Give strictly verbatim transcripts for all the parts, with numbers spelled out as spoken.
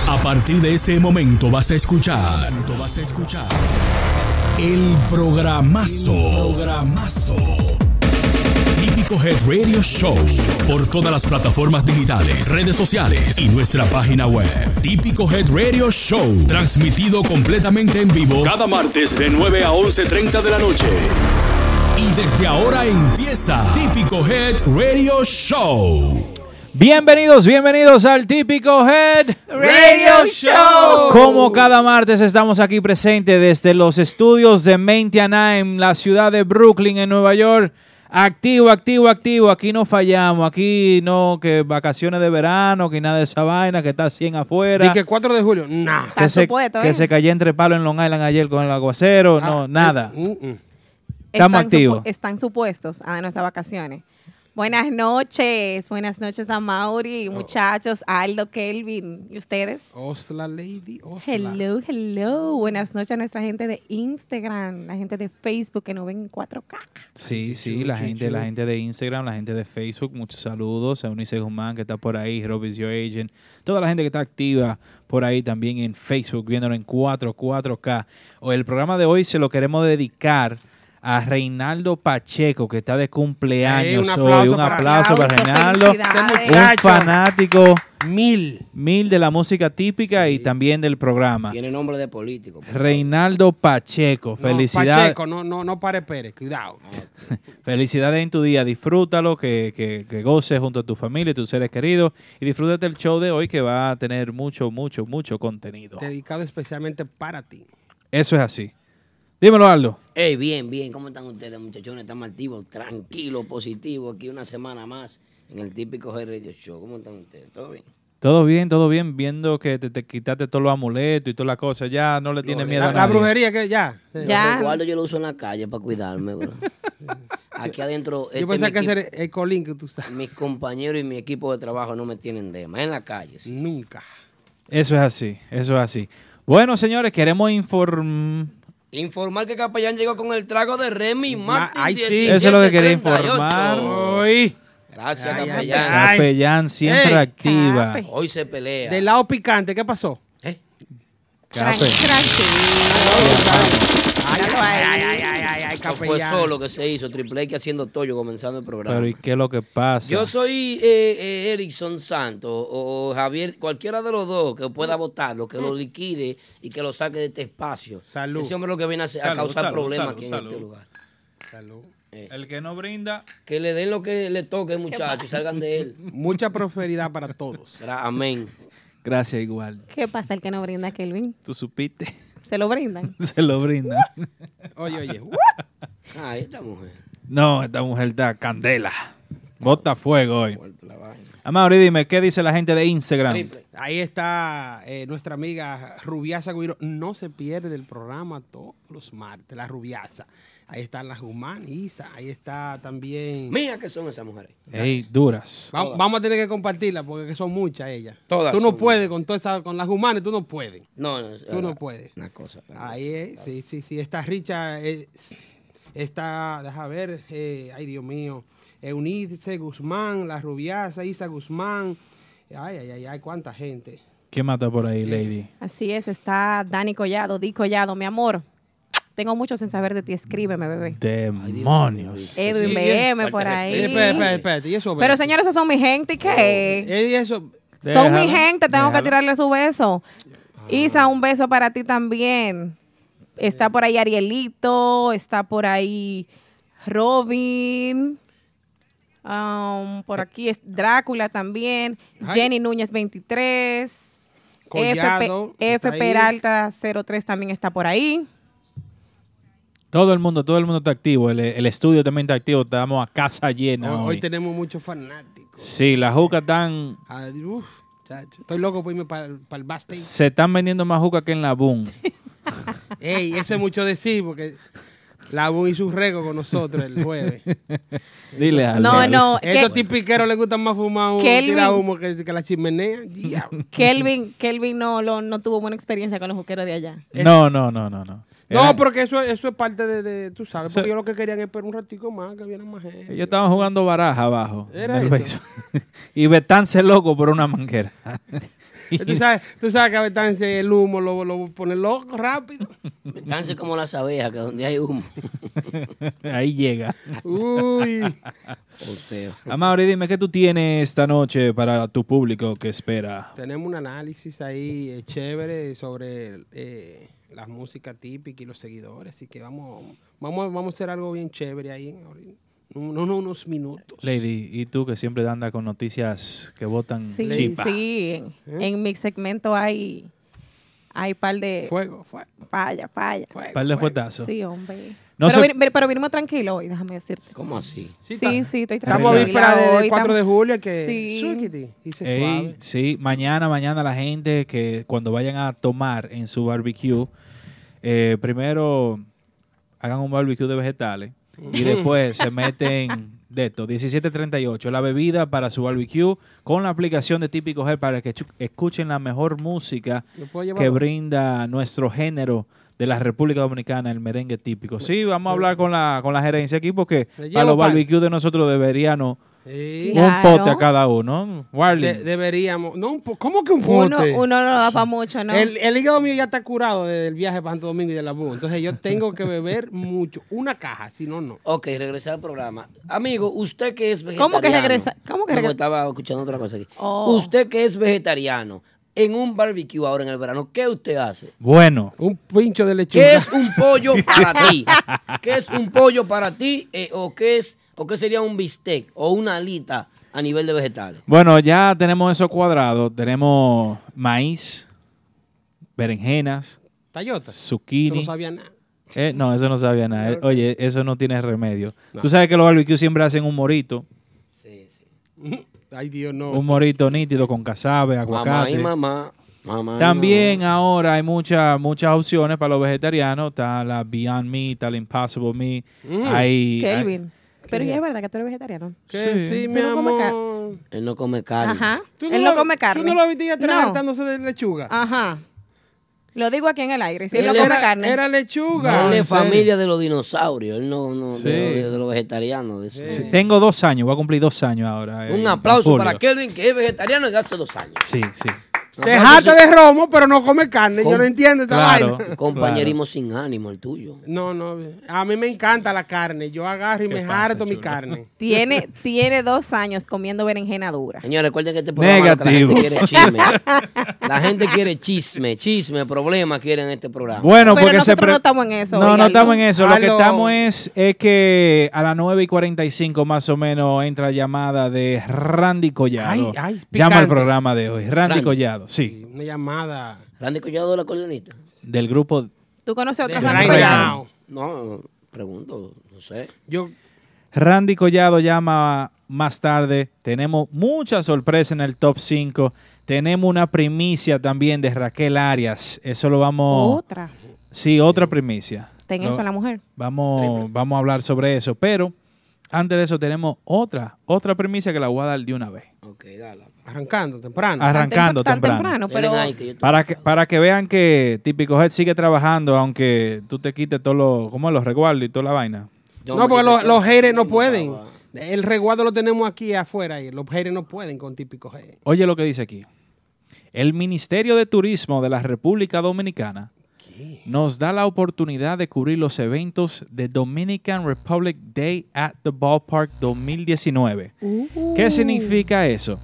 A partir de este momento vas a escuchar, vas a escuchar el programazo, el programazo. Típico Head Radio Show por todas las plataformas digitales, redes sociales y nuestra página web. Típico Head Radio Show, transmitido completamente en vivo cada martes de nueve a once treinta de la noche. Y desde ahora empieza Típico Head Radio Show. Bienvenidos, bienvenidos al Típico Head Radio Show. Como cada martes estamos aquí presentes desde los estudios de Maintiana en la ciudad de Brooklyn, en Nueva York. Activo, activo, activo. Aquí no fallamos. Aquí no que vacaciones de verano, que nada de esa vaina, que está cien afuera. Y que cuatro de julio, nah. Que, se, supuesto, que ¿eh? se cayó entre palos en Long Island ayer con el aguacero. Ah, no, nada. mm, mm, mm. Estamos están activos. supu- están supuestos a nuestras vacaciones. Buenas noches, buenas noches a Mauri, muchachos, Aldo, Kelvin, ¿y ustedes? Osla, lady, Osla. Hello, hello. Buenas noches a nuestra gente de Instagram, la gente de Facebook que nos ven en cuatro K. Sí, sí, la gente, la gente de Instagram, la gente de Facebook, muchos saludos. A Eunice Guzmán que está por ahí, Rob is your agent. Toda la gente que está activa por ahí también en Facebook, viéndolo en cuatro K. O el programa de hoy se lo queremos dedicar a Reinaldo Pacheco, que está de cumpleaños Eh, un hoy. aplauso Un para- aplauso para Aplauso, Reinaldo. felicidades. Un Muchacho. fanático Mil. mil de la música típica Sí. y también del programa. Tiene nombre de político. Reinaldo Pacheco, No, felicidades. Pacheco, no, no, no pare Pérez, cuidado. Felicidades en tu día, disfrútalo, que, que, que goces junto a tu familia y tus seres queridos y disfrútate el show de hoy que va a tener mucho, mucho, mucho contenido. Dedicado especialmente para ti. Eso es así. Dímelo, Aldo. Hey, bien, bien. ¿Cómo están ustedes, muchachones? Estamos activos, tranquilos, positivos. Aquí una semana más en el Típico Head Radio Show. ¿Cómo están ustedes? ¿Todo bien? Todo bien, todo bien, viendo que te, te quitaste todos los amuletos y todas las cosas, ya no le tienes Gloria. miedo La, a la nadie. brujería que ya. Ya. Yo resguardo yo lo uso en la calle para cuidarme, bro. Aquí adentro, este Yo pensaba mi que equipo- ese era el colín que tú sabes. mis compañeros y mi equipo de trabajo no me tienen de más en la calle. sí. Nunca. Eso es así, eso es así. Bueno, señores, queremos informar... Informar que Capellán llegó con el trago de Remy Ma- Martin. ay, sí. diecisiete Eso es lo que quería treinta y ocho. informar. Hoy. Gracias, Ay, ay, Capellán. ay. Capellán siempre Ey. activa. Cape. Hoy se pelea. Del lado picante, ¿qué pasó? ¿Eh? Cape. Tran- Ay, Míralo ay, ahí. ay, ay, ay, ay, Eso fue capellán. solo que se hizo. Triple X haciendo tollo comenzando el programa. Pero ¿y qué es lo que pasa? Yo soy eh, eh, Erickson Santos o Javier, cualquiera de los dos que pueda votarlo, que lo liquide y que lo saque de este espacio. Salud. Ese hombre lo que viene a, hacer- a Salud, causar salud, problemas salud, aquí en salud. este lugar. Salud. El que no brinda... Que le den lo que le toque, muchachos, y salgan de él. Mucha prosperidad para todos. Gra- Amén. Gracias igual. ¿Qué pasa el que no brinda, Kelvin? Tú supiste. ¿Se lo brindan? Se lo brindan. Oye, oye. Ah, esta mujer. No, esta mujer está candela. Bota fuego hoy. Muerto la vaina. Amaury, dime, ¿qué dice la gente de Instagram? Triple. Ahí está eh, nuestra amiga Rubiasa Guiro. No se pierde el programa todos los martes, la Rubiasa. Ahí está la Guzmán, Isa. Ahí está también. Mira que son esas mujeres. Ey, duras. Va- vamos a tener que compartirla porque que son muchas ellas. Todas Tú no son puedes con toda esa, con las Guzmanes, tú no puedes. No, no. Tú no puedes. Una cosa. Ahí es, sí, sí, sí. Está Richa, eh, está, deja ver, eh, ay Dios mío, Eunice Guzmán, la Rubiasa, Isa Guzmán. Ay, ay, ay, ay, cuánta gente. ¿Qué mata por ahí, lady? Así es, está Dani Collado, Di Collado, mi amor. Tengo mucho sin saber de ti, escríbeme, bebé. Demonios. Edwin Sí, B M falta por de ahí. Eh, espérate, espérate, espérate, ¿y eso? Pero señores, esos son mi gente, ¿y qué? Eh, y eso, Son Déjala, mi gente, tengo déjala. que tirarle su beso. Isa, un beso para ti también. Está por ahí Arielito, está por ahí Robin. Um, por aquí es Drácula también. Ay. Jenny Núñez veintitrés. Collado, F, está F ahí. Peralta cero tres también está por ahí. Todo el mundo, todo el mundo está activo. El, el estudio también está activo. Estamos a casa llena hoy, hoy. hoy tenemos muchos fanáticos. Sí, las jucas están... Ah, uf, chacho. Estoy loco por irme para el backstage. Se están vendiendo más jucas que en la Boom. Ey, eso es mucho decir porque la Bu hizo un rego con nosotros el jueves. Dile algo. No, no. Estos que- tipiqueros les gusta más fumar humo, Kelvin. tirar humo que, que la chimenea. Diablo. Kelvin, Kelvin no, lo- no tuvo buena experiencia con los juqueros de allá. No, no, no, no, no. No, Era- porque eso, eso es parte de, de- tú sabes, porque Eso- yo lo que querían es esperar un ratico más, que viene más gente. Ellos estaban jugando baraja abajo. Era en el eso. béisbol. Y Betán se loco por una manguera. Tú sabes, tú sabes que a Betance el humo lo, lo pone loco rápido. Betance como las abejas, que donde hay humo. Ahí llega. Uy. O sea, Amaury, dime, ¿qué tú tienes esta noche para tu público que espera? Tenemos un análisis ahí eh, chévere sobre eh, la música típica y los seguidores. Así que vamos, vamos, vamos a hacer algo bien chévere ahí. No, no, unos minutos. Lady, ¿y tú que siempre anda con noticias que botan Sí, chispa? sí. En, en mi segmento hay, hay par de... Fuego, fuego, Falla, falla. fuego. Par de fuego. fuetazos. Sí, hombre. No pero, se- vin- pero vinimos tranquilos hoy, déjame decirte. ¿cómo así? Sí, Sí, está- sí, estoy Estamos a tranquila víspera de- del hoy, cuatro de estamos- julio que... Sí. Suquiti, dice Ey, suave. sí, mañana, mañana la gente que cuando vayan a tomar en su barbecue, eh, primero hagan un barbecue de vegetales y después se meten de esto, diecisiete treinta y ocho, la bebida para su barbecue con la aplicación de Típico Head para que chu- escuchen la mejor música ¿Me puedo llevar que dos? brinda nuestro género de la República Dominicana, el merengue típico. Sí, vamos a hablar con la, con la gerencia aquí porque ¿Le para llevo los pan? barbecues de nosotros deberíamos Sí. Claro. un pote a cada uno. Warling. De- deberíamos. No, un po- ¿Cómo que un Uno, pote? uno no lo da para mucho, ¿no? El, el hígado mío ya está curado del viaje para Santo Domingo y de la Bu. Entonces yo tengo que beber mucho. Una caja, si no, no. Ok, regresar al programa. Amigo, usted que es vegetariano. ¿Cómo que regresa? ¿Cómo que No, regresa? estaba escuchando otra cosa aquí. Oh. Usted que es vegetariano, en un barbecue ahora en el verano, ¿qué usted hace? Bueno, Un pincho de lechuga. ¿Qué es un pollo para ti? ¿Qué es un pollo para ti? Eh, ¿O qué es, o qué sería un bistec o una alita a nivel de vegetales? bueno, ya tenemos eso cuadrado. Tenemos maíz, berenjenas, Tayota. Yo zucchini. no sabía nada. Eh, no, eso no sabía nada. Eh, Oye, eso no tiene remedio. Tú sabes que los barbecues siempre hacen un morito. Sí, sí. Ay, Dios, no. Un morito nítido con casabe, Mamá aguacate. y mamá. mamá y También mamá. ahora hay muchas muchas opciones para los vegetarianos. Está la Beyond Meat, está la Impossible Meat. Mm. Hay, hay- Kelvin. Pero ya es verdad que tú eres vegetariano. Que Sí. sí, mi Tú no comes amor. Él no come carne. Ajá. ¿Tú Él no lo- come carne. ¿Tú no lo viste ya atrás No. hartándose de lechuga? Ajá. Lo digo aquí en el aire. Si él, Él no come era, carne. Era lechuga. No, Él ¿en es serio? familia de los dinosaurios. Él no, no Sí. de, de- de los vegetarianos. de eso. Sí, tengo dos años, voy a cumplir dos años ahora. Un en aplauso julio. para Kelvin, que es vegetariano desde hace dos años. Sí, sí. Se jata de romo, pero no come carne. Yo Com- no entiendo esa Claro. vaina. Compañerismo sin ánimo, el tuyo. No, no. A mí me encanta la carne. Yo agarro y ¿Qué me pasa, harto mi chulo? carne. Tiene, tiene dos años comiendo berenjena dura. Señores, recuerden que este programa lo que la Negativo. gente quiere es chisme. La gente quiere chisme, chisme, problemas quieren en este programa. Bueno, Pero porque se nosotros pre- no estamos en eso, No, no Aldo. estamos en eso. Lo que Aldo. estamos es, es que a las nueve y cuarenta y cinco más o menos entra llamada de Randy Collado. Ay, ay, Llama picante. al programa de hoy. Randy, Randy. Collado, sí. Una llamada. Randy Collado de la acordeonista. Del grupo. ¿Tú conoces a otro De Randy Randy Collado? Collado. No, pregunto, no sé. Yo, Randy Collado llama más tarde. Tenemos mucha sorpresa en el top cinco. Tenemos una primicia también de Raquel Arias. Eso lo vamos... Otra. Sí, otra primicia. Ten Lo- eso a la mujer. Vamos, vamos a hablar sobre eso. Pero antes de eso tenemos otra, otra primicia que la voy a dar de una vez. Ok, dale. arrancando, temprano. Arrancando Tan tem- tan temprano. pero Denle ahí que yo te- Para que, para que vean que Típico Head sigue trabajando, aunque tú te quites todos los, ¿cómo es? Los resguardos y toda la vaina. Yo No, me porque quité los, todo. los haters no pueden. Papá. El resguardo lo tenemos aquí afuera y los haters no pueden con típico hater. Oye lo que dice aquí. El Ministerio de Turismo de la República Dominicana nos da la oportunidad de cubrir los eventos de Dominican Republic Day at the Ballpark dos mil diecinueve. Uh. ¿Qué significa eso?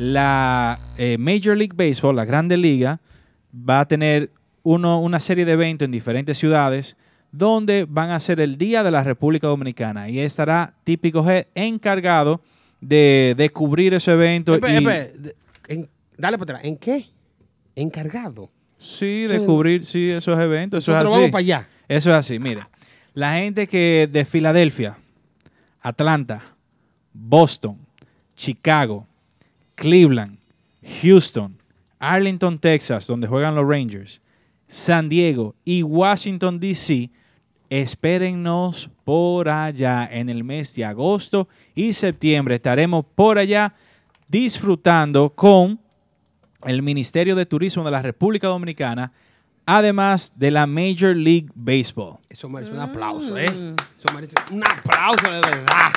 La eh, Major League Baseball, la Grande Liga, va a tener uno, una serie de eventos en diferentes ciudades donde van a ser el Día de la República Dominicana y estará Típico Head encargado de, de cubrir ese evento. Espe- y- espe- de- en- dale para atrás. ¿En qué? Encargado. Sí, de Sí. cubrir sí, esos eventos. Eso es Nosotros así. vamos para allá. Eso es así. Mire, la gente que de Filadelfia, Atlanta, Boston, Chicago, Cleveland, Houston, Arlington, Texas, donde juegan los Rangers, San Diego y Washington, D C, espérennos por allá en el mes de agosto y septiembre. Estaremos por allá disfrutando con el Ministerio de Turismo de la República Dominicana, además de la Major League Baseball. Eso merece un aplauso, ¿eh? Mm. Eso merece un aplauso de verdad.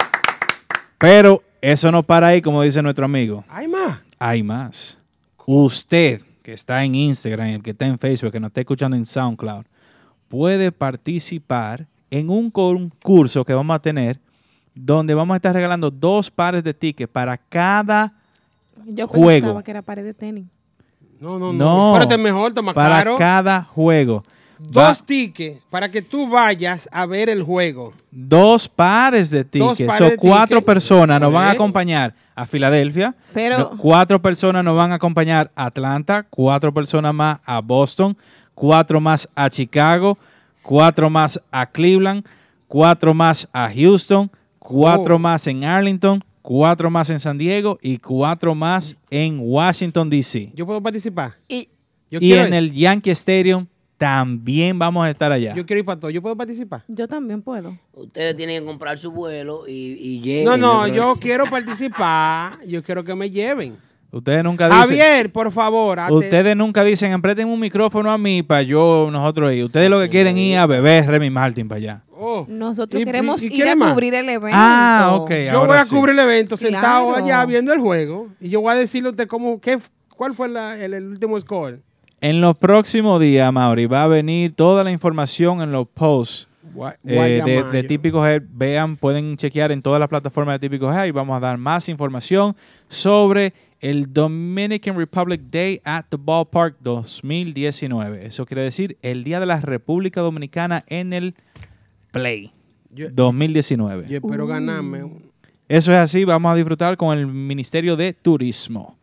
Pero eso no para ahí, como dice nuestro amigo. Hay más. Hay más. Usted que está en Instagram, el que está en Facebook, que nos está escuchando en SoundCloud, puede participar en un concurso que vamos a tener donde vamos a estar regalando dos pares de tickets para cada Yo juego. pensaba que era pared de tenis. No, no, no. No, Espérate, mejor, toma para claro. cada juego. Dos Va- tickets para que tú vayas a ver el juego. Dos pares de Dos tickets. pares So, de cuatro tickets. personas nos van a Ok. acompañar a Filadelfia. Pero- No, cuatro personas nos van a acompañar a Atlanta. Cuatro personas más a Boston. Cuatro más a Chicago. Cuatro más a Cleveland. Cuatro más a Houston. Cuatro Oh. más en Arlington. Cuatro más en San Diego. Y cuatro más en Washington, D C. ¿Yo puedo participar? Y Yo Y quiero en ir. el Yankee Stadium también vamos a estar allá. Yo quiero ir para todo. ¿Yo puedo participar? yo también puedo. Ustedes tienen que comprar su vuelo y, y lleguen. No, no, Pero- yo quiero participar. Yo quiero que me lleven. Ustedes nunca dicen... Javier, por favor. hazte- Ustedes nunca dicen, empreten un micrófono a mí para yo, nosotros ir. Ustedes lo que quieren ir a beber Remy Martin para allá. Oh. Nosotros ¿Y- queremos y- y ir quiere a más? cubrir el evento. Ah, ok. Yo ahora voy a sí. cubrir el evento sentado Claro. allá viendo el juego. Y yo voy a decirle a usted cómo, qué, cuál fue la- el, el último score. En los próximos días, Mauri, va a venir toda la información en los posts Gua- eh, de, Guayamayo. de Típico Head. Vean, pueden chequear en todas las plataformas de Típico Head y vamos a dar más información sobre el Dominican Republic Day at the Ballpark dos mil diecinueve. Eso quiere decir el Día de la República Dominicana en el Play Yo, dos mil diecinueve. yo espero ganarme. un- Eso es así, vamos a disfrutar con el Ministerio de Turismo.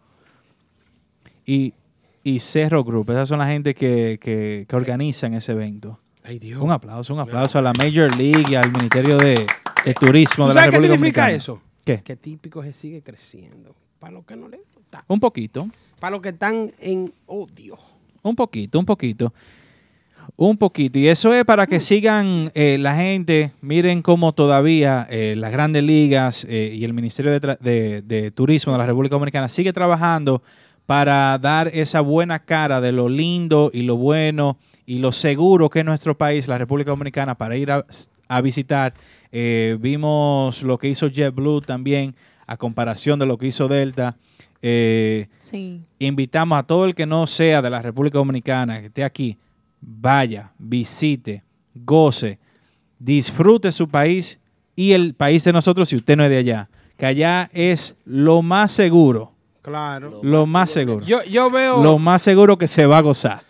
Y, y Cerro Group, esas son la gente que, que, que organizan ese evento. Ay, Dios. Un aplauso, un aplauso a la Major League y al Ministerio de, de Turismo ¿Tú de la sabes qué República significa Dominicana. eso? ¿Qué? Que Típico se sigue creciendo. Para los que no les gusta. Un poquito, Para los que están en odio. un poquito, un poquito. Un poquito. Y eso es para que sigan eh, la gente, miren cómo todavía eh, las grandes ligas eh, y el Ministerio de, Tra- de- de Turismo de la República Dominicana sigue trabajando para dar esa buena cara de lo lindo y lo bueno y lo seguro que es nuestro país, la República Dominicana, para ir a, a visitar. Eh, vimos lo que hizo JetBlue también, a comparación de lo que hizo Delta. Eh, Sí. invitamos a todo el que no sea de la República Dominicana, que esté aquí, vaya, visite, goce, disfrute su país y el país de nosotros si usted no es de allá. Que allá es lo más seguro, Claro. lo más seguro. Yo, yo veo Lo más seguro que se va a gozar.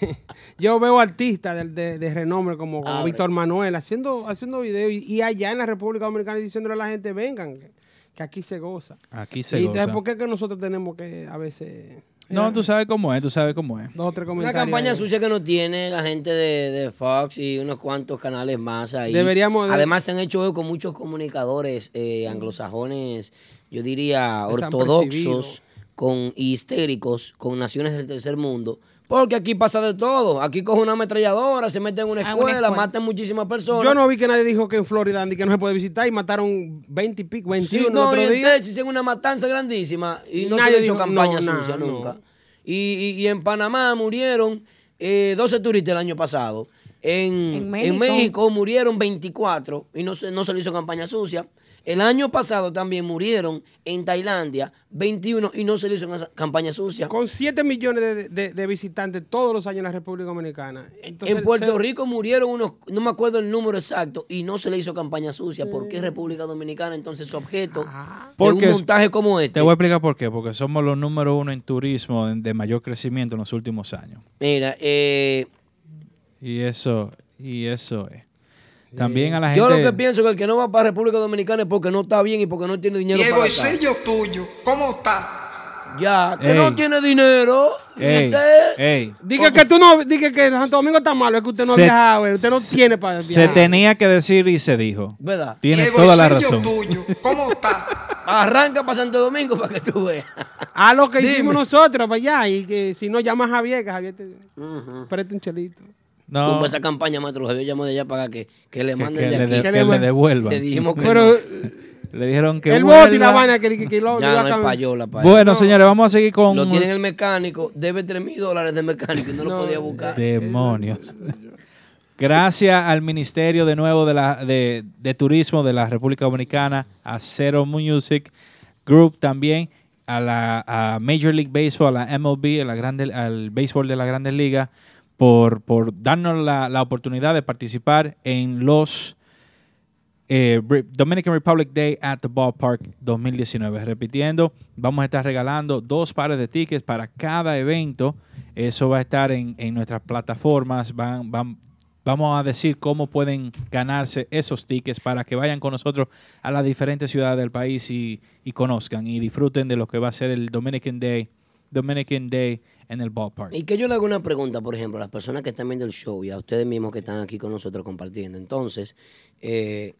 yo veo artistas de, de, de renombre como, como Abre. Víctor Manuel haciendo, haciendo videos y, y allá en la República Dominicana diciéndole a la gente, vengan, que, que aquí se goza. Aquí se y goza. entonces, ¿por qué que nosotros tenemos que a veces... No, eh, tú sabes cómo es, tú sabes cómo es. Dos o tres Una comentarios. campaña ahí. sucia que no tiene la gente de, de Fox y unos cuantos canales más ahí. Deberíamos de- Además, se han hecho con muchos comunicadores eh, anglosajones, yo diría Desapercibidos. ortodoxos con, y histéricos con naciones del tercer mundo. Porque aquí pasa de todo. Aquí coge una ametralladora, se mete en una Ah, una escuela, escuela. matan muchísimas personas. Yo no vi que nadie dijo que en Florida ni que no se puede visitar y mataron veinte y pico, Sí, veintiuno no, el y otro en día. Texas hicieron una matanza grandísima y no Nadie se le hizo dijo- campaña no, sucia no, nunca. no. Y, y- y en Panamá murieron eh, doce turistas el año pasado. En, En en México. México. murieron veinticuatro y no se, no se le hizo campaña sucia. El año pasado también murieron en Tailandia veintiuno y no se le hizo esa campaña sucia. Con siete millones de, de- de visitantes todos los años en la República Dominicana. Entonces, En Puerto se- Rico murieron unos, no me acuerdo el número exacto, y no se le hizo campaña sucia. ¿Por qué República Dominicana entonces es objeto de Porque un montaje como este? Te voy a explicar por qué. Porque somos los número uno en turismo de, de mayor crecimiento en los últimos años. Mira, eh, Y eso, y eso es. También a la gente... yo lo que pienso es que el que no va para República Dominicana es porque no está bien y porque no tiene dinero Diego, para el acá. sello tuyo, ¿cómo está? Ya, que Ey. no tiene dinero. y Ey, usted- ey. Diga que tú no, diga que Santo Domingo está malo, es que usted no Se- ha viajado, eh, usted no tiene para viajar. Se tenía que decir y se dijo. ¿Verdad? Tienes Diego, toda el la sello razón. tuyo, ¿cómo está? Arranca para Santo Domingo para que tú veas. A lo que Dime. hicimos nosotros para allá y que si no llamas a Javier, que Javier te preste un chelito. No, Como esa campaña, maestro Javier llamó de allá para que, que le que, manden que de le, aquí. de- Que que le- le devuelvan. Le dijimos que Pero no. Le dijeron que el bote y la vuelva. vaina que, que, que lo, Ya lo no hay acaban- payola para él. Bueno, señores, vamos a seguir con... Lo tiene el mecánico, debe tres mil dólares de mecánico y no, lo podía buscar. Demonios. Gracias al Ministerio de nuevo de, la, de, de Turismo de la República Dominicana, a Zero Music Group también, a la a Major League Baseball, a la M L B, a la grande, al béisbol de las Grandes Ligas, por, por darnos la, la oportunidad de participar en los eh, Dominican Republic Day at the Ballpark dos mil diecinueve. Repitiendo, vamos a estar regalando dos pares de tickets para cada evento. Eso va a estar en, en nuestras plataformas. Van, van, vamos a decir cómo pueden ganarse esos tickets para que vayan con nosotros a las diferentes ciudades del país y, y conozcan y disfruten de lo que va a ser el Dominican Day, Dominican Day en el Ballpark. Y que yo le hago una pregunta, por ejemplo, a las personas que están viendo el show y a ustedes mismos que están aquí con nosotros compartiendo. Entonces, eh,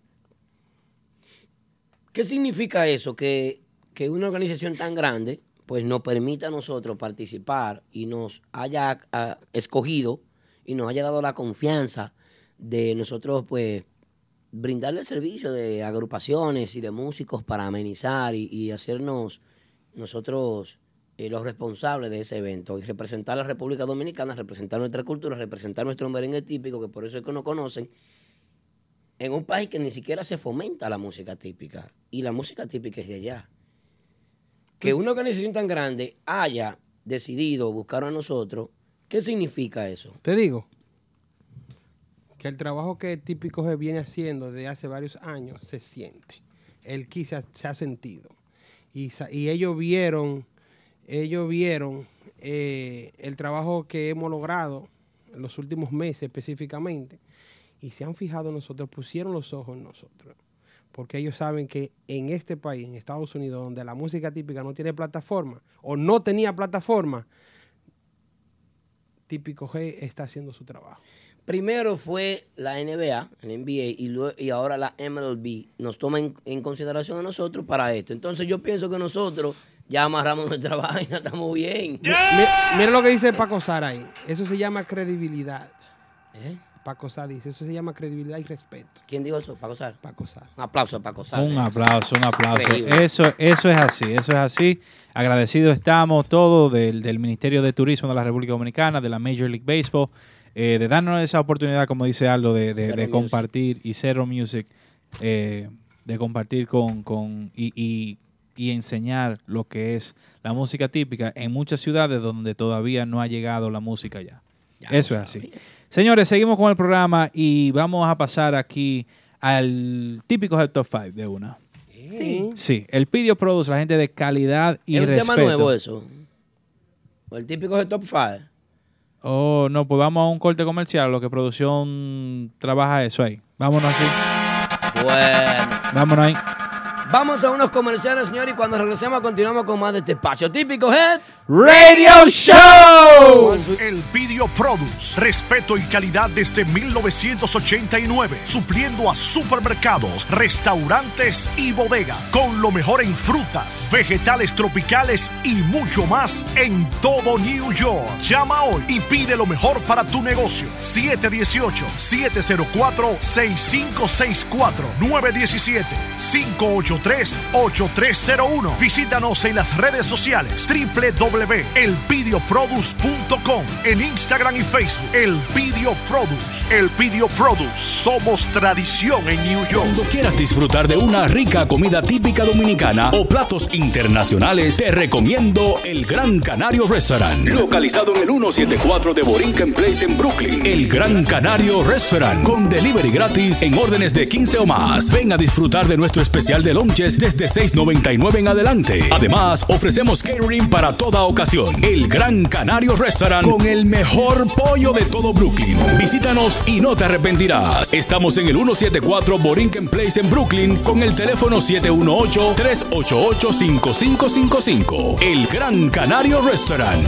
¿qué significa eso? Que, que una organización tan grande pues nos permita a nosotros participar y nos haya a, escogido y nos haya dado la confianza de nosotros, pues, brindarle el servicio de agrupaciones y de músicos para amenizar y, y hacernos nosotros eh, los responsables de ese evento y representar a la República Dominicana, representar nuestra cultura, representar nuestro merengue típico, que por eso es que nos conocen, en un país que ni siquiera se fomenta la música típica. Y la música típica es de allá. Que una organización tan grande haya decidido buscar a nosotros, ¿qué significa eso? Te digo que el trabajo que Típico Head viene haciendo desde hace varios años se siente. El Ki se ha, se ha sentido. Y, y ellos vieron, ellos vieron eh, el trabajo que hemos logrado en los últimos meses específicamente. Y se han fijado en nosotros, pusieron los ojos en nosotros. Porque ellos saben que en este país, en Estados Unidos, donde la música típica no tiene plataforma, o no tenía plataforma, Típico Head está haciendo su trabajo. Primero fue la N B A, el N B A, y, luego, y ahora la M L B nos toma en, en consideración a nosotros para esto. Entonces yo pienso que nosotros ya amarramos nuestra vaina, estamos bien. Yeah. Mira lo que dice Paco Sara ahí. Eso se llama credibilidad. ¿Eh? Paco Sara dice, eso se llama credibilidad y respeto. ¿Quién dijo eso? Paco Sara. Paco Sara. Un aplauso a Paco Sara. Un aplauso, un aplauso. Increíble. Eso, eso es así, eso es así. Agradecidos estamos todos del, del Ministerio de Turismo de la República Dominicana, de la Major League Baseball, eh, de darnos esa oportunidad, como dice Aldo, de, de, de compartir, y Zero Music, eh, de compartir con, con y, y, y enseñar lo que es la música típica en muchas ciudades donde todavía no ha llegado la música ya. Ya eso es así. así es. Señores, seguimos con el programa y vamos a pasar aquí al típico Head Top cinco de una. Sí. Sí, el Pidio Produce, la gente de calidad y respeto. ¿Es un tema nuevo eso? ¿O el típico Head Top cinco? Oh, no, pues vamos a un corte comercial, lo que producción trabaja eso ahí. Vámonos así. Bueno. Vámonos ahí. Vamos a unos comerciales, señor, y cuando regresemos continuamos con más de este espacio. Típico Head Radio Show. El Pidio Produce, respeto y calidad desde mil novecientos ochenta y nueve, supliendo a supermercados, restaurantes y bodegas, con lo mejor en frutas, vegetales tropicales y mucho más en todo New York. Llama hoy y pide lo mejor para tu negocio. siete uno ocho, siete cero cuatro, seis cinco seis cuatro, nueve uno siete, cinco ocho tres, ocho tres cero uno. Visítanos en las redes sociales doble u doble u doble u punto el pidio produce punto com, en Instagram y Facebook. El Pidio Produce. El Pidio Produce. Somos tradición en New York. Cuando quieras disfrutar de una rica comida típica dominicana o platos internacionales, te recomiendo el Gran Canario Restaurant, localizado en el ciento setenta y cuatro de Borinquen Place en Brooklyn. El Gran Canario Restaurant, con delivery gratis en órdenes de quince o más. Ven a disfrutar de nuestro especial de lunches desde seis noventa y nueve en adelante. Además, ofrecemos catering para toda ocasión. El Gran Canario Restaurant, con el mejor pollo de todo Brooklyn. Visítanos y no te arrepentirás. Estamos en el ciento setenta y cuatro Borinquen Place en Brooklyn con el teléfono siete uno ocho, tres ocho ocho, cinco cinco cinco cinco. El Gran Canario Restaurant.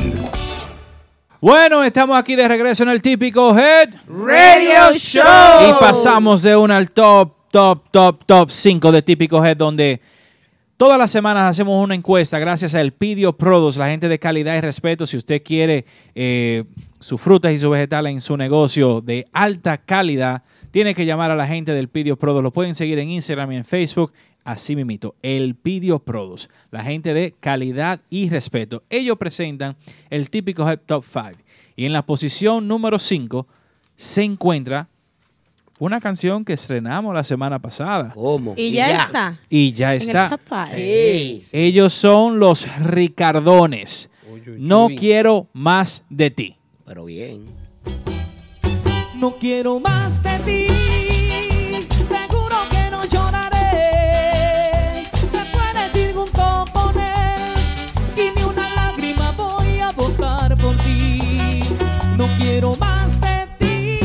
Bueno, estamos aquí de regreso en el Típico Head Radio Show. Y pasamos de una al top, top, top, top cinco de Típico Head, donde todas las semanas hacemos una encuesta gracias a El Pidio Produce, la gente de calidad y respeto. Si usted quiere eh, sus frutas y sus vegetales en su negocio de alta calidad, tiene que llamar a la gente del Pidio Produce. Lo pueden seguir en Instagram y en Facebook. Así mismito, El Pidio Produce, la gente de calidad y respeto. Ellos presentan el Típico Head Top cinco. Y en la posición número cinco se encuentra Una canción que estrenamos la semana pasada. ¿Cómo? Y ya está. Y ya En el está. top five. ¿Qué? Ellos son los Ricardones. Uy, uy, No uy. quiero más de ti. Pero bien. No quiero más de ti, seguro que no lloraré. Me puedes ir junto con él y ni una lágrima voy a botar por ti. No quiero más de ti.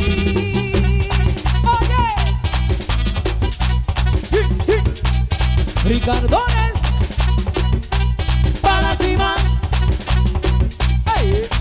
Oye, Ricardones, para cima. Hey.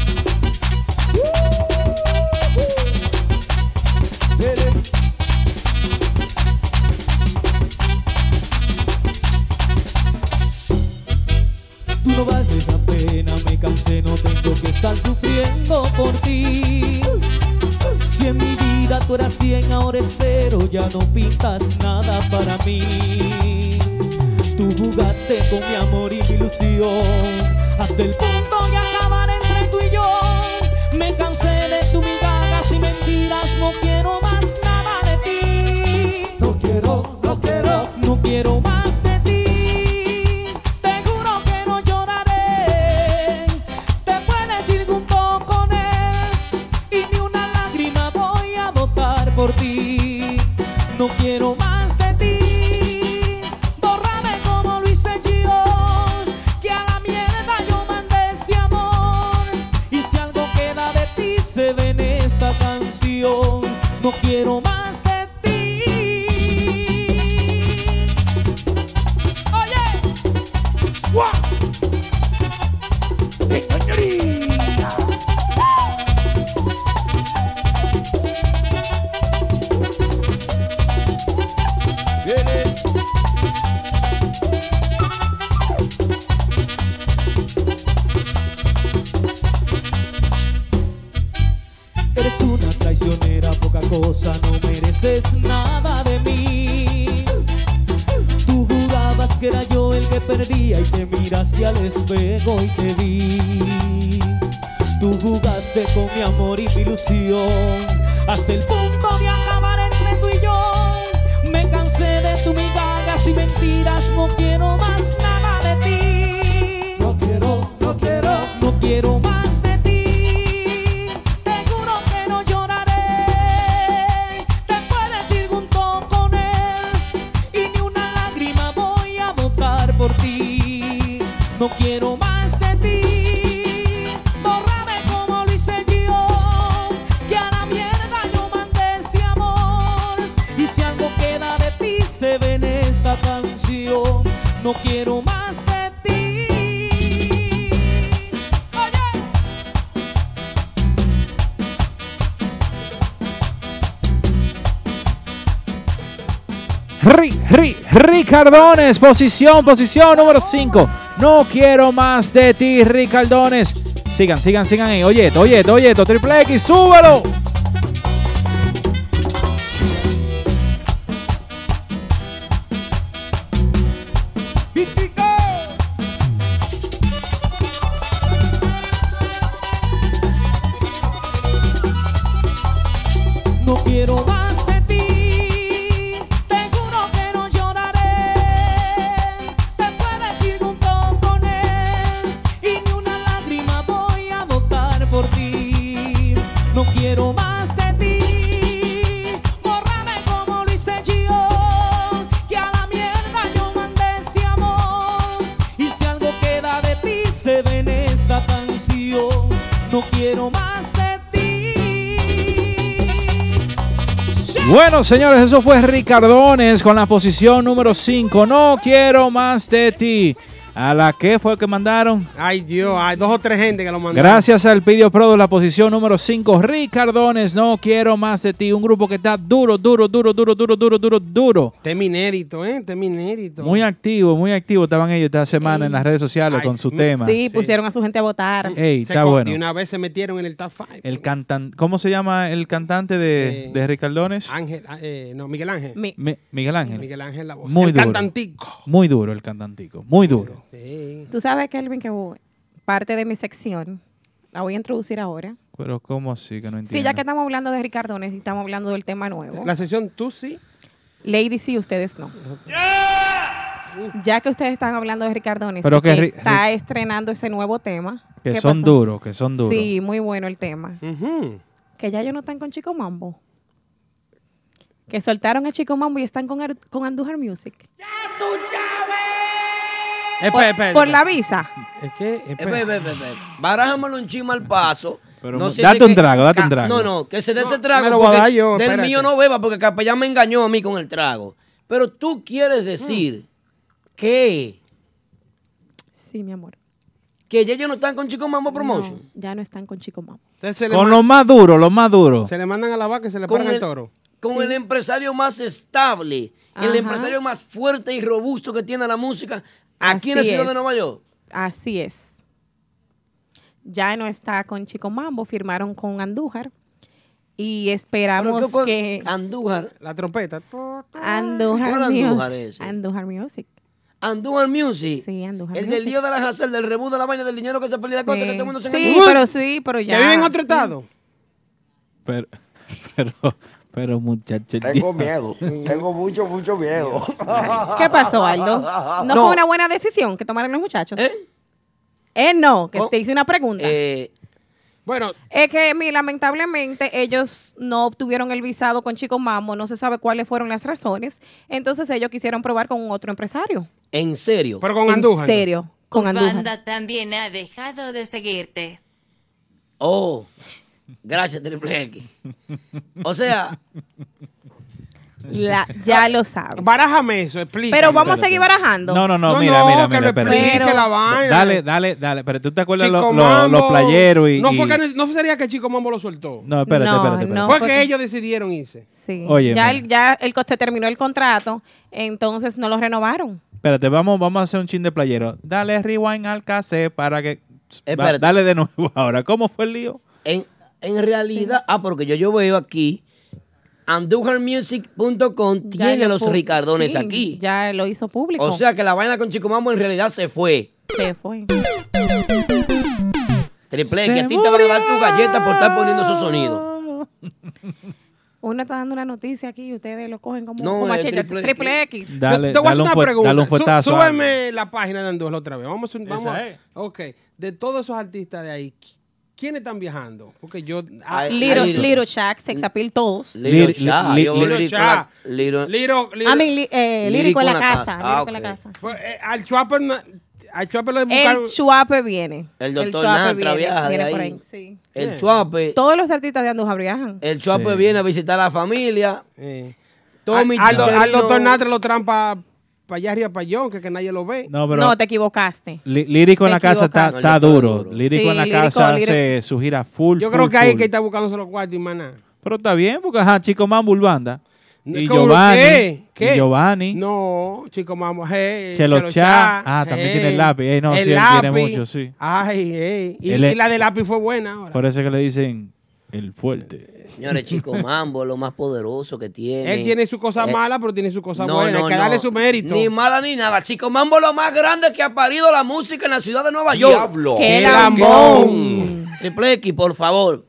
Tú no vales la pena, me cansé, no tengo que estar sufriendo por ti. Si en mi vida tú eras cien, ahora es cero, ya no pintas nada para mí. Tú jugaste con mi amor y mi ilusión, hasta el punto de acabar entre tú y yo. Me cansé de tus migajas y mentiras, no quiero más nada de ti. No quiero, no quiero, no quiero más de ti. Te juro que no lloraré. Te puedes ir junto con él y ni una lágrima voy a botar por ti. No quiero más de ti. Bórrame como lo hice yo, que a la mierda yo mandé este amor. Y si algo queda de ti se ve en esta canción. No quiero más de ti. Oye, ¡guau! ¡Hey, señorita! Eres una traicionera, poca cosa, no mereces nada de mí. Tú jurabas que era yo el que perdía y te miraste al espejo y te vi. Tú jugaste con mi amor y mi ilusión, hasta el punto de acabar entre tú y yo. Me cansé de tus migajas y mentiras, no quiero más nada de ti. No quiero, no quiero, no quiero más. No quiero más de ti. Bórrame como lo hice yo, que a la mierda yo mandé este amor. Y si algo queda de ti se ve en esta canción. No quiero más de ti. Oye. Ri, ri, Ricardones, posición, posición número cinco. No quiero más de ti, Ricardones. Sigan, sigan, sigan ahí. Oye, oye, oye, Triple X, súbelo. No quiero más de ti. Te juro que no lloraré. Te puedes ir junto con él y ni una lágrima voy a botar por ti. No quiero más de ti. Bórrame como lo hice yo, que a la mierda yo mandé este amor. Y si algo queda de ti se ve en esta canción. No quiero más de ti. Bueno, señores, eso fue Ricardones con la posición número cinco. No quiero más de ti. ¿A la que fue que mandaron? Ay, Dios, hay dos o tres gente que lo mandaron. Gracias al Pidio Pro de la posición número cinco. Ricardones, no quiero más de ti. Un grupo que está duro, duro, duro, duro, duro, duro, duro, duro. Tema inédito, ¿eh? Tema inédito. Muy activo, muy activo estaban ellos esta semana en las redes sociales Ay, con su sí. tema. Sí, pusieron a su gente a votar. Ey, Se está co- bueno. Y una vez se metieron en el top five. El cantante, ¿cómo se llama el cantante de, Eh, de Ricardones? Ángel, ah, eh, no, Miguel Ángel. Mi- Mi- Miguel Ángel. Miguel Ángel la voz. Muy el duro. cantantico. Muy duro el cantantico, muy duro. Sí. Tú sabes, Kelvin, que voy- parte de mi sección la voy a introducir ahora. Pero ¿cómo así? Que no entiendo. Sí, ya que estamos hablando de Ricardones y estamos hablando del tema nuevo. La sesión tú sí. Lady sí, ustedes no. Ya que ustedes están hablando de Ricardones, Pero que que Ri- está estrenando ese nuevo tema. Que ¿Qué son pasó? duros, que son duros. Sí, muy bueno el tema. Ujú. Que ya ellos no están con Chico Mambo. Que soltaron a Chico Mambo y están con, Ar- con Andújar Music. Espera, Por, espera, por espera. la visa. Es que, Eh, espera. ve, ve, ve, ve. Barájamelo un chisme al paso. Pero No mu- sé date si un que- trago, date un ca- trago. No, no, que se dé No, ese trago. me lo voy a porque dar yo, del espérate. mío no beba porque Capellán me engañó a mí con el trago. Pero tú quieres decir que, Sí, mi amor. que ya ellos no están con Chico Mambo Promotion. No, ya no están con Chico Mambo. Entonces se le, Con man- lo más duro, lo más duro. se le mandan a la vaca y se le Con paran al el- toro. Con el empresario más estable, el Ajá. empresario más fuerte y robusto que tiene la música aquí en la Así ciudad es. de Nueva York. Así es. Ya no está con Chico Mambo, firmaron con Andújar. Y esperamos Pero, que Andújar. La trompeta. Andújar, ¿Cuál Music. Andújar es ese? Andújar Music. Andújar Music. Sí, Andújar El Music. del lío de la Hassel, del rebú de la vaina, del dinero que se perdió, la cosa que todo el mundo se Sí, engañó. pero sí, pero ya. ¿Que vive en otro sí. estado? Pero, pero, pero muchachos. Tengo miedo, tengo mucho, mucho miedo. ¿Qué pasó, Aldo? ¿No, No. fue una buena decisión que tomaron los muchachos? ¿Eh? Eh, no, que Oh. te hice una pregunta. Eh, Bueno, Es que, mi, lamentablemente, ellos no obtuvieron el visado con Chico Mambo, no se sabe cuáles fueron las razones. Entonces, ellos quisieron probar con otro empresario. en serio. pero con en Andújar. serio, con Andújar. Banda también ha dejado de seguirte. Oh, gracias, Triple X. O sea, La- ya lo saben. Barájame eso, explica. Pero vamos a Espérate. seguir barajando. No, no, no, No, mira, no, mira, que mira, lo espérate. explique Pero- la vaina. Dale, dale, dale. Pero tú te acuerdas Chico lo- lo- Mambo. los playeros y. No, fue y- que, no sería que Chico Mambo lo soltó. No, espérate, No, espérate, espérate. no. fue porque- que ellos decidieron irse. Sí. Oye, ya, mira. el, ya el, se terminó el contrato, entonces no lo renovaron. Espérate, vamos, vamos a hacer un chin de playero. Dale rewind al cassette para que. Va, Espérate. dale de nuevo ahora. ¿Cómo fue el lío? en, en realidad, ah, porque yo, yo veo aquí, andújar music punto com Ya tiene lo los pu- Ricardones sí, aquí. Ya lo hizo público. O sea que la vaina con Chico Mambo en realidad se fue. se fue. Triple X, a ti te van a dar tu galleta por estar poniendo esos sonidos. Uno está dando una noticia aquí y ustedes lo cogen como, No, como es machete. triple Triple X. Dale, Yo te voy a dale hacer un, una fue- pregunta. dale un Sú- fuetazo. súbeme la página de Andújar otra vez. Vamos, a- vamos Esa a- es. Ok. De todos esos artistas de ahí, ¿qui- ¿quiénes están viajando? Porque yo... ah, Ay, Little, Little- Little Shack, Sex Appeal, todos. Little Li- Cha, li- yo li- veo Little Lyrico en Cha. la- Little- Liro, Liro- A mí, li- eh, lírico en la casa. Ah, Lírico en la ok. casa. Fue, eh, al Chuaper, na- al Chuaper le buscaron... El Chuape viene. El doctor Chuape Nantra viene, viaja de viene por ahí. ahí. Sí. El Chuape, Todos los artistas de Andújar viajan. el Chuape Sí. viene a visitar a la familia. Eh, Tommy al, al, do- Titerino- al doctor Natra lo trampa para allá arriba, para John, que, que nadie lo ve. No, pero. no, te equivocaste. Li- Lírico en Te la casa está, equivocaste. está No, el duro. doctor duro. Lírico Sí, en la Lírico, casa Lírico. hace su gira full. Yo full, creo que hay full. que está buscándose los cuartos y maná. Pero está bien, porque ajá, Chico Mambo Urbanda. Y ¿Cómo? Giovanni. ¿Qué? ¿Qué? Y Giovanni. No, chico, vamos, hey, Chelo Chelo Cha. Cha, Ah, también hey, tiene el lápiz. Ey, no, el sí, él tiene lápiz. mucho, sí. Ay, hey. Y, Él es- y la de lápiz fue buena ahora. Por eso es que le dicen el fuerte. Señores, Chico Mambo, lo más poderoso que tiene. Él tiene su cosa Eh, mala, pero tiene su cosa no, buena. no, Hay que no. darle su mérito. Ni mala ni nada. Chico Mambo es lo más grande que ha parido la música en la ciudad de Nueva York. Diablo. ¡Qué ¡Qué lambón! Triple X, por favor.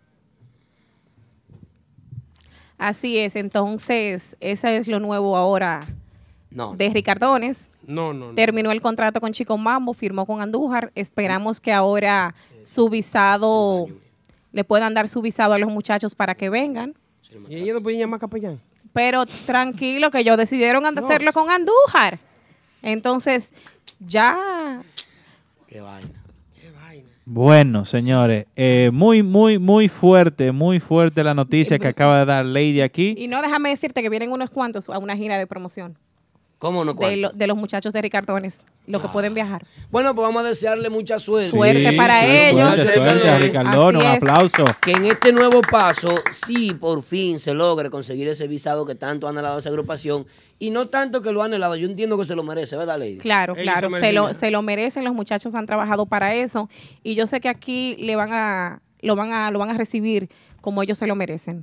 Así es, entonces, ese es lo nuevo ahora No. de Ricardones. No, no, no. Terminó el contrato con Chico Mambo, firmó con Andújar. Esperamos que ahora su visado, le puedan dar su visado a los muchachos para que vengan. Y ellos no pueden llamar capellán. Pero tranquilo, que ellos decidieron and- hacerlo con Andújar. Entonces, ya. Qué vaina. Bueno, señores, eh, muy, muy, muy fuerte, muy fuerte la noticia que acaba de dar Lady aquí. Y no déjame decirte que vienen unos cuantos a una gira de promoción ¿Cómo no de, cuánto? lo- de los muchachos de Ricardones, los que pueden viajar. Bueno, pues vamos a desearle mucha suerte. Suerte para ellos. Suerte, suerte a Así Ricardón, un es. aplauso. Que en este nuevo paso, sí, por fin se logre conseguir ese visado que tanto ha anhelado esa agrupación. Y no tanto que lo ha anhelado, yo entiendo que se lo merece, ¿verdad, Lady? Claro, Ellos claro, se se lo, merecen. se lo merecen, los muchachos han trabajado para eso y yo sé que aquí le van a, lo van a, lo van a recibir como ellos se lo merecen.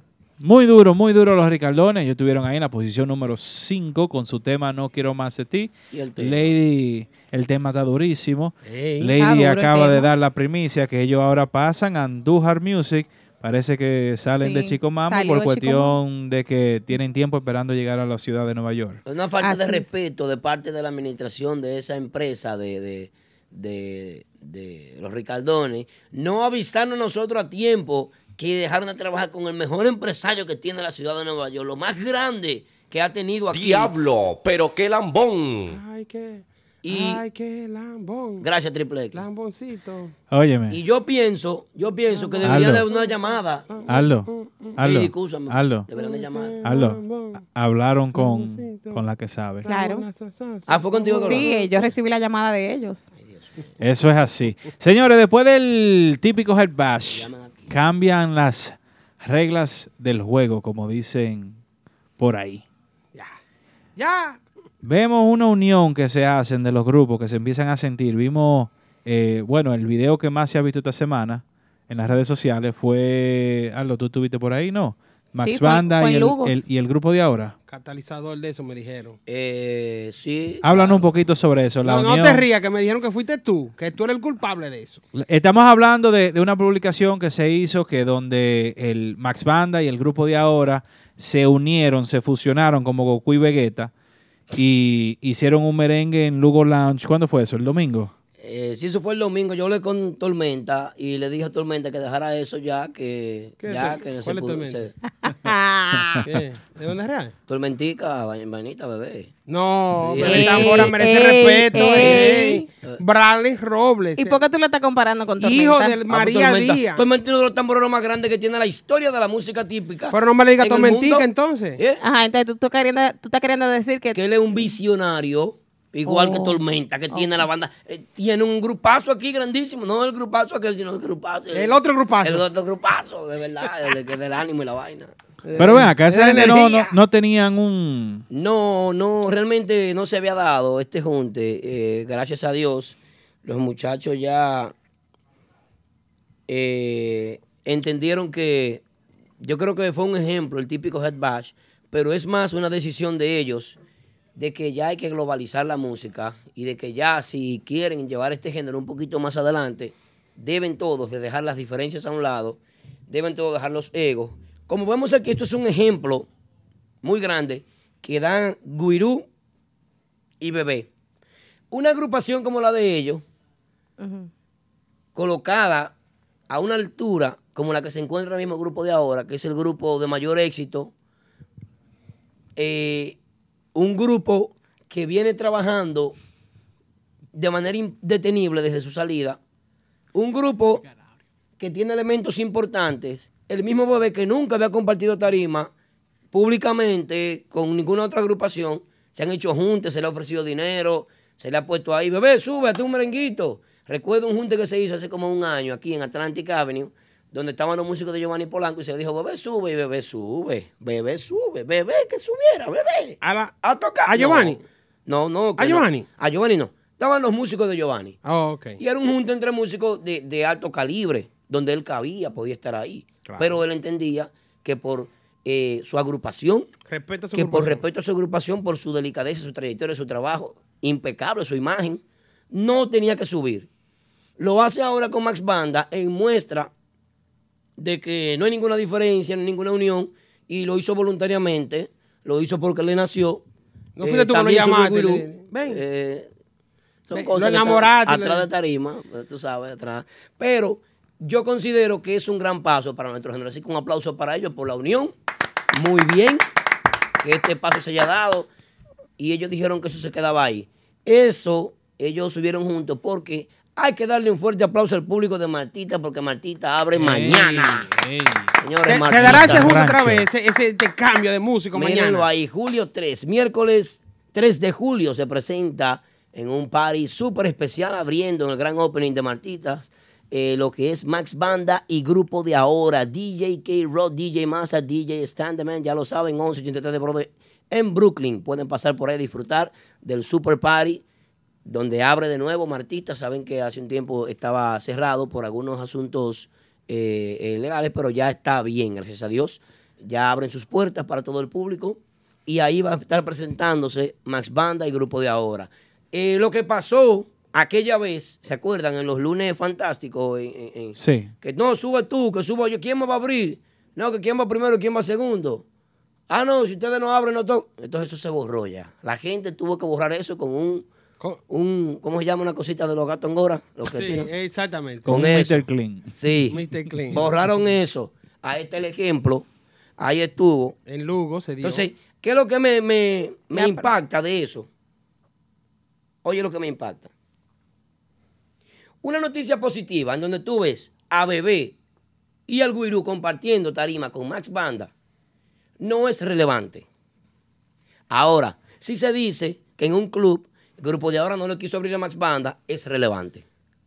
Muy duro, muy duro los Ricardones. Ellos estuvieron ahí en la posición número cinco con su tema No Quiero Más de Ti. ¿Y el tema? Lady, el tema está durísimo. Ey. Lady Está duro el acaba de tema. dar la primicia que ellos ahora pasan a Andújar Music. Parece que salen Sí, de Chico Mamo salió por Chico cuestión de que tienen tiempo esperando llegar a la ciudad de Nueva York. Una falta de Así es. respeto de parte de la administración de esa empresa de, de, de, de los Ricardones. No avisarnos nosotros a tiempo que dejaron de trabajar con el mejor empresario que tiene la ciudad de Nueva York, lo más grande que ha tenido aquí. Diablo, pero qué lambón. Ay, qué. Y- Ay, qué lambón. Gracias, Triple X. Lamboncito. Óyeme, Y yo pienso, yo pienso que debería Aldo. de una llamada. Aldo, Aldo, Ey, escúchame, Aldo, deberían de llamar. Aldo, hablaron con, con la que sabe. Claro. Ah, fue contigo que Sí, habló? yo recibí la llamada de ellos. Eso es así. Señores, después del típico Head Bash, cambian las reglas del juego, como dicen por ahí. Ya. Vemos una unión que se hacen de los grupos, que se empiezan a sentir. Vimos, eh, bueno, el video que más se ha visto esta semana en las redes sociales fue, Aldo, ¿tú estuviste por ahí? No. Max Sí, fue- Banda fue en y, el, Lugos. el- y el grupo de ahora. Catalizador de eso me dijeron. Eh, sí. Háblanos un poquito sobre eso. La No, no unión. te rías, que me dijeron que fuiste tú, que tú eres el culpable de eso. Estamos hablando de, de una publicación que se hizo que donde el Max Banda y el grupo de ahora se unieron, se fusionaron como Goku y Vegeta y hicieron un merengue en Lugo Lounge. ¿Cuándo fue eso? ¿El domingo? Eh, sí, eso fue el domingo. Yo hablé con Tormenta y le dije a Tormenta que dejara eso ya, que ¿Qué ya es? que no ¿Cuál se es pudo. Tormenta? se- ¿Qué? ¿De dónde es real? Tormentica, va- vainita, bebé. No, Sí. pero Ey, el tambora merece ey, respeto. ey. ey. Bradley Robles. ¿Y por qué tú lo estás comparando con Tormenta? Hijo del Ah, pues María Tormenta. Díaz. Tormenta es uno de los tamboreros más grandes que tiene la historia de la música típica. Pero no me le digas en el Tormentica mundo. entonces. ¿Eh? Ajá, entonces tú, tú, queriendo, tú estás queriendo decir que... Que él es un visionario, igual Oh. que Tormenta, que tiene la banda. Eh, tiene un grupazo aquí grandísimo. No el grupazo aquel, sino el grupazo. El otro grupazo. El otro grupazo, de verdad. el, el del ánimo y la vaina. Pero ven acá, esa de gente no, no, energía. no tenían un... No, no, realmente no se había dado este junte. Eh, gracias a Dios, los muchachos ya eh, entendieron que yo creo que fue un ejemplo, el típico Head Bash, pero es más una decisión de ellos de que ya hay que globalizar la música y de que ya si quieren llevar este género un poquito más adelante, deben todos de dejar las diferencias a un lado, deben todos dejar los egos. Como vemos aquí, esto es un ejemplo muy grande que dan Guirú y Bebé. Una agrupación como la de ellos, Ujú. colocada a una altura como la que se encuentra el mismo grupo de ahora, que es el grupo de mayor éxito, eh, un grupo que viene trabajando de manera indetenible desde su salida, un grupo que tiene elementos importantes, el mismo Bebé que nunca había compartido tarima públicamente con ninguna otra agrupación, se han hecho juntes, se le ha ofrecido dinero, se le ha puesto ahí, Bebé, sube, hazte un merenguito. Recuerdo un junte que se hizo hace como un año aquí en Atlantic Avenue, donde estaban los músicos de Giovanni Polanco y se le dijo, Bebé, sube, y Bebé, sube, Bebé, sube, Bebé, que subiera, Bebé. A, la, A tocar. ¿A Giovanni? No, no. no, que ¿A no. Giovanni? A Giovanni no. Estaban los músicos de Giovanni. Oh, ok. Y era un junte entre músicos de, de alto calibre, donde él cabía, podía estar ahí. Claro. Pero él entendía que por eh, su agrupación, Respeto a su que por agrupación. respeto a su agrupación, por su delicadeza, su trayectoria, su trabajo, impecable, su imagen, no tenía que subir. Lo hace ahora con Max Banda en muestra de que no hay ninguna diferencia, no hay ninguna unión, y lo hizo voluntariamente, lo hizo porque le nació. No fuiste tú que lo también sobre llamaste, Guirú. le- ven. Eh, son Ven, cosas lo que están enamoraste, atrás le- de tarima, eh, tú sabes, atrás. Pero yo considero que es un gran paso para nuestro género. Así que un aplauso para ellos por la unión. Muy bien que este paso se haya dado. Y ellos dijeron que eso se quedaba ahí. Eso ellos subieron juntos porque hay que darle un fuerte aplauso al público de Martita porque Martita abre mañana. Ey, ey. Señores, Se, se Martita. dará ese junto otra Rancho. vez, ese, ese de cambio de músico Mírenlo mañana. ahí, julio tres, miércoles tres de julio se presenta en un party súper especial abriendo en el gran opening de Martitas eh, lo que es Max Banda y Grupo de Ahora, D J K-Rod, D J Massa, D J Standman, ya lo saben, once ochenta y tres de Broadway en Brooklyn. Pueden pasar por ahí a disfrutar del super party donde abre de nuevo Martita. Saben que hace un tiempo estaba cerrado por algunos asuntos eh, eh, legales, pero ya está bien, gracias a Dios. ya abren sus puertas para todo el público y ahí va a estar presentándose Max Banda y Grupo de Ahora. Eh, lo que pasó aquella vez, ¿se acuerdan? En los lunes fantásticos. En, en, en, sí. Que no, suba tú, que suba yo. ¿Quién me va a abrir? No, que quién va primero y quién va segundo. Ah, no, si ustedes no abren, no tocan. Entonces eso se borró ya. La gente tuvo que borrar eso con un, un ¿cómo se llama una cosita de los gatos Angora? Lo que sí, tiran. exactamente. Con, con eso. mister Clean. Sí. mister Clean. Borraron eso. Ahí está el ejemplo. Ahí estuvo. En Lugo se dio. Entonces, ¿qué es lo que me, me, me impacta de eso? Oye, lo que me impacta. Una noticia positiva en donde tú ves a Bebé y al Guirú compartiendo tarima con Max Banda no es relevante. Ahora, si se dice que en un club el Grupo de Ahora no le quiso abrir a Max Banda, es relevante.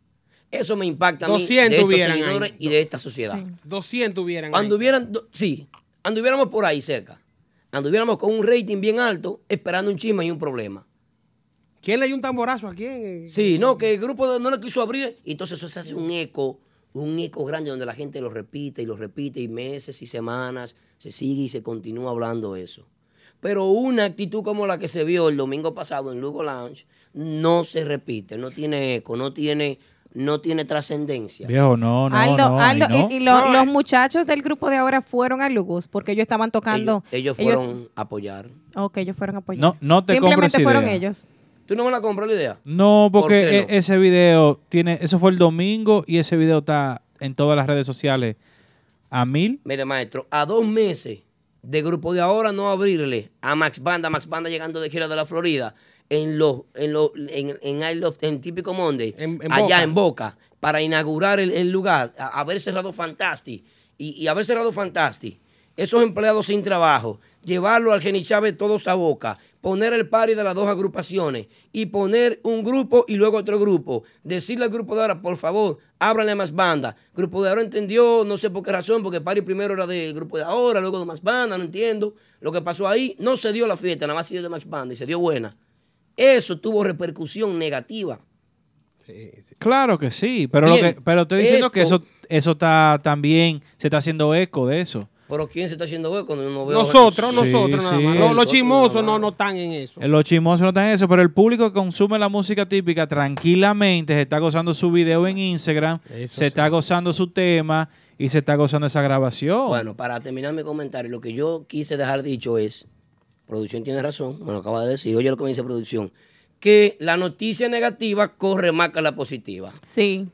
Eso me impacta a mí de estos seguidores ahí. Y de esta sociedad. Sí. doscientos hubieran Anduvieran, do, sí, anduviéramos por ahí cerca. Anduviéramos con un rating bien alto, esperando un chisme y un problema. ¿Quién le dio un tamborazo a quién? Sí, no, que el grupo no le quiso abrir. Y entonces eso se hace un eco, un eco grande donde la gente lo repite y lo repite y meses y semanas se sigue y se continúa hablando eso. Pero una actitud como la que se vio el domingo pasado en Lugo Lounge no se repite, no tiene eco, no tiene... no tiene trascendencia. Viejo, no, no, Aldo, no. Aldo, no. Y, y lo, No, los eh. muchachos del Grupo de Ahora fueron a Lugos porque ellos estaban tocando. Ellos, ellos fueron a apoyar. Ok, ellos fueron a apoyar. No, no te compro Simplemente esa fueron idea. ellos. ¿Tú no me la compras la idea? No, porque ¿Por qué no? e- ese video tiene, eso fue el domingo y ese video está en todas las redes sociales a mil. Mire, maestro, a dos meses de Grupo de Ahora no abrirle a Max Banda, Max Banda llegando de gira de la Florida, en los, en los, en, en, I Love- en Típico Monday, En- en allá Boca. en Boca, para inaugurar el, el lugar, a- haber cerrado Fantastic y, y haber cerrado Fantastic, esos empleados sin trabajo, llevarlo al Geni Chávez todos a Boca, poner el party de las dos agrupaciones y poner un grupo y luego otro grupo, decirle al Grupo de Ahora, por favor, ábranle a Más Banda. Grupo de Ahora entendió, no sé por qué razón, porque el party primero era del Grupo de Ahora, luego de Más Banda, no entiendo. Lo que pasó ahí, no se dio la fiesta, nada más se dio de Más Banda y se dio buena. Eso tuvo repercusión negativa. Sí, sí. Claro que sí, pero, lo Bien, que, pero estoy diciendo que esto- eso, eso está también, se está haciendo eco de eso. Pero ¿quién se está haciendo eco? No, no veo Nosotros, Sí, nosotros nada sí. más. Los, los Nosotros chismosos nada no, más. no están en eso. Los chismosos no están en eso, pero el público que consume la música típica tranquilamente se está gozando su video en Instagram, Eso se sí. está gozando su tema y se está gozando esa grabación. Bueno, para terminar mi comentario, lo que yo quise dejar dicho es, producción tiene razón, me lo acaba de decir, oye lo que me dice producción, que la noticia negativa corre más que la positiva. Sí.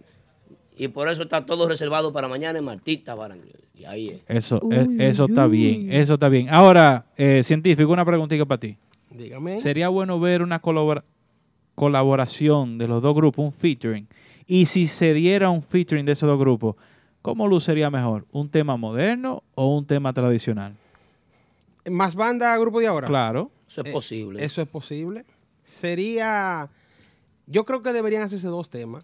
Y por eso está todo reservado para mañana en Martita Barangay. Y ahí es. Eso, Uy, e- eso está uy. bien, eso está bien. Ahora, eh, científico, una preguntita para ti. Dígame. Sería bueno ver una colabora- colaboración de los dos grupos, un featuring. Y si se diera un featuring de esos dos grupos, ¿cómo luciría mejor? ¿Un tema moderno o un tema tradicional? Más Banda, Grupo de Ahora. Claro. Eso es Eh, posible. Eso es posible. Sería, yo creo que deberían hacerse dos temas.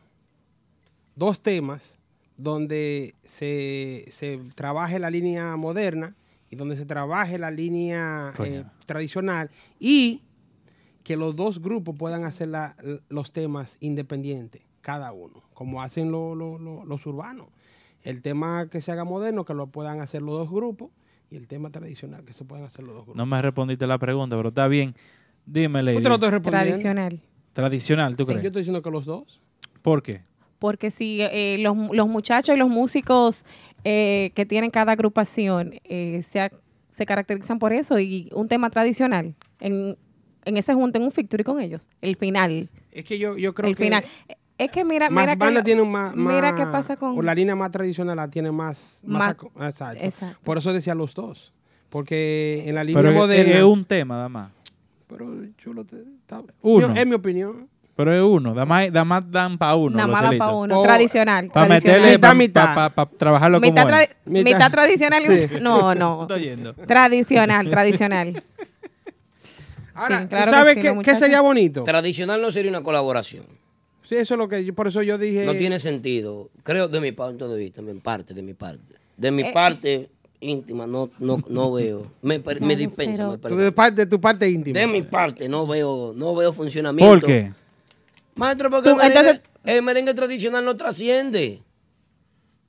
Dos temas donde se, se trabaje la línea moderna y donde se trabaje la línea Coño. eh, tradicional y que los dos grupos puedan hacer la- los temas independientes, cada uno, como hacen lo- lo- lo- los urbanos. El tema que se haga moderno, que lo puedan hacer los dos grupos, y el tema tradicional, que se puedan hacer los dos grupos. No me respondiste la pregunta, pero está bien. Dime, Lady. Yo te lo estoy respondiendo. Tradicional. Tradicional, ¿tú Sí, crees? yo estoy diciendo que los dos. ¿Por qué? Porque si eh, los, los muchachos y los músicos eh, que tienen cada agrupación eh, se, ha- se caracterizan por eso y un tema tradicional, en, en ese junto, en un featuring con ellos, el final. Es que yo, yo creo el que final. Es que mira, más mira que banda lo- tiene un más, mira más- qué pasa con o la línea más tradicional la tiene más, más, Más- aco- exacto. exacto. Por eso decía los dos, porque en la línea Pero es, moderna. es un tema, nada más. Pero yo lo te- está- Uno. Es mi opinión. Pero es uno. Nada más, nada más dan para uno. Nada los más da chelitos. pa' uno. Oh, tradicional. Para tradicional. meterle, para Mitad, mitad. trabajarlo como mitad, es. tra- Mitad. mitad tradicional. y- Sí. No, no. Está yendo. Tradicional, tradicional. Ahora, Sí, ¿tú claro que sabes sí, qué, ¿no, qué muchachos? sería bonito? Tradicional no sería una colaboración. Sí, eso es lo que yo, por eso yo dije. No tiene sentido. Creo de mi punto de vista, de mi parte, de mi parte. De mi Eh. parte íntima no, no, no veo. Me, per- me Claro, dispensa, pero- me tu- perdona. de, parte, de tu parte íntima. De mi parte no veo, no veo funcionamiento. ¿Por qué? Maestro, porque Tú, el merengue, entonces- el merengue tradicional no trasciende.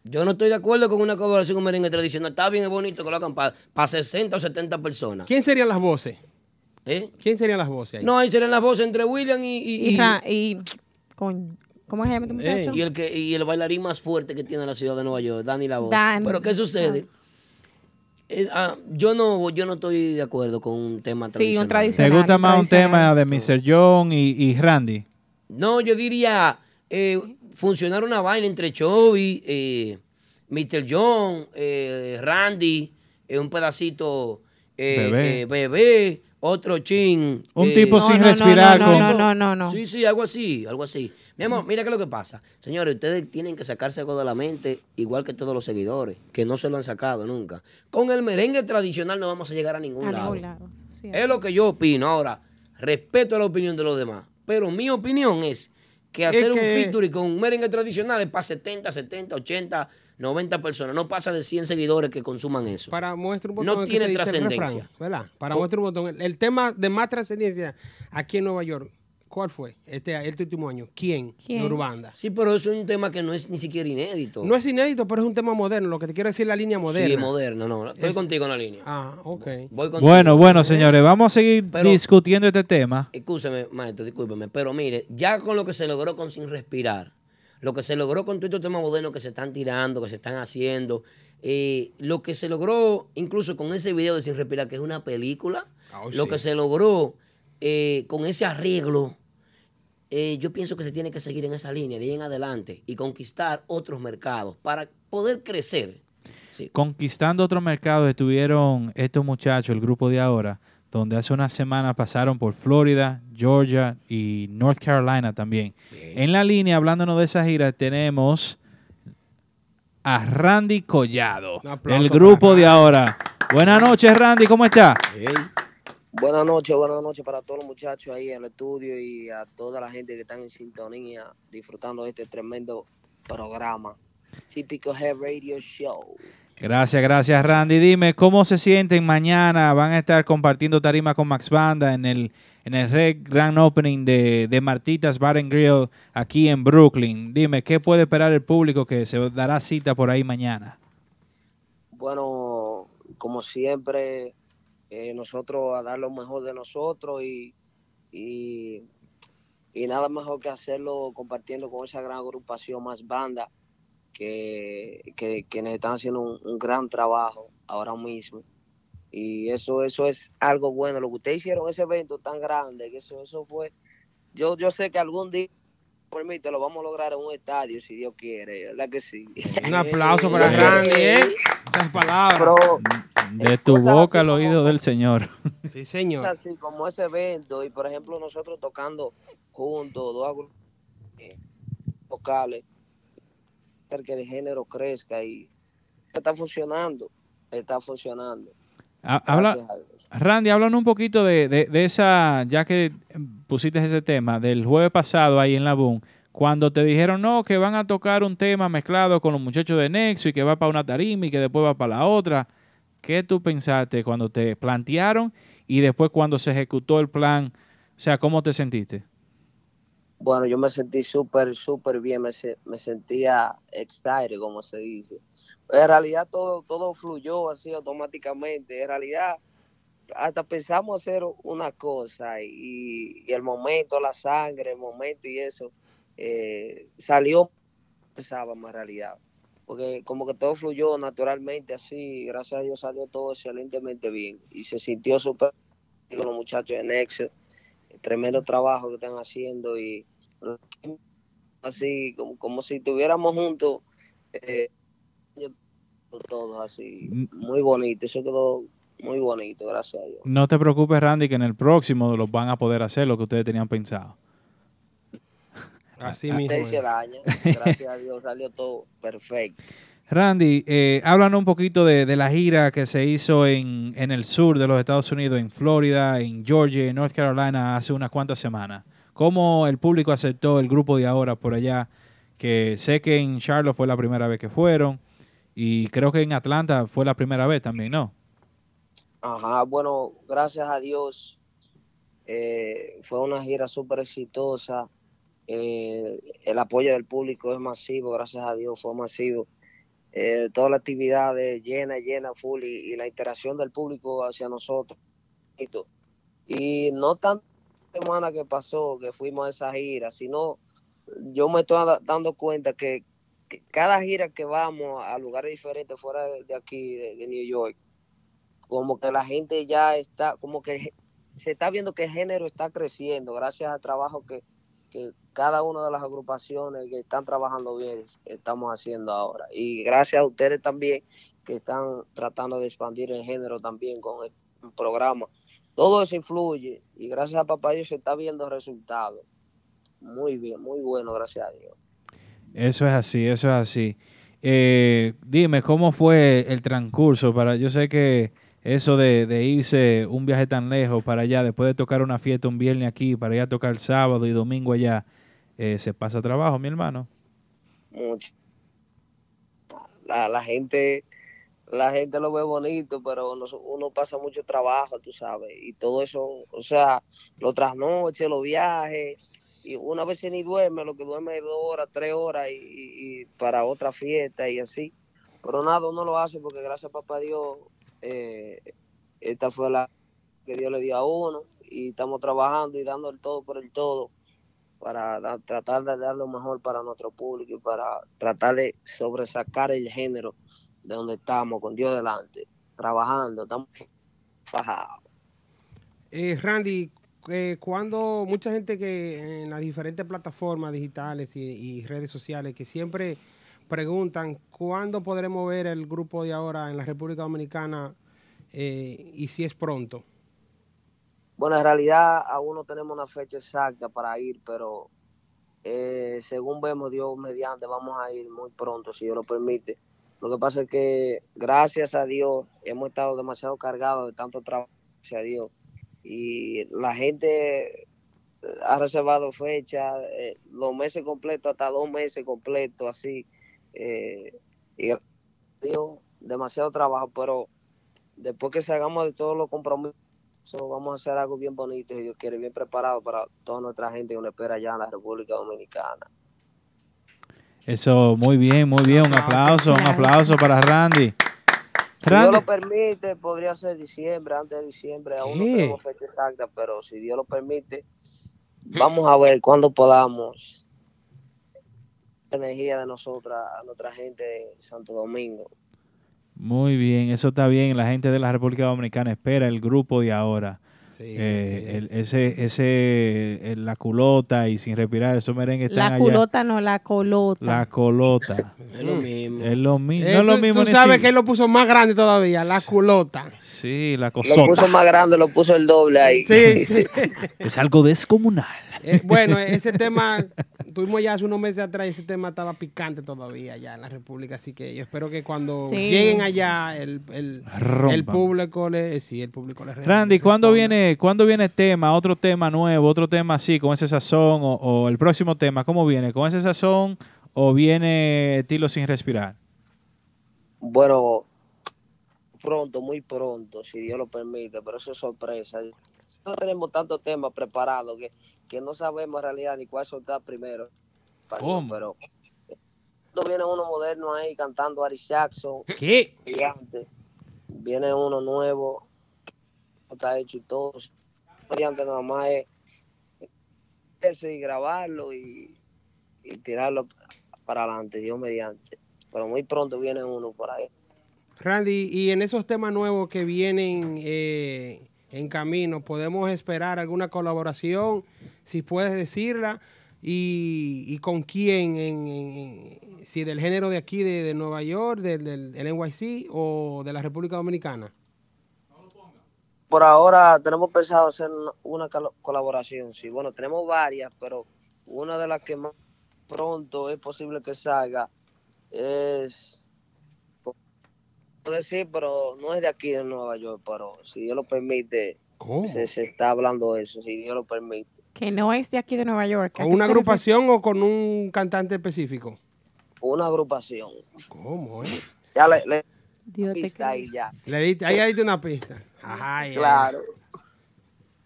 Yo no estoy de acuerdo con una colaboración con merengue tradicional. Está bien, es bonito que lo hagan para sesenta o setenta personas. ¿Quién serían las voces? ¿Eh? ¿Quién serían las voces ahí? No, ahí serían las voces entre William y... Y, y, Ra- y con, ¿cómo se llama este muchacho? y, el que, y el bailarín más fuerte que tiene la ciudad de Nueva York, Dani La Voz. Dan. Pero ¿qué sucede? Eh, ah, yo no yo no estoy de acuerdo con un tema Sí, tradicional. un tradicional. ¿Te gusta más un tradicional. tema de mister John y, y Randy? No, yo diría eh, funcionar una vaina entre Chovy, eh, mister John, eh, Randy, eh, un pedacito eh, Bebé. eh, bebé, otro chin. Un eh, tipo No, sin no, no, respirar. no, con- no, no, no, no. Sí, sí, algo así, algo así. Mi amor, mira qué es lo que pasa. Señores, ustedes tienen que sacarse algo de la mente, igual que todos los seguidores, que no se lo han sacado nunca. Con el merengue tradicional no vamos a llegar a ningún A lado. ningún lado, eso sí. Es lo que yo opino. Ahora, respeto la opinión de los demás, pero mi opinión es que hacer un que- featuring con un merengue tradicional es para setenta, setenta, ochenta, noventa personas. No pasa de cien seguidores que consuman eso. Para muestra un botón. No es que tiene se dice el trascendencia. refrán, ¿verdad? Para Oh. muestra un botón. El, el tema de más trascendencia aquí en Nueva York, ¿cuál fue este, este último año? ¿Quién? ¿Quién? De Urbanda. Sí, pero eso es un tema que no es ni siquiera inédito. No es inédito, pero es un tema moderno. Lo que te quiero decir es la línea moderna. Sí, moderno, no. Estoy Es- contigo en la línea. Ah, ok. Voy contigo. Bueno, bueno, señores, vamos a seguir Pero- discutiendo este tema. Escúcheme, maestro, discúlpeme, pero mire, ya con lo que se logró con Sin Respirar, lo que se logró con todos estos temas modernos que se están tirando, que se están haciendo, eh, lo que se logró incluso con ese video de Sin Respirar, que es una película, Oh, lo sí. que se logró eh, con ese arreglo, eh, yo pienso que se tiene que seguir en esa línea de ahí en adelante y conquistar otros mercados para poder crecer. Sí. Conquistando otro mercado estuvieron estos muchachos, el grupo de ahora, donde hace unas semanas pasaron por Florida, Georgia y North Carolina también. En la línea, hablándonos de esa gira, tenemos a Randy Collado, Un aplauso del grupo para de ahora. Buenas noches, Randy, ¿cómo está? Hey. Buenas noches, buenas noches para todos los muchachos ahí en el estudio y a toda la gente que están en sintonía disfrutando de este tremendo programa. Típico Head Radio Show. Gracias, gracias, Randy. Dime, ¿cómo se sienten mañana? Van a estar compartiendo tarima con Max Banda en el, en el Red Grand Opening de, de Martitas Bar and Grill aquí en Brooklyn. Dime, ¿qué puede esperar el público que se dará cita por ahí mañana? Bueno, como siempre, eh, nosotros a dar lo mejor de nosotros y, y, y nada mejor que hacerlo compartiendo con esa gran agrupación Más Banda que, que, que nos están haciendo un, un gran trabajo ahora mismo. Y eso eso es algo bueno. Lo que ustedes hicieron, ese evento tan grande, que eso eso fue... Yo, yo sé que algún día, permite, lo vamos a lograr en un estadio, si Dios quiere, ¿verdad que sí? Un aplauso para Eh, Randy, ¿eh? Esas palabras. Pero, De tu cosas boca así al oído como- del Señor. Sí, señor. así como ese evento y por ejemplo nosotros tocando juntos dos agru- eh, vocales hacer que el género crezca y está funcionando está funcionando Ha- Habla, Gracias a Dios. Randy, háblanos un poquito de, de, de esa, ya que pusiste ese tema, del jueves pasado ahí en la Boom, cuando te dijeron, no, que van a tocar un tema mezclado con los muchachos de Nexo y que va para una tarima y que después va para la otra. ¿Qué tú pensaste cuando te plantearon y después cuando se ejecutó el plan? O sea, ¿cómo te sentiste? Bueno, yo me sentí súper súper bien, me, se- me sentía excited, como se dice. Pero en realidad todo todo fluyó así automáticamente. En realidad hasta pensamos hacer una cosa y, y el momento, la sangre, el momento y eso eh, salió, pensábamos en realidad. Porque como que todo fluyó naturalmente así, gracias a Dios salió todo excelentemente bien y se sintió súper bien con los muchachos de Nexo, el tremendo trabajo que están haciendo y así como, como si estuviéramos juntos eh, todos así, muy bonito, eso quedó muy bonito, gracias a Dios. No te preocupes, Randy, que en el próximo los van a poder hacer lo que ustedes tenían pensado. Así Ah, mismo. Se es. hizo el año, gracias a Dios salió todo perfecto. Randy, eh, háblanos un poquito de, de la gira que se hizo en, en el sur de los Estados Unidos, en Florida, en Georgia, en North Carolina, hace unas cuantas semanas. ¿Cómo el público aceptó el grupo de ahora por allá? Que sé que en Charlotte fue la primera vez que fueron y creo que en Atlanta fue la primera vez también, ¿no? Ajá, bueno, gracias a Dios eh, fue una gira súper exitosa. Eh, el apoyo del público es masivo, gracias a Dios fue masivo. eh, todas las actividades llenas, llenas, full, y, y la interacción del público hacia nosotros. Y, todo. Y no tan semana que pasó, que fuimos a esa gira, sino yo me estoy da- dando cuenta que, que cada gira que vamos a lugares diferentes fuera de, de aquí, de, de New York, como que la gente ya está, como que se está viendo que el género está creciendo gracias al trabajo que, que cada una de las agrupaciones que están trabajando bien estamos haciendo ahora. Y gracias a ustedes también que están tratando de expandir el género también con el programa. Todo eso influye y gracias a Papá Dios se está viendo resultados. Muy bien, muy bueno, gracias a Dios. Eso es así, eso es así. Eh, dime, ¿cómo fue el transcurso? Para, yo sé que eso de, de irse un viaje tan lejos para allá, después de tocar una fiesta un viernes aquí, para ir a tocar sábado y domingo allá, eh, se pasa trabajo, mi hermano. Mucho. La, la gente... La gente lo ve bonito, pero nos- uno pasa mucho trabajo, tú sabes, y todo eso, o sea, los trasnoches, los viajes, y una vez ni duerme, lo que duerme es dos horas, tres horas, y, y- y para otra fiesta y así. Pero nada, uno lo hace porque gracias a Papá Dios, eh, esta fue la que Dios le dio a uno, y estamos trabajando y dando el todo por el todo para da- tratar de dar lo mejor para nuestro público y para tratar de sobresacar el género de donde estamos, con Dios delante, trabajando, estamos fajados. Eh, Randy, eh, cuando mucha gente que en las diferentes plataformas digitales y, y redes sociales que siempre preguntan cuándo podremos ver el grupo de ahora en la República Dominicana eh, y si es pronto. Bueno, en realidad aún no tenemos una fecha exacta para ir, pero eh, según vemos, Dios mediante, vamos a ir muy pronto, si Dios lo permite. Lo que pasa es que, gracias a Dios, hemos estado demasiado cargados de tanto trabajo, gracias a Dios. Y la gente ha reservado fecha, eh, los meses completos, hasta dos meses completos, así. eh, y gracias a Dios, demasiado trabajo, pero después que salgamos de todos los compromisos, vamos a hacer algo bien bonito, si Dios quiere, bien preparado para toda nuestra gente que nos espera allá en la República Dominicana. Eso, muy bien, muy bien. Un aplauso, un aplauso para Randy. Si Dios Randy, lo permite, podría ser diciembre, antes de diciembre, aún no ¿Qué? tenemos fecha exacta, pero si Dios lo permite, vamos a ver cuándo podamos la energía de nosotras, a nuestra gente de Santo Domingo. muy bien, eso está bien. La gente de la República Dominicana espera el grupo de ahora. Sí, Eh, sí, el- sí. ese, ese, el- la culota y sin respirar, esos merengues están La allá. culota no, la colota. La colota. Es lo mismo. Es lo mismo. Eh, no es lo tú- mismo tú ni sabes si- que él lo puso más grande todavía, la culota. Sí, la Lo cosota. puso más grande, lo puso el doble ahí. Sí, sí. Es algo descomunal. Eh, bueno, ese tema, tuvimos ya hace unos meses atrás, ese tema estaba picante todavía allá en la República, así que yo espero que cuando Sí. lleguen allá el, el, Rompan. el público le, sí, el público le re- Randy, le ¿cuándo responda. viene, ¿cuándo viene tema, otro tema nuevo, otro tema así, con ese sazón o, o el próximo tema? ¿Cómo viene? ¿Con ese sazón o viene estilo sin respirar? Bueno, pronto, muy pronto, si Dios lo permite, pero eso es sorpresa. No tenemos tantos temas preparados que, que no sabemos en realidad ni cuál soltar primero. ¿Cómo? Pero no viene uno moderno ahí cantando Ari Jackson. ¿Qué? Gigante. Viene uno nuevo, está hecho y todo. Mediante nada más es eso y grabarlo y, y tirarlo para adelante, Dios mediante. Pero muy pronto viene uno por ahí. Randy, y en esos temas nuevos que vienen eh, en camino, ¿podemos esperar alguna colaboración? Si puedes decirla. ¿Y, y con quién? En, en- si del género de aquí, de, de Nueva York, del, del, del N Y C o de la República Dominicana. Por ahora tenemos pensado hacer una- una colo- colaboración, sí. Bueno, tenemos varias, pero una de las que más pronto es posible que salga es, puedo decir, pero no es de aquí de Nueva York, pero si Dios lo permite, ¿Cómo? se, se está hablando de eso, si Dios lo permite. Que no es de aquí de Nueva York. ¿A ¿Con qué una te refieres? agrupación o con un cantante específico? Una agrupación. ¿Cómo, eh? Ya le, le Dios te pista ahí ya. Le diste- ahí hay una pista. Ajá, ya. Claro.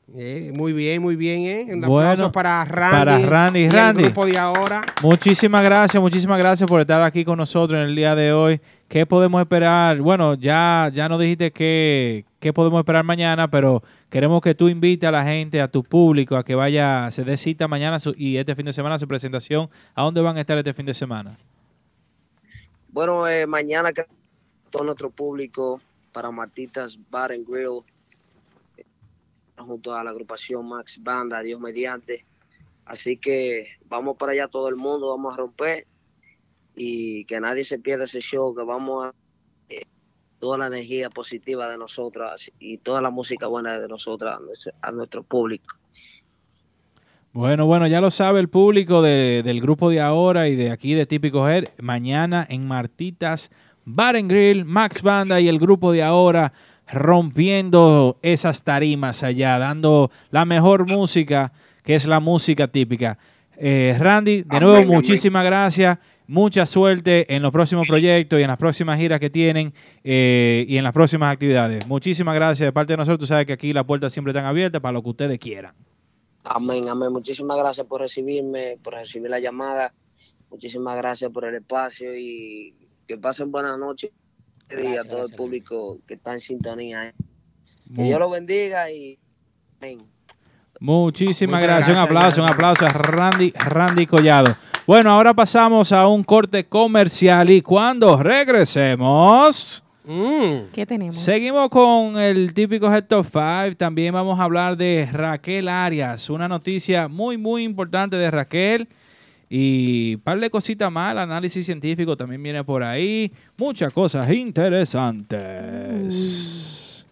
Eh, muy bien, muy bien, ¿eh? Un Bueno, aplauso para Randy. para Randy, y el Randy. grupo de ahora. Muchísimas gracias, muchísimas gracias por estar aquí con nosotros en el día de hoy. ¿Qué podemos esperar? Bueno, ya, ya nos dijiste qué, qué podemos esperar mañana, pero queremos que tú invites a la gente, a tu público, a que vaya, se dé cita mañana su- y este fin de semana su presentación. ¿A dónde van a estar este fin de semana? Bueno, eh, mañana que todo nuestro público para Martitas Bar and Grill, eh, junto a la agrupación Max Banda, Dios mediante. Así que vamos para allá todo el mundo, vamos a romper y que nadie se pierda ese show, que vamos a eh, toda la energía positiva de nosotras y toda la música buena de nosotras a nuestro, a nuestro público. Bueno, bueno, ya lo sabe el público de- del grupo de ahora y de aquí de Típico Head. Mañana en Martitas Bar and Grill, Max Banda y el grupo de ahora rompiendo esas tarimas allá, dando la mejor música, que es la música típica. Eh, Randy, de nuevo, Amén, amén. muchísimas gracias. Mucha suerte en los próximos proyectos y en las próximas giras que tienen eh, y en las próximas actividades. Muchísimas gracias de parte de nosotros. Tú sabes que aquí las puertas siempre están abiertas para lo que ustedes quieran. Amén, amén. Muchísimas gracias por recibirme, por recibir la llamada. Muchísimas gracias por el espacio y que pasen buenas noches y a Gracias, todo gracias, el público que está en sintonía. ¿eh? Que Mu- Dios lo bendiga y amén. Muchísimas Muchas gracias. Un gracias, aplauso, un Randy. aplauso a Randy, Randy Collado. Bueno, ahora pasamos a un corte comercial y cuando regresemos, Mm. ¿Qué tenemos? seguimos con el típico Head Top cinco. También vamos a hablar de Raquel Arias, una noticia muy, muy importante de Raquel. Y un par de cositas más, el análisis científico también viene por ahí. Muchas cosas interesantes.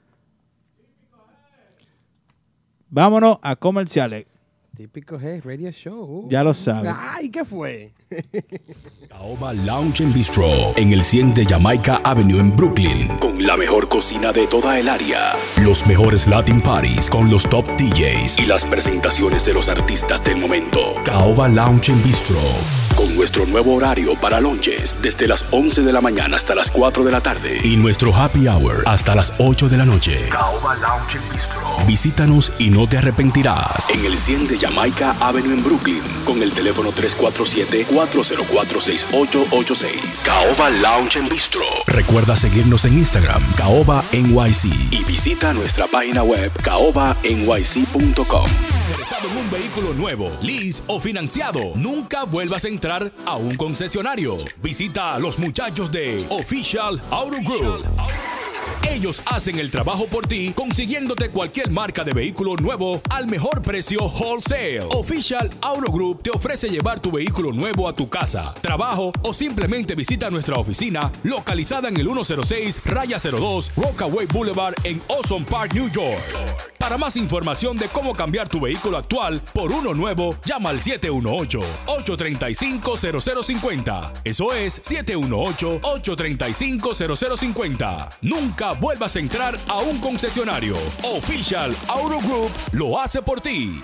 Vámonos a comerciales. Típico Head Radio Show. Ya lo sabes. Ay, ¿qué fue? Caoba Lounge and Bistro en el cien de Jamaica Avenue en Brooklyn, con la mejor cocina de toda el área, los mejores Latin Parties con los top D Js y las presentaciones de los artistas del momento. Caoba Lounge and Bistro, con nuestro nuevo horario para lunches desde las once de la mañana hasta las cuatro de la tarde y nuestro happy hour hasta las ocho de la noche. Caoba Lounge and Bistro. Visítanos y no te arrepentirás en el cien de Jamaica Avenue en Brooklyn con el teléfono tres cuatro siete, cuatro cero cuatro, seis ocho ocho seis. Caoba Lounge and Bistro. Recuerda seguirnos en Instagram, Caoba N Y C, y visita nuestra página web caoba n y c punto com. Interesado en un vehículo nuevo, lease o financiado, nunca vuelvas a entrar a un concesionario. Visita a los muchachos de Official Auto Group. Ellos hacen el trabajo por ti, consiguiéndote cualquier marca de vehículo nuevo al mejor precio wholesale. Official Auto Group te ofrece llevar tu vehículo nuevo a tu casa, trabajo o simplemente visita nuestra oficina localizada en el ciento seis, raya cero dos, Rockaway Boulevard en Ozone Park, New York. Para más información de cómo cambiar tu vehículo actual por uno nuevo, llama al siete uno ocho, ocho tres cinco, cero cero cinco cero. Eso es siete uno ocho, ocho tres cinco, cero cero cinco cero. Nunca vuelvas a entrar a un concesionario. Official Auto Group lo hace por ti.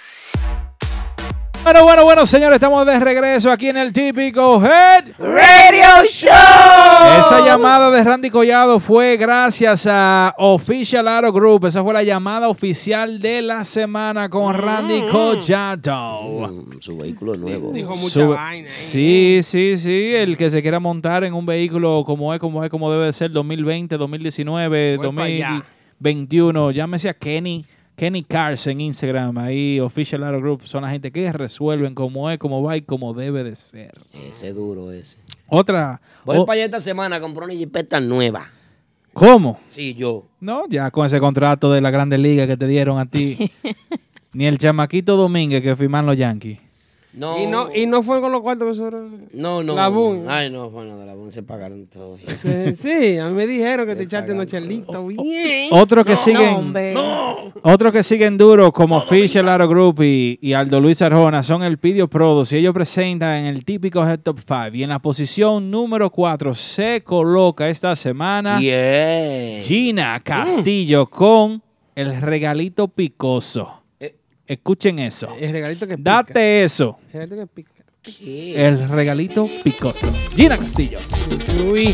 Bueno, bueno, bueno, señores, estamos de regreso aquí en el Típico Head Radio Show. Esa llamada de Randy Collado fue gracias a Official Auto Group. Esa fue la llamada oficial de la semana con Randy Collado. Mm, su vehículo nuevo. Dijo mucha Su- vaina. ¿eh? Sí, sí, sí. El que se quiera montar en un vehículo como es, como es, como debe ser, dos mil veinte, dos mil diecinueve, Voy pa' allá. dos mil veintiuno. Llámese a Kenny. Kenny Cars en Instagram, ahí Official Auto Group, son la gente que resuelven cómo es, cómo va y cómo debe de ser. Ese duro ese. Otra. Voy o- para allá esta semana a comprar una jipeta nueva. ¿Cómo? Sí, yo. No, ya con ese contrato de la Grandes Ligas que te dieron a ti. Ni el chamaquito Domínguez que firman los Yankees. No, Y no, y no fue con los cuartos que sobraron. no, no. La Boom. Ay, no, bueno, de la Boom se pagaron todos. Sí, sí, a mí me dijeron que te echaste unos chelitos bien. Otros que siguen, No, hombre. otros que siguen duro como Official Auto Group y, y Aldo Luis Arjona son el Pidio Produce y ellos presentan en el Típico Head Top cinco y en la posición número cuatro se coloca esta semana Yeah. Gina Castillo con el regalito picoso. Escuchen eso. El regalito que pica. Date eso. El regalito que pica. ¿Qué? El regalito picoso. Gina Castillo. Uy.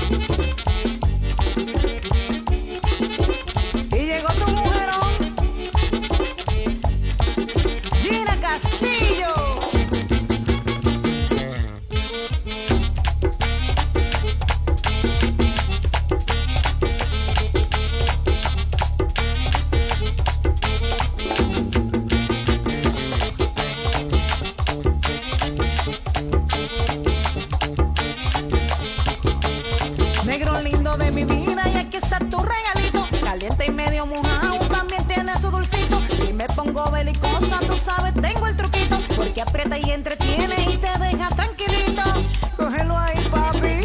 Y llegó tu mujerón amor de mi vida y aquí está tu regalito. Caliente y medio mojado, también tiene su dulcito. Si me pongo belicosa, tú sabes, tengo el truquito. Porque aprieta y entretiene y te deja tranquilito. Cógelo ahí, papi.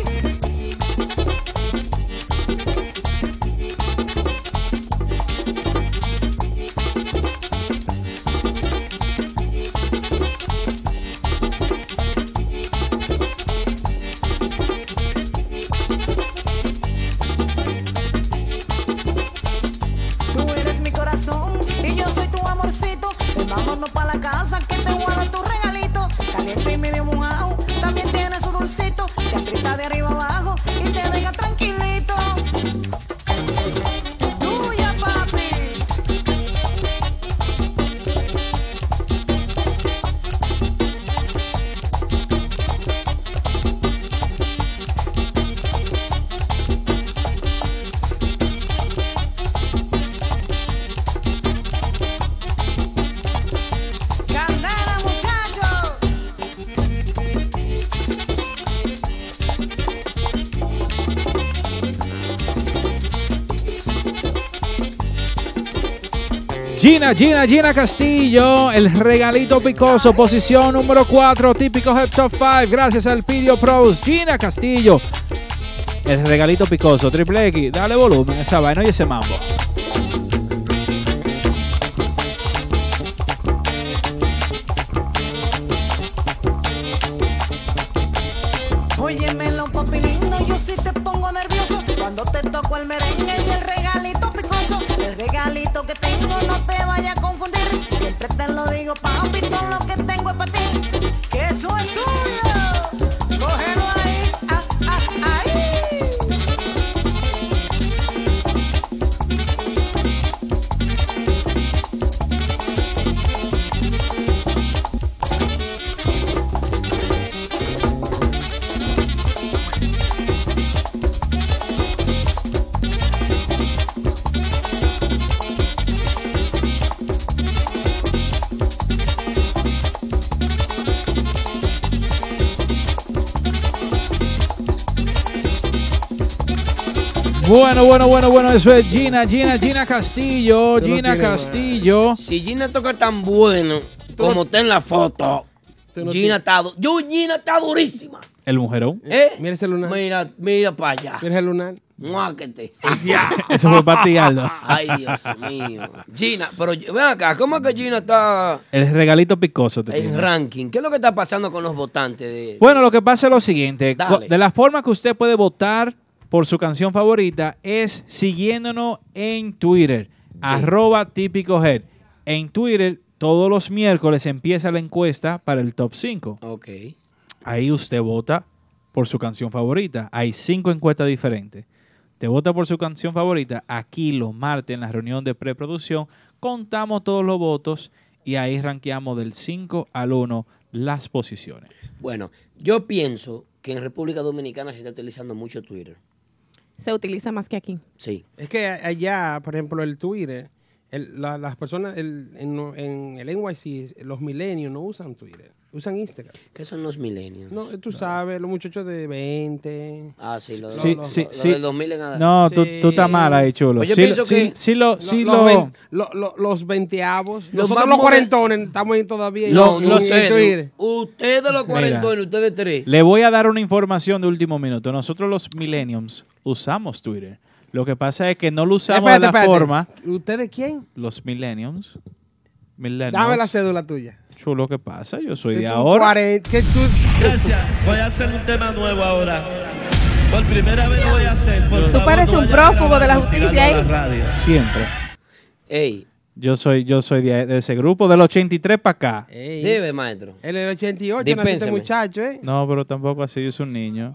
Vámonos pa' la casa que te guardo tu regalito. Caliente y medio mojado, también tiene su dulcito. Se aprieta de arriba abajo y te deja tranquilito. Tuya, papi. Gina, Gina, Gina Castillo, el regalito picoso, posición número cuatro, típico Head Top cinco, gracias al Pidio Pros. Gina Castillo, el regalito picoso, triple X, dale volumen a esa vaina y ese mambo. Óyemelo, papi lindo, yo sí te pongo nervioso cuando te toco el merengue y el regalito picoso. El regalito que tengo no te vaya a confundir. Siempre te lo digo, papi, todo lo que tengo es para ti. Que eso es tuyo. Cógelo ahí, ah, ah, ahí. Bueno, bueno, bueno, bueno, eso es Gina, Gina, Gina Castillo, Gina Castillo. Si Gina toca tan bueno como está en la foto, Gina está, du- yo, Gina está durísima. El mujerón. ¿Eh? Mira ese lunar. Mira, mira para allá. Mira ese lunar. Muáquete. Eso fue para ti, Aldo. Ay, Dios mío. Gina, pero ven acá, ¿cómo es que Gina está El regalito picoso. Te en tiene. ranking? ¿Qué es lo que está pasando con los votantes? De... Bueno, lo que pasa es lo siguiente. Dale. De la forma que usted puede votar por su canción favorita es siguiéndonos en Twitter, arroba típico head. En Twitter, todos los miércoles empieza la encuesta para el top cinco. Ok. Ahí usted vota por su canción favorita. Hay cinco encuestas diferentes. Te vota por su canción favorita. Aquí los martes en la reunión de preproducción contamos todos los votos y ahí rankeamos del cinco al uno las posiciones. Bueno, yo pienso que en República Dominicana se está utilizando mucho Twitter. Se utiliza más que aquí. Sí. Es que allá, por ejemplo, el Twitter, el- la- las personas el- en, en el N Y C, los millennials no usan Twitter, usan Instagram. ¿Qué son los millennials? No, tú sabes, los muchachos de veinte. Ah, sí, los Sí, lo, sí, lo sí. del dos mil en adelante. No, tú, Sí. tú estás mal ahí, chulo. Pues yo Sí, pienso sí, que sí lo... Sí Lo- lo, los, vein- lo- lo- los veinteavos. Los Nosotros más los moder- cuarentones estamos ahí todavía. en- No, en- no en sé. Twitter. Ustedes los cuarentones, ustedes tres. Le voy a dar una información de último minuto. Nosotros los millennials usamos Twitter. Lo que pasa es que no lo usamos Espérate, de la espérate. forma... ¿Ustedes quién? Los millennials. Millennials. Dame la cédula tuya. Chulo, ¿qué pasa? Yo soy Que de tú ahora. cuarenta, que tú- Gracias. Voy a hacer un tema nuevo ahora. Por primera vez lo voy a hacer. Por Tú favor, pareces no un vayan a prófugo de la grabar justicia tirando a ahí. la radio. Siempre. Ey, Yo soy, yo soy de, de ese grupo, del ochenta y tres para acá. Ey, debe, maestro. él es el ochenta y ocho, nació este Dispénseme. muchacho, ¿eh? No, pero tampoco así, yo soy un niño.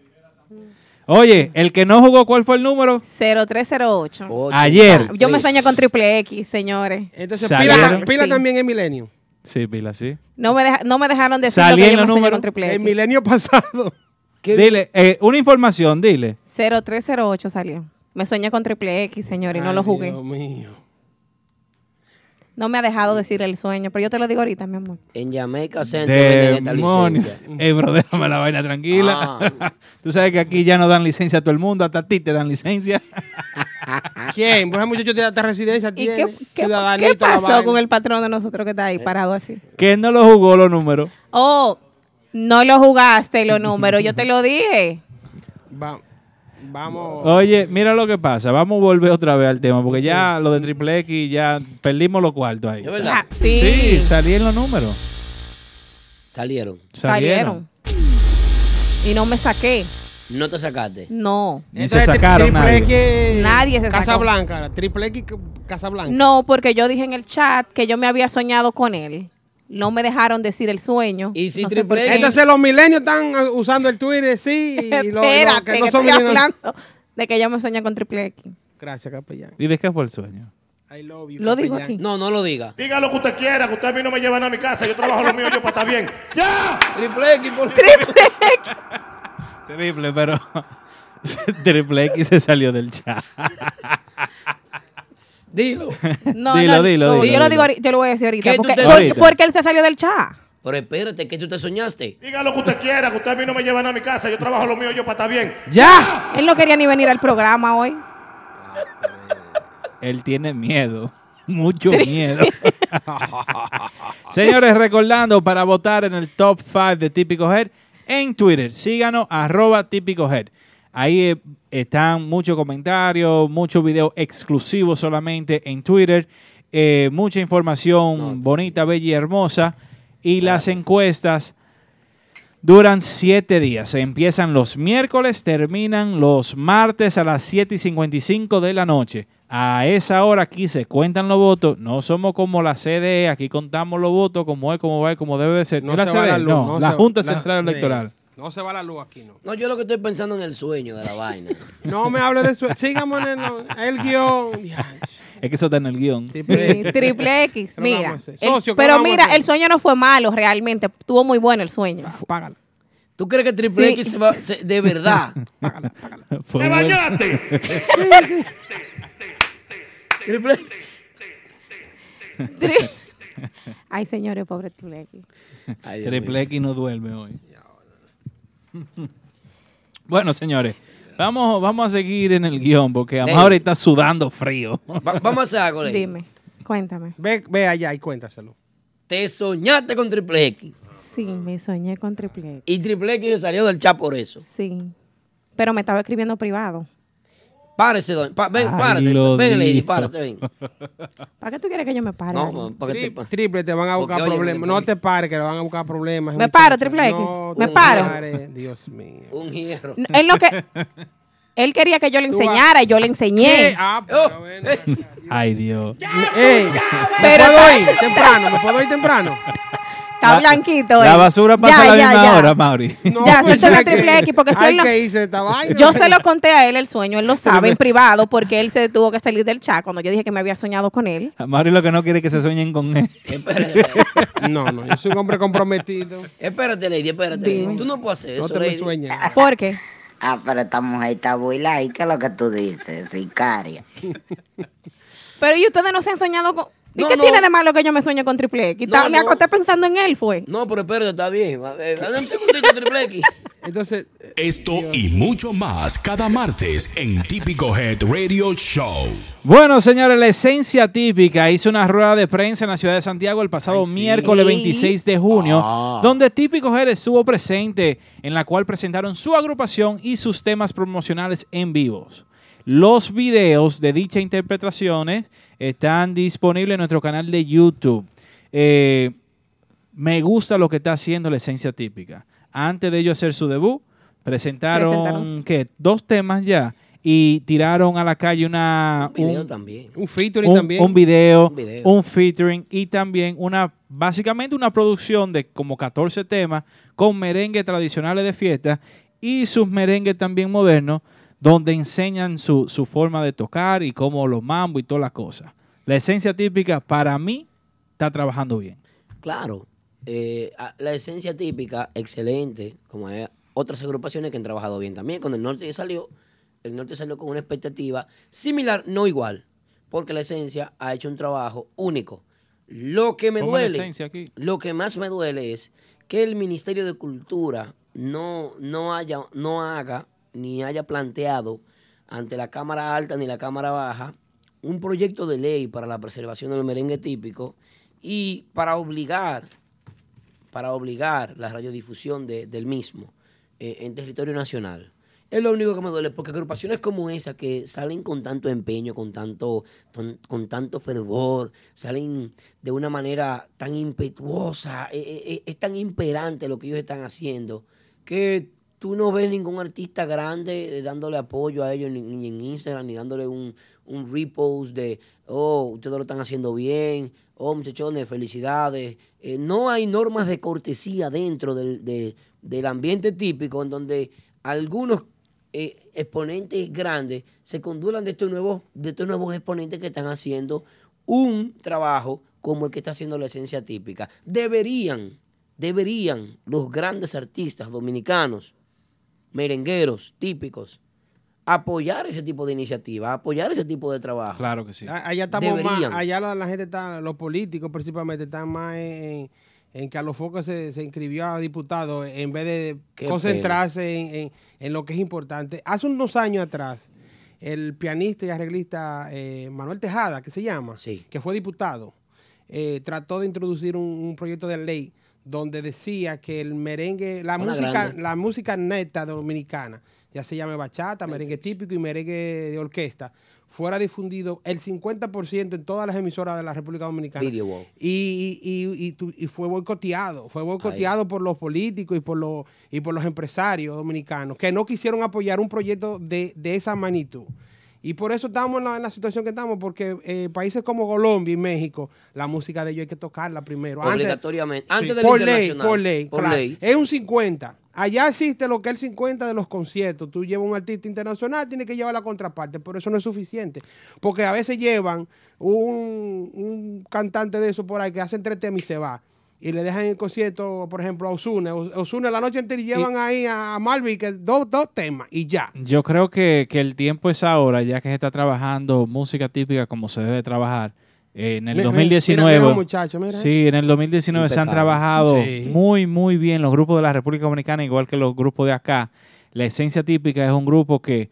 Oye, el que no jugó, ¿cuál fue el número? cero tres cero ocho. Ocho, Ayer. tres. Yo me sueño con triple X, señores. Entonces, Salieron. Pila, Pila Sí. también es milenio. Sí, pila, sí. No me, deja- no me dejaron decir Salí que en yo los me sueño números. con triple El X. milenio pasado. Dile, eh, una información, dile. cero tres cero ocho salió. Me sueño con triple X, señor, y no lo Ay, jugué. Dios mío. No me ha dejado decir el sueño, pero yo te lo digo ahorita, mi amor. En Jamaica Center venden esta Demonios. licencia. Ey, bro, déjame la vaina tranquila. Ah. Tú sabes que aquí ya no dan licencia a todo el mundo, hasta a ti te dan licencia. ¿Quién? Pues ese muchacho tiene hasta residencia. ¿Y Tiene, qué, qué, ciudadanito, qué la pasó vaina. con el patrón de nosotros que está ahí parado así? Que no lo jugó los números. Oh, no lo jugaste los números, yo te lo dije. Va- vamos. Oye, mira lo que pasa. Vamos a volver otra vez al tema, porque ya lo de Triple X, ya perdimos los cuartos ahí. ¿Es verdad? Ah, sí. Sí, salían los números. Salieron. Salieron. Salieron. Y no me saqué. No te sacaste. No. Ni se sacaron Triple nadie. X, Nadie se sacó. Casablanca, Triple X Casablanca. No, porque yo dije en el chat que yo me había soñado con él. No me dejaron decir el sueño. Y si No sé Triple por qué. Entonces los milenios están uh, usando el Twitter, sí, y los, y los Espérate, que no que son estoy milenios. hablando de que yo me soñé con Triple X. Gracias, capellán. ¿Y de qué fue el sueño? I love you, Lo digo capellán. aquí. No, no lo diga. Diga lo que usted quiera, que usted a mí no me lleva nada a mi casa. Yo trabajo lo mío yo para estar bien. ¡Ya! Triple X, por Triple X. Triple, pero Triple X se salió del chat. Dilo. No, Dilo, no, dilo, no, dilo, yo lo dilo. digo, ahori- yo lo voy a decir ahorita. ¿Qué tú Porque, te- por- Ahorita. porque él se salió del chat. Pero espérate, que tú te soñaste. Diga lo que usted quiera, que usted a mí no me lleva nada a mi casa. Yo trabajo lo mío yo para estar bien. ¡Ya! Él no quería ni venir al programa hoy. Él tiene miedo. Mucho miedo. Señores, recordando para votar en el top cinco de Típico Head en Twitter, síganos arroba Típico Head. Ahí eh, están muchos comentarios, muchos videos exclusivos solamente en Twitter, eh, mucha información No, bonita, bella y hermosa. Y las encuestas duran siete días. Empiezan los miércoles, terminan los martes a las siete y cincuenta y cinco de la noche. A esa hora aquí se cuentan los votos. No somos como la C D E, aquí contamos los votos como es, como va y como debe de ser. No la se va C D E, la luz, no, no la se- Junta la- Central sí. Electoral. No se va la luz aquí, no. No, yo lo que estoy pensando en el sueño de la vaina. No me hable de su... Sigamos en el, el guión. Es que eso está en el guión. Sí, Sí, Triple X. ¿Qué lo vamos Mira. a hacer? el- Socio, ¿qué pero lo vamos a mira, hacer? el sueño no fue malo realmente. Estuvo muy bueno el sueño. Págala. ¿Tú crees que Triple Sí. X se va se- de verdad? Fue ¡Me bueno. bañaste! Triple X. Tri- Ay, señores, pobre Triple X. Ay, Dios Triple mío. X no duerme hoy. Bueno, señores, vamos, vamos a seguir en el guión porque Ley. Amaury está sudando frío. Va- vamos a hacer algo, Ley. Dime, cuéntame. Ve, ve allá y cuéntaselo. Te soñaste con Triple X. Sí, me soñé con Triple X. Y Triple X se salió del chat por eso. Sí. Pero me estaba escribiendo privado. Párese, don. Pa- ven, Ay, párate. lo Ven, Lady, dijo. párate, ven. ¿Para qué tú quieres que yo me pare? No, Dani? para que te Tri- pa- triple, te van a buscar Porque, oye, problemas. me- No te pares, que le van a buscar problemas. Me muchacho. paro, Triple X. No, Me te paro. pares, Dios mío. Un hierro. No, Él lo que... Él quería que yo le Tú vas- enseñara y yo le enseñé. ¿Qué? Ah, pero Oh. bueno. Ay, Dios. Ey, ¿me Pero puedo está- ir temprano? ¿Me puedo ir temprano? Está La- blanquito. La él. basura pasa Ya, a la ya, misma ya. hora, Mauri. No, Ya, pues, suéltame a hay que- Triple X, porque si hay él no- que irse de esta vaina. Yo se lo conté a él el sueño, él lo sabe en privado porque él se tuvo que salir del chat cuando yo dije que me había soñado con él. Mauri lo que no quiere es que se sueñen con él. Espérate, No, no, yo soy un hombre comprometido. espérate, Lady, espérate. Dime. Tú no puedes hacer No eso, te me Lady. sueñes. ¿Por qué? Ah, pero esta mujer está buila. ¿Y qué es lo que tú dices, sicaria? Pero ¿y ustedes no se han soñado con...? ¿Y No, qué no. tiene de malo que yo me sueñe con Triple X? No, Ta- Me no. acosté pensando en él, fue. No, pero espérate, está bien. Eh, Dame un segundito, Triple X. Entonces, Esto y mucho más cada martes en Típico Head Radio Show. Bueno, señores, la esencia típica hizo una rueda de prensa en la ciudad de Santiago el pasado Ay, sí. miércoles veintiséis de junio, Ah. donde Típico Head estuvo presente, en la cual presentaron su agrupación y sus temas promocionales en vivos. Los videos de dichas interpretaciones están disponibles en nuestro canal de YouTube. Eh, me gusta lo que está haciendo la esencia típica. Antes de ellos hacer su debut, presentaron, Presentaron. ¿qué? Dos temas ya y tiraron a la calle una Un video un- también. un featuring un, también. un video, Un video. un featuring y también una, básicamente una producción de como catorce temas con merengue tradicionales de fiesta y sus merengues también modernos, donde enseñan su, su forma de tocar y cómo los mambo y todas las cosas. La esencia típica, para mí, está trabajando bien. Claro. Eh, a- la esencia típica, excelente, como hay otras agrupaciones que han trabajado bien también. Cuando el norte salió, el norte salió con una expectativa similar, no igual, porque la esencia ha hecho un trabajo único. Lo que me Ponme la duele, esencia aquí. lo que más me duele es que el Ministerio de Cultura no, no, haya, no haga ni haya planteado ante la Cámara Alta ni la Cámara Baja un proyecto de ley para la preservación del merengue típico y para obligar, para obligar la radiodifusión de, del mismo eh, en territorio nacional. Es lo único que me duele, porque agrupaciones como esa que salen con tanto empeño, con tanto, con, con tanto fervor, salen de una manera tan impetuosa, es, es, es tan imperante lo que ellos están haciendo, que tú no ves ningún artista grande eh, dándole apoyo a ellos ni, ni en Instagram, ni dándole un, un repost de, oh, ustedes lo están haciendo bien, oh, muchachones, felicidades. Eh, no hay normas de cortesía dentro del, de, del ambiente típico en donde algunos eh, exponentes grandes se condulan de estos nuevos, de estos nuevos exponentes que están haciendo un trabajo como el que está haciendo la esencia típica. Deberían, deberían los grandes artistas dominicanos, merengueros típicos, apoyar ese tipo de iniciativa, apoyar ese tipo de trabajo. Claro que sí. Allá estamos Deberían. más, allá la, la gente está, los políticos principalmente están más en, en que a los focos se, se inscribió a diputado en vez de Qué concentrarse en, en, en lo que es importante. Hace unos años atrás, el pianista y arreglista eh, Manuel Tejada, que se llama, Sí. que fue diputado, eh, trató de introducir un, un proyecto de ley donde decía que el merengue, la Una música, grande. la música neta dominicana, ya se llame bachata, merengue típico y merengue de orquesta, fuera difundido el cincuenta por ciento en todas las emisoras de la República Dominicana. Video wall. Y, y, y, y tu- y fue boicoteado, fue boicoteado por los políticos y por los, y por los empresarios dominicanos que no quisieron apoyar un proyecto de, de esa magnitud. Y por eso estamos en la, en la situación que estamos, porque eh, países como Colombia y México, la música de ellos hay que tocarla primero. Antes- Obligatoriamente. Antes Sí, del por ley, internacional. por ley, Por claro. ley. Es un cincuenta. Allá existe lo que es el cincuenta de los conciertos. Tú llevas un artista internacional, tienes que llevar la contraparte, pero eso no es suficiente. Porque a veces llevan un, un cantante de eso por ahí que hacen tres temas y se va. Y le dejan el concierto, por ejemplo, a Ozuna. Ozuna la noche entera y llevan ahí a, a Malvi, que dos, dos temas y ya. Yo creo que, que el tiempo es ahora, ya que se está trabajando música típica como se debe trabajar. Eh, en el Mira, dos mil diecinueve, mira, mira, muchacho, mira. sí, en el dos mil diecinueve se han Impecable. trabajado Sí. muy, muy bien los grupos de la República Dominicana, igual que los grupos de acá. La esencia típica es un grupo que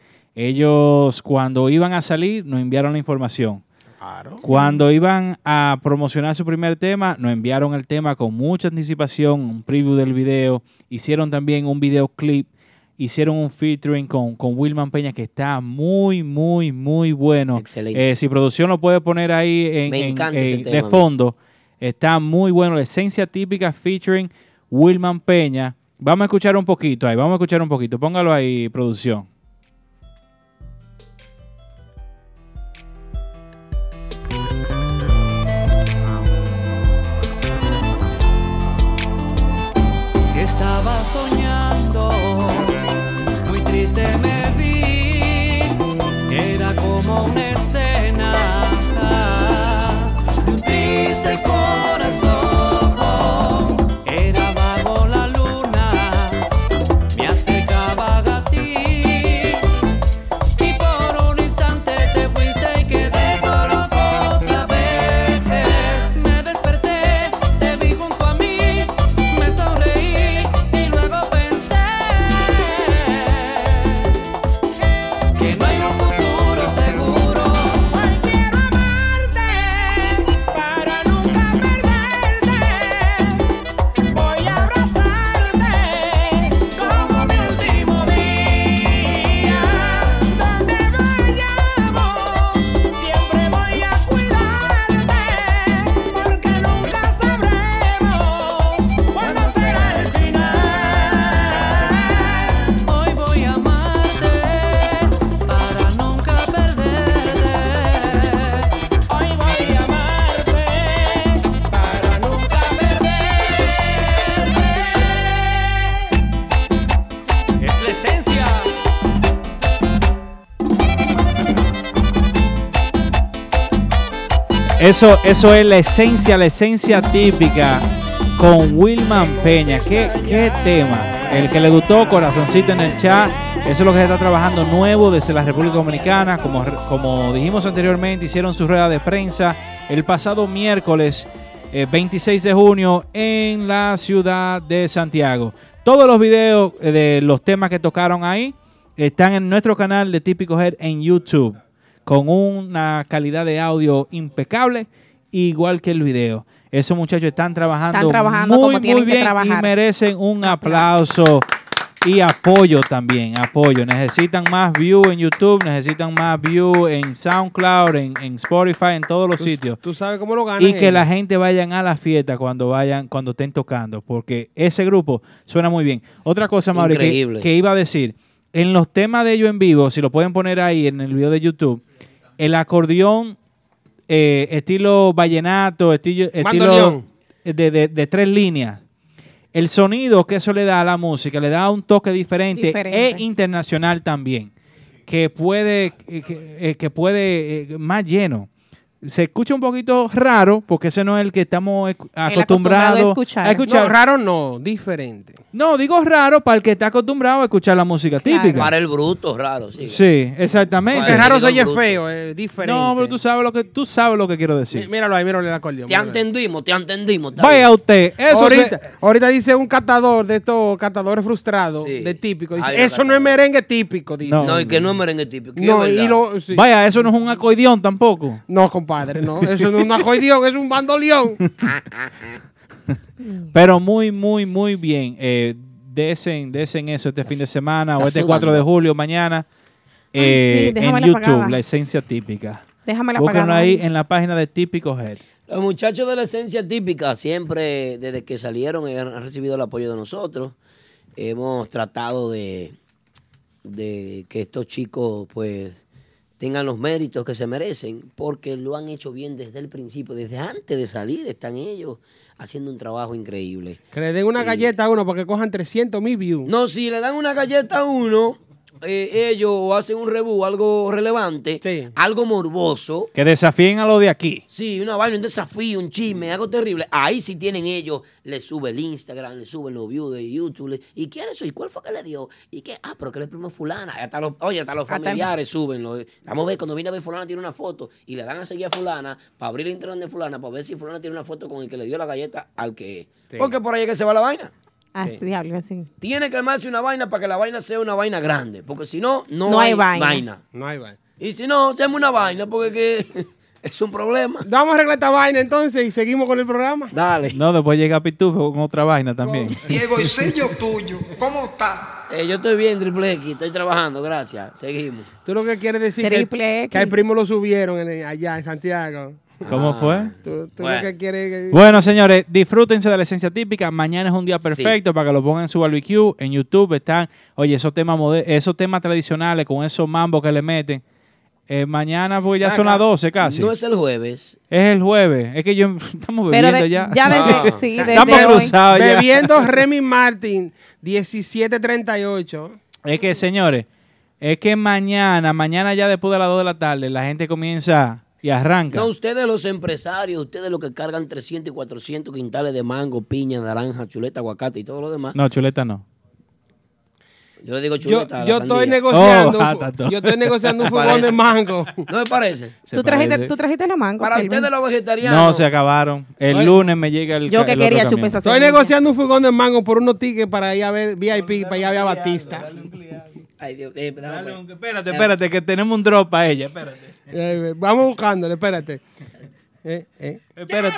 ellos, cuando iban a salir, nos enviaron la información. Claro. Cuando iban a promocionar su primer tema, nos enviaron el tema con mucha anticipación, un preview del video. Hicieron también un videoclip, hicieron un featuring con, con Wilman Peña que está muy, muy, muy bueno. Excelente. Eh, si producción lo puede poner ahí en, Me en- encanta ese en- tema, de fondo, está muy bueno. La esencia típica featuring Wilman Peña. Vamos a escuchar un poquito ahí, vamos a escuchar un poquito. Póngalo ahí, producción. Estaba soñando, muy triste me vi, era como una escena de un triste corazón. Era bajo la luna, me acercaba a ti y por un instante te fuiste y quedé solo otra vez. Me desperté, te vi junto a mí, me sonreí y luego pensé que no hay un futuro seguro. Hoy quiero amarte para nunca perderte. Voy a abrazarte como mi último día. Donde vayamos, siempre voy a cuidarte, porque nunca sabremos cuándo será el final. Hoy voy a amarte para nunca perderte. Hoy voy a amarte para nunca perderte. Es la esencia. Eso, eso es la esencia, la esencia típica con Wilman Peña. ¿Qué, qué tema? El que le gustó, corazoncito en el chat. Eso es lo que se está trabajando nuevo desde la República Dominicana. Como, como dijimos anteriormente, hicieron su rueda de prensa el pasado miércoles eh, veintiséis de junio en la ciudad de Santiago. Todos los videos eh, de los temas que tocaron ahí están en nuestro canal de Típico Head en YouTube, con una calidad de audio impecable, igual que el video. Esos muchachos están trabajando, están trabajando muy, como tienen muy bien que trabajar. Y merecen un aplauso y apoyo también, apoyo. Necesitan más view en YouTube, necesitan más view en SoundCloud, en, en Spotify, en todos los Tú- sitios. Tú sabes cómo lo ganan Y que ellos. la gente vayan a la fiesta cuando vayan, cuando estén tocando, porque ese grupo suena muy bien. Otra cosa, Mauri, que, Increíble. que iba a decir, en los temas de ellos en vivo, si lo pueden poner ahí en el video de YouTube, el acordeón eh, estilo vallenato, estilo, estilo Bandoneón. de, de, de tres líneas. El sonido que eso le da a la música, le da un toque diferente, Diferente. e internacional también, que puede, que, que- que puede eh, más lleno. Se escucha un poquito raro, porque ese no es el que estamos ec- acostumbrados a escuchar. a escuchar. No, raro no, diferente. No, digo raro para el que está acostumbrado a escuchar la música típica. Para el bruto, raro, sí. Sí, exactamente. Porque raro se oye bruto. feo, es diferente. No, pero tú sabes lo que tú sabes lo que quiero decir. Mí- Míralo ahí, míralo el acordeón. Te entendimos, te entendimos. está Vaya bien. usted, eso ahorita, se- ahorita dice un catador de estos catadores frustrados, Sí. de típico. Dice, Ay, eso no es merengue típico, dice. No. No, y que no es merengue típico. que No, es y verdad. lo, sí. Vaya, eso no es un acordeón tampoco. No, compadre, no. Eso no es un acordeón, es un bandoleón. Pero muy, muy, muy bien. Eh, desen, desen eso este fin de semana o está este sudando. cuatro de julio mañana Ay, eh, sí, déjame en la YouTube, apagada. la esencia típica. Déjame la Búsquenlo apagada ahí ahí. en la página de Típico Head. Los muchachos de la esencia típica siempre, desde que salieron, eh, han recibido el apoyo de nosotros. Hemos tratado de, de que estos chicos, pues, tengan los méritos que se merecen, porque lo han hecho bien desde el principio, desde antes de salir, están ellos haciendo un trabajo increíble. Que le den una galleta a uno para que cojan trescientos mil views. No, si le dan una galleta a uno, eh, ellos hacen un rebú, algo relevante, algo morboso. Que desafíen a lo de aquí. Sí, una vaina, un desafío, un chisme, algo terrible. Ahí sí tienen ellos, le sube el Instagram, le suben los views de YouTube. le- ¿Y quién es eso? ¿Y cuál fue que le dio? ¿Y qué? Ah, pero que le primo fulana. Hasta los, oye, hasta los Hasta el- familiares suben. lo- Vamos a ver, cuando viene a ver fulana tiene una foto y le dan a seguir a fulana para abrir el Instagram de fulana para ver si fulana tiene una foto con el que le dio la galleta al que es. Sí. Porque por ahí es que se va la vaina. Así, diablo, así. Tiene que armarse una vaina para que la vaina sea una vaina grande. Porque si no, no, No hay hay, vaina. vaina. No hay vaina. Y si no, hacemos una vaina porque que es un problema. Vamos a arreglar esta vaina entonces y seguimos con el programa. Dale. No, después llega Pitufo con otra vaina también. Diego, el sello tuyo, ¿cómo está? Eh, yo estoy bien, Triple X, estoy trabajando, gracias. Seguimos. Tú lo que quieres decir que, Triple X. que al primo lo subieron en- allá en Santiago. ¿Cómo fue? Tú, tú Bueno. lo que quieres que... Bueno, señores, disfrútense de la esencia típica. Mañana es un día perfecto para que lo pongan en su barbecue. En YouTube están, oye, esos temas moder- esos temas tradicionales con esos mambos que le meten. Eh, mañana, porque ya Acá, son las doce casi. No es el jueves. Es el jueves. Es que yo estamos Pero bebiendo de- ya. ya desde, Ah. sí, desde Estamos hoy. cruzados ya. Bebiendo Remy Martin, diecisiete treinta y ocho. Es que, señores, es que mañana, mañana ya después de las dos de la tarde, la gente comienza y arranca. No, ustedes los empresarios, ustedes los que cargan trescientos y cuatrocientos quintales de mango, piña, naranja, chuleta, aguacate y todo lo demás. No, chuleta no. Yo le digo Yo, chuleta a la yo estoy sandía. negociando, Oh, un jata, fu- todo. yo estoy negociando un fogón Parece. de mango. ¿No me parece? Se ¿Tú trajiste, parece. ¿Tú trajiste los mangos? Para Kelvin? ustedes los vegetarianos. No, se acabaron. El Oye, lunes me llega el Yo ca- que el otro quería camión. chupar esa Estoy semilla. negociando un fogón de mango por unos tickets para ir a ver V I P, para ir a ver a Batista. Ay, Dios, eh, dame, Dale, pues. espérate, espérate, que tenemos un drop para ella. Espérate. Eh, vamos buscándole, espérate. Eh, eh. Espérate.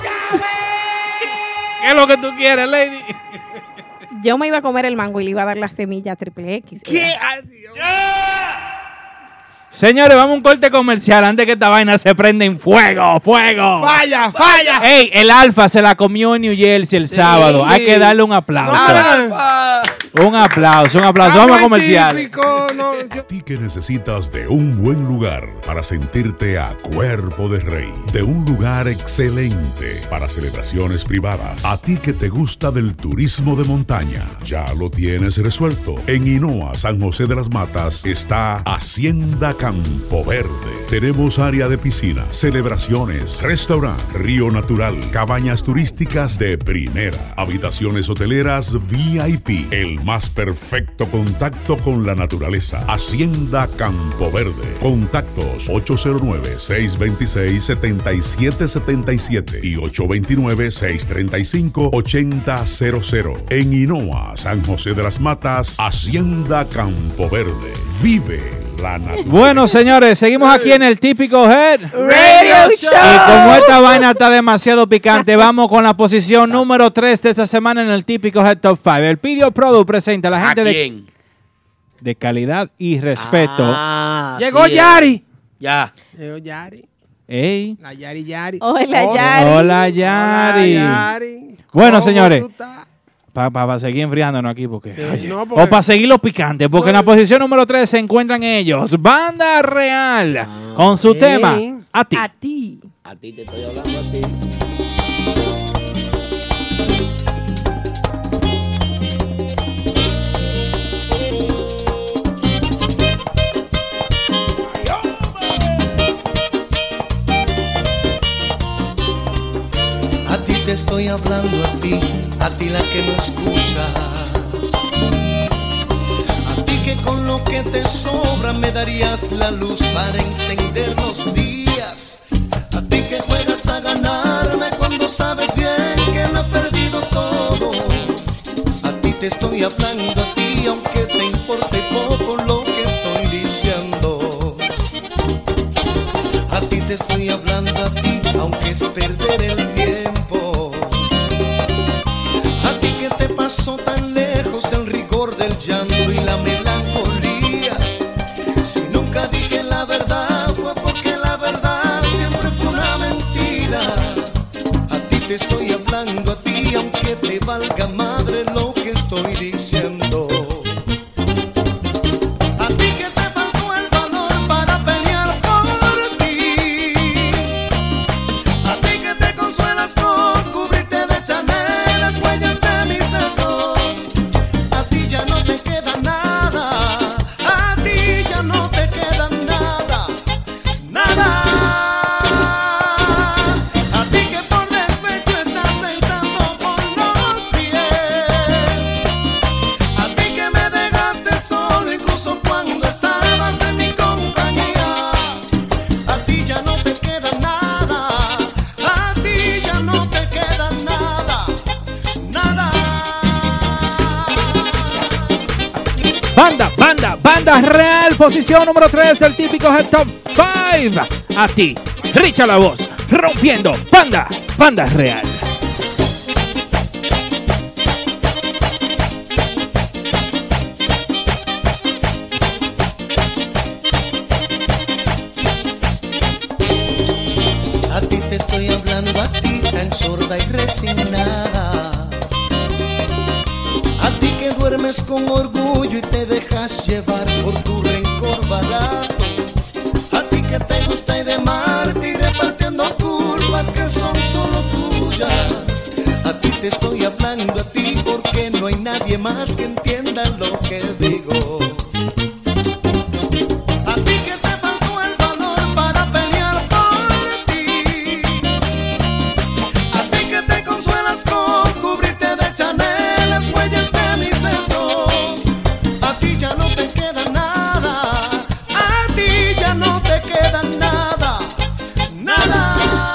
¿Qué es lo que tú quieres, lady? Yo me iba a comer el mango y le iba a dar la semilla a Triple X. ¿Qué? Ay, Dios. Señores, vamos a un corte comercial antes que esta vaina se prenda en fuego, fuego. ¡Falla, falla! Ey, el Alfa se la comió en New Jersey el sábado. Hay sí. que darle un aplauso. Alfa. Un aplauso, un aplauso. Vamos a comercial. Típico, no, yo- A ti que necesitas de un buen lugar para sentirte a cuerpo de rey, de un lugar excelente para celebraciones privadas, a ti que te gusta del turismo de montaña, ya lo tienes resuelto. En Hinoa, San José de las Matas, está Hacienda Campo Verde. Tenemos área de piscina, celebraciones, restaurante, río natural, cabañas turísticas de primera, habitaciones hoteleras V I P, el más perfecto contacto con la naturaleza. Hacienda Campo Verde. Contactos ocho cero nueve, seis dos seis, siete siete siete siete y ocho dos nueve, seis tres cinco, ocho cero cero cero. En Hinoa, San José de las Matas, Hacienda Campo Verde. Vive la naturaleza. Bueno, señores, seguimos aquí en el Típico Head Radio Show. Y como esta vaina está demasiado picante, vamos con la posición número tres de esta semana en el Típico Head Top cinco. El Pidio Product presenta a la gente ¿A de, quién? de calidad y respeto. Ah, Llegó sí, Yari. Ya. Llegó Yari. Ey. La Yari Yari. Hola, Oh, Yari. Hola, Yari. Hola, Yari. Bueno, ¿Cómo señores, tú estás? para pa, pa seguir enfriándonos aquí, porque, Sí, oye, no, porque- o para seguir los picantes, porque en la posición número tres se encuentran ellos, Banda Real, con su sí. tema, A Ti. A ti. A ti te estoy hablando a ti. A ti te estoy hablando, a ti, a ti la que no escuchas. A ti que con lo que te sobra me darías la luz para encender los días. A ti que juegas a ganarme cuando sabes bien que lo he perdido todo. A ti te estoy hablando, a ti, aunque te importe poco lo que estoy diciendo. A ti te estoy hablando, a ti, aunque es perder el tiempo. A ti que te pasó tan lejos el rigor del llanto y la melancolía. Si nunca dije la verdad fue porque la verdad siempre fue una mentira. A ti te estoy hablando, a ti, aunque te valga madre lo que estoy diciendo. A ti que te faltó el valor para pelear por ti. A ti que te consuelas con cubrirte de Chanel las huellas de mis besos. A ti ya no te queda nada. A ti ya no te queda nada. Nada. A ti que por despecho estás pensando con los pies. A ti que me dejaste solo incluso cuando estabas en mi compañía. A ti ya no te queda nada. A ti ya no te queda nada. Nada. Banda, banda, Banda Real, posición número tres, el Típico Head Top cinco. A ti, Richa la voz, rompiendo, Banda, Banda Real. A ti te estoy hablando, a ti tan sorda y resignada. A ti que duermes con orgullo y te dejas llevar por tu rencor barato. A ti que te gusta y de mártir repartiendo culpas que son solo tuyas. A ti te estoy hablando, a ti, porque no hay nadie más que entienda lo que digo. A ti que te faltó el valor para pelear por ti. A ti que te consuelas con cubrirte de Chanel las huellas de mis besos. A ti ya no te queda nada. A ti ya no te queda nada. Nada.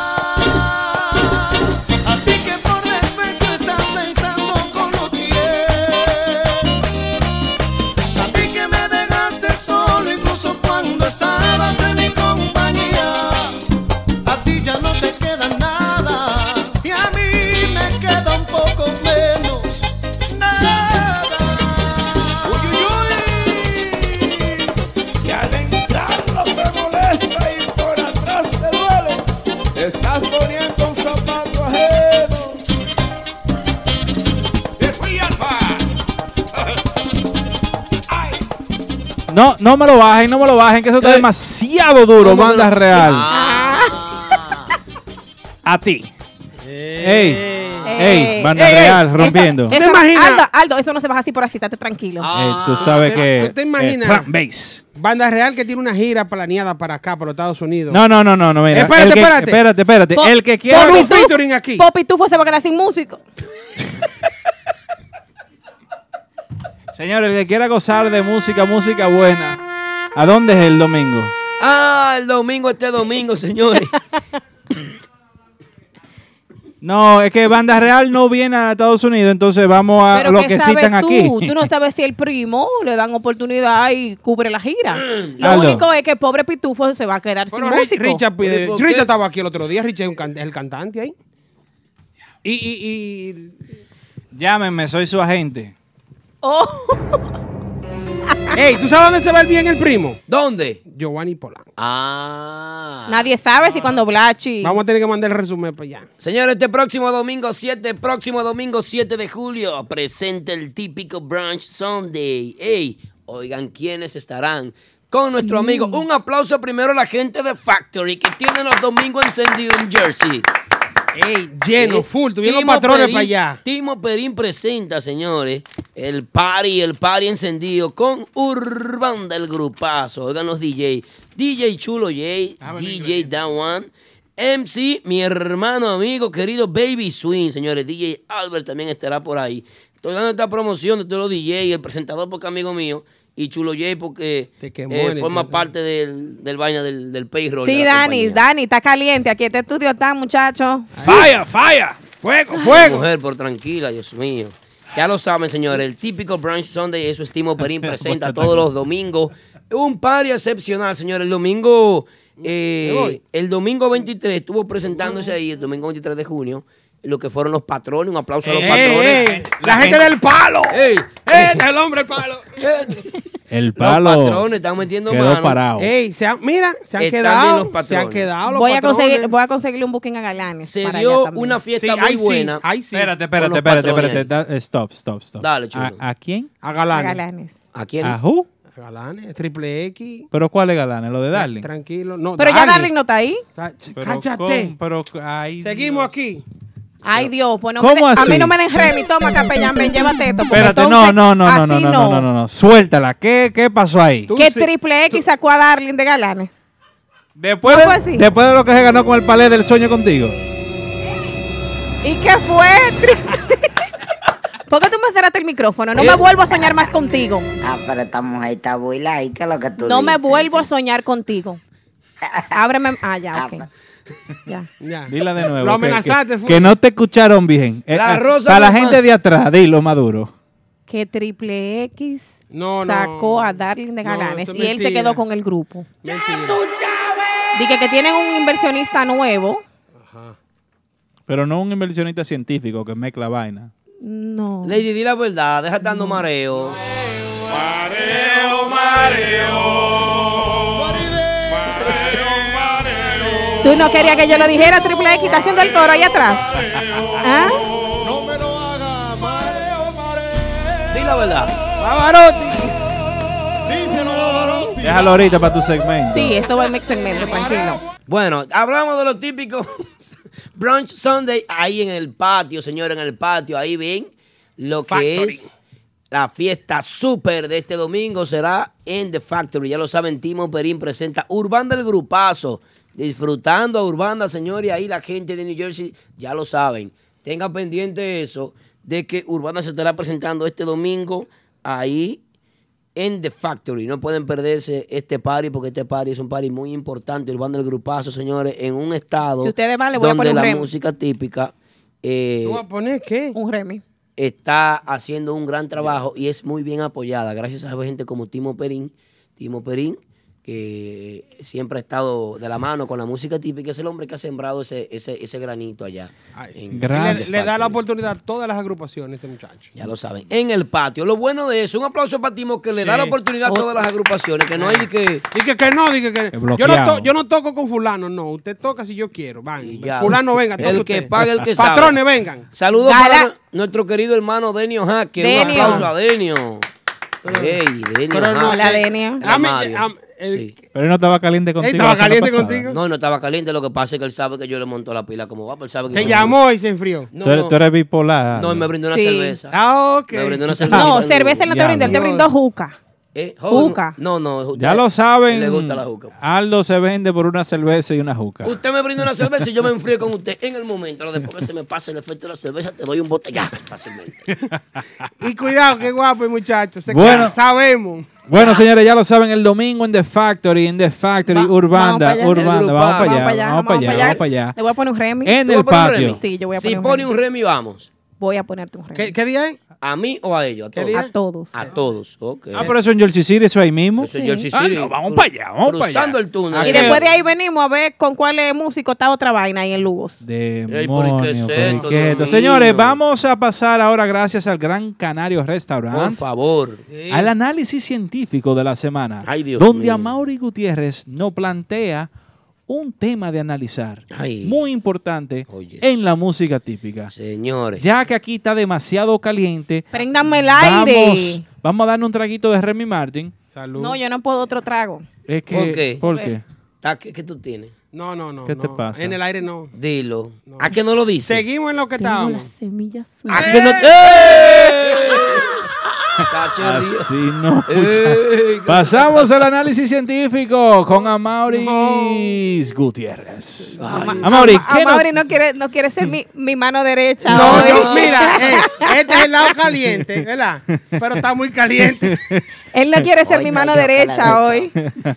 A ti que por despecho estás pensando con los pies. A ti que me dejaste solo incluso cuando estabas en mi compañía. A ti ya no te queda nada. Y a mí me queda un poco menos. Nada. Uy, uy, uy. Si al entrarlo te molesta y por atrás te duele, estás poniendo un zapato ajeno. ¡Te fui al bar! No, no me lo bajen, no me lo bajen, que eso está demasiado duro, ¿Cómo Banda que no? Real. Ah. A ti. Ey. Ey, Banda Real, rompiendo. Eso, eso, Aldo, Aldo, eso no se baja así por así, estate tranquilo. Ah, eh, tú sabes que... ¿Te imaginas? Eh, Base. Banda Real que tiene una gira planeada para acá, para los Estados Unidos. No, no, no, no, no mira. Espérate, que, espérate. Espérate, espérate. Po, el que quiera... Pon un featuring aquí. Popitufo se va a quedar sin músico. Señor, el que quiera gozar de música, música buena, ¿a dónde es el domingo? Ah, el domingo, este domingo, señores. No, es que Banda Real no viene a Estados Unidos, entonces vamos a Pero lo ¿qué que sabes citan tú? aquí. Tú no sabes si el primo le dan oportunidad y cubre la gira. Lo Aldo. único es que el pobre Pitufo se va a quedar Pero sin músico. Richard, pide- ¿Por qué? Richard estaba aquí el otro día. Richard es un can- el cantante ahí. Y, y, y... Llámenme, soy su agente. Oh. Ey, ¿tú sabes dónde se va el bien el primo? ¿Dónde? Giovanni Polanco. Ah. Nadie sabe si cuando Blachi... Vamos a tener que mandar el resumen para allá. Señores, este próximo domingo siete, próximo domingo siete de julio, presenta el típico Brunch Sunday. Ey, oigan quiénes estarán con nuestro amigo. Un aplauso primero a la gente de Factory que tiene los domingos encendidos en Jersey. Ey, lleno, Eh, full. Tuvieron Timo patrones Perín- para allá. Timo Perín presenta, señores, el party, el party encendido con Urban del grupazo. Oigan los D J. D J Chulo J, D J Dan One, M C, mi hermano, amigo, querido Baby Swing, señores. D J Albert también estará por ahí. Estoy dando esta promoción de todos los D J, el presentador porque es amigo mío. Y Chulo J porque quemó eh, el forma internet. parte del, del vaina del, del payroll. Sí, de la Dani, compañía. Dani, está caliente. Aquí este estudio está, muchachos. ¡Fire, fire! ¡Fuego, fuego! Mujer, por tranquila, Dios mío. Ya lo saben, señores, el típico Brunch Sunday, eso es Timo Perín presenta todos los domingos. Un party excepcional, señores. El domingo, eh, el domingo veintitrés estuvo presentándose ahí, el domingo veintitrés de junio, lo que fueron los patrones. Un aplauso a los Ey, patrones. ey, la gente del palo. ¡Ey! Este es el hombre del palo. El Los palo patrones están metiendo quedó mano. parado. Ey, se han- mira, se han Están bien quedado. los patrones. Se han quedado los Voy a, patrones. conseguir, voy a conseguirle un booking a Galanes. Se para dio allá también. una fiesta Sí, muy ahí sí, buena. ahí sí. Espérate, Con espérate, los espérate, patrones espérate. Da- stop, stop, stop. Dale, chulo. ¿A, a quién? A A Galanes. Galanes. ¿A quién? ¿A who? A Galanes, Triple X. ¿Pero cuál es Galán? ¿Lo de Darling? Tranquilo. No, Pero ya Darling no está ahí. Cá- Pero Cáchate. ¿cómo? Pero, ay, Seguimos Dios. aquí. Ay, Dios, pues no ¿Cómo me de- a así? mí no me den Remy. Toma, capellán, ven, llévate esto. porque Espérate, entonces, no, no, no, no, no, así no, no, no, no, no. Suéltala. ¿Qué, qué pasó ahí? Tú ¿Qué sí- Triple X sacó a Darling de Galanes? Después, ¿No fue de, así? después de lo que se ganó con el palé del sueño contigo. ¿Y qué fue, Triple? ¿Por qué tú me cerraste el micrófono? No Eh. me vuelvo a soñar más contigo. Ah, pero esta mujer está buila y ¿qué es lo que tú No me dices? vuelvo a soñar contigo. Ábreme. Ah, ya, Ah, ok. Ya. Ya. Dila de nuevo. Lo que- amenazaste, que, fue. que no te escucharon bien. Eh, La eh, rosa para la normal. gente de atrás, dilo, Maduro. Que Triple X No, no. sacó a Darling de No, Galanes eso es y él se mentira. quedó con el grupo. Mentira. Dije que tienen un inversionista nuevo. Pero no un inversionista científico que mezcla vaina. No. Lady, di la verdad, deja dando mareo. ¿Tú no querías que yo lo dijera? Triple X está haciendo el coro ahí atrás. ¿Ah? Di la verdad. Pavarotti. Déjalo ahorita para tu segmento. Sí, esto va en mi segmento, tranquilo. Bueno, hablamos de los típicos Brunch Sunday ahí en el patio, señores, en el patio. Ahí ven lo que Factory. es la fiesta súper de este domingo. Será en The Factory. Ya lo saben, Timo Perín presenta Urbanda el Grupazo. Disfrutando a Urbanda, señores. Ahí la gente de New Jersey, ya lo saben. Tenga pendiente eso de que Urbanda se estará presentando este domingo ahí en The Factory. No pueden perderse este party porque este party es un party muy importante. Urbanda el Grupazo, señores, en un estado Si ustedes van, le voy a donde poner un la rem. música típica eh, ¿Tú vas a poner qué? Un Remy. está haciendo un gran trabajo y es muy bien apoyada gracias a gente como Timo Perín. Timo Perín, que siempre ha estado de la mano con la música típica, es el hombre que ha sembrado ese, ese, ese granito allá. Ay, sí. en- Gracias. Le, le da la oportunidad a todas las agrupaciones ese muchacho. Ya lo saben. En el patio. Lo bueno de eso, un aplauso para Timo que le da Sí. la oportunidad a todas las agrupaciones, que no hay que... Dije que no, dije que Es yo no, bloqueado. to- yo no toco con fulano, no. Usted toca si yo quiero. Van. Ya. Fulano venga, toque El que usted. paga, el que sabe. Patrones vengan. Saludos Gala- para nuestro querido hermano Denio Jaque. Un Denio. aplauso a Denio. Hey, Denio Pero no, Jaque. Hola, Denio. A mí, Mario. a- Sí. Pero él no estaba caliente contigo. ¿Él estaba la semana caliente pasada. contigo? No, no estaba caliente. Lo que pasa es que él sabe que yo le monto la pila como va, pero él sabe que Te yo- llamó y se enfrió. No, tú, eres, no. tú eres bipolar. No, él me brindó una Sí. cerveza. Ah, ok. Me brindó una cerveza. No, cerveza él no te Ya, brindó, él te no. brindó juca. Eh, joven, Juca. No, no. Ya usted- lo saben. Le gusta la juca. Aldo se vende por una cerveza y una juca. Usted me brinda una cerveza y yo me enfrío con usted en el momento. Ahora, después que se me pase el efecto de la cerveza, te doy un botellazo fácilmente. Y cuidado, qué guapo el muchacho. Se Bueno. queda, sabemos. Bueno, señores, ya lo saben, el domingo en The Factory, en The Factory, Va- Urbanda, vamos para allá. Urbanda, El vamos para grupazo. allá, vamos para allá, vamos para allá. Le voy a poner un Remy. En ¿Tú el vas a poner un patio. Remy? Sí, yo voy a Si poner un pone Remy. un Remy, vamos. Voy a ponerte un Remy. ¿Qué, qué día es? ¿A mí o a ellos? A ¿Qué todos. día? A todos. A todos. Ok. Ah, pero eso en Jersey City, eso ahí mismo. Eso es Sí. Jersey Ah, City. no, vamos Cru- para allá, vamos para allá. Cruzando el túnel. Y después de ahí venimos a ver con cuál músico está otra vaina ahí en Lugos. Demonio, ¿qué es ¿por esto, qué Dios esto? mío? Señores, vamos a pasar ahora, gracias al Gran Canario Por Restaurant, favor. al análisis científico de la semana, Ay, Dios donde mío. Amaury Gutiérrez nos plantea un tema de analizar Ay. muy importante Oye. en la música típica. Señores. Ya que aquí está demasiado caliente, Préndame el aire. vamos, vamos a darle un traguito de Remy Martin. Salud. No, yo no puedo otro trago. Es que, ¿Por qué? ¿Por qué? Ta- ¿Qué, qué tú tienes? No, no, no. ¿Qué te no. pasa? En el aire no. Dilo. ¿A qué no lo dices? Seguimos en lo que Tengo las estábamos. semillas ¿A sucias. qué no ¡Eh! Cachería. Así no, Ey, muchachos. ¿qué Pasamos al análisis científico con Amaury Gutiérrez. Amaury, Ama- ¿qué no- Amaury no quiere, no quiere ser mi, mi mano derecha. No, hoy. no, mira, eh, este es el lado caliente, ¿verdad? Pero está muy caliente. Él no quiere ser Hoy mi no, mano yo derecha cala- hoy.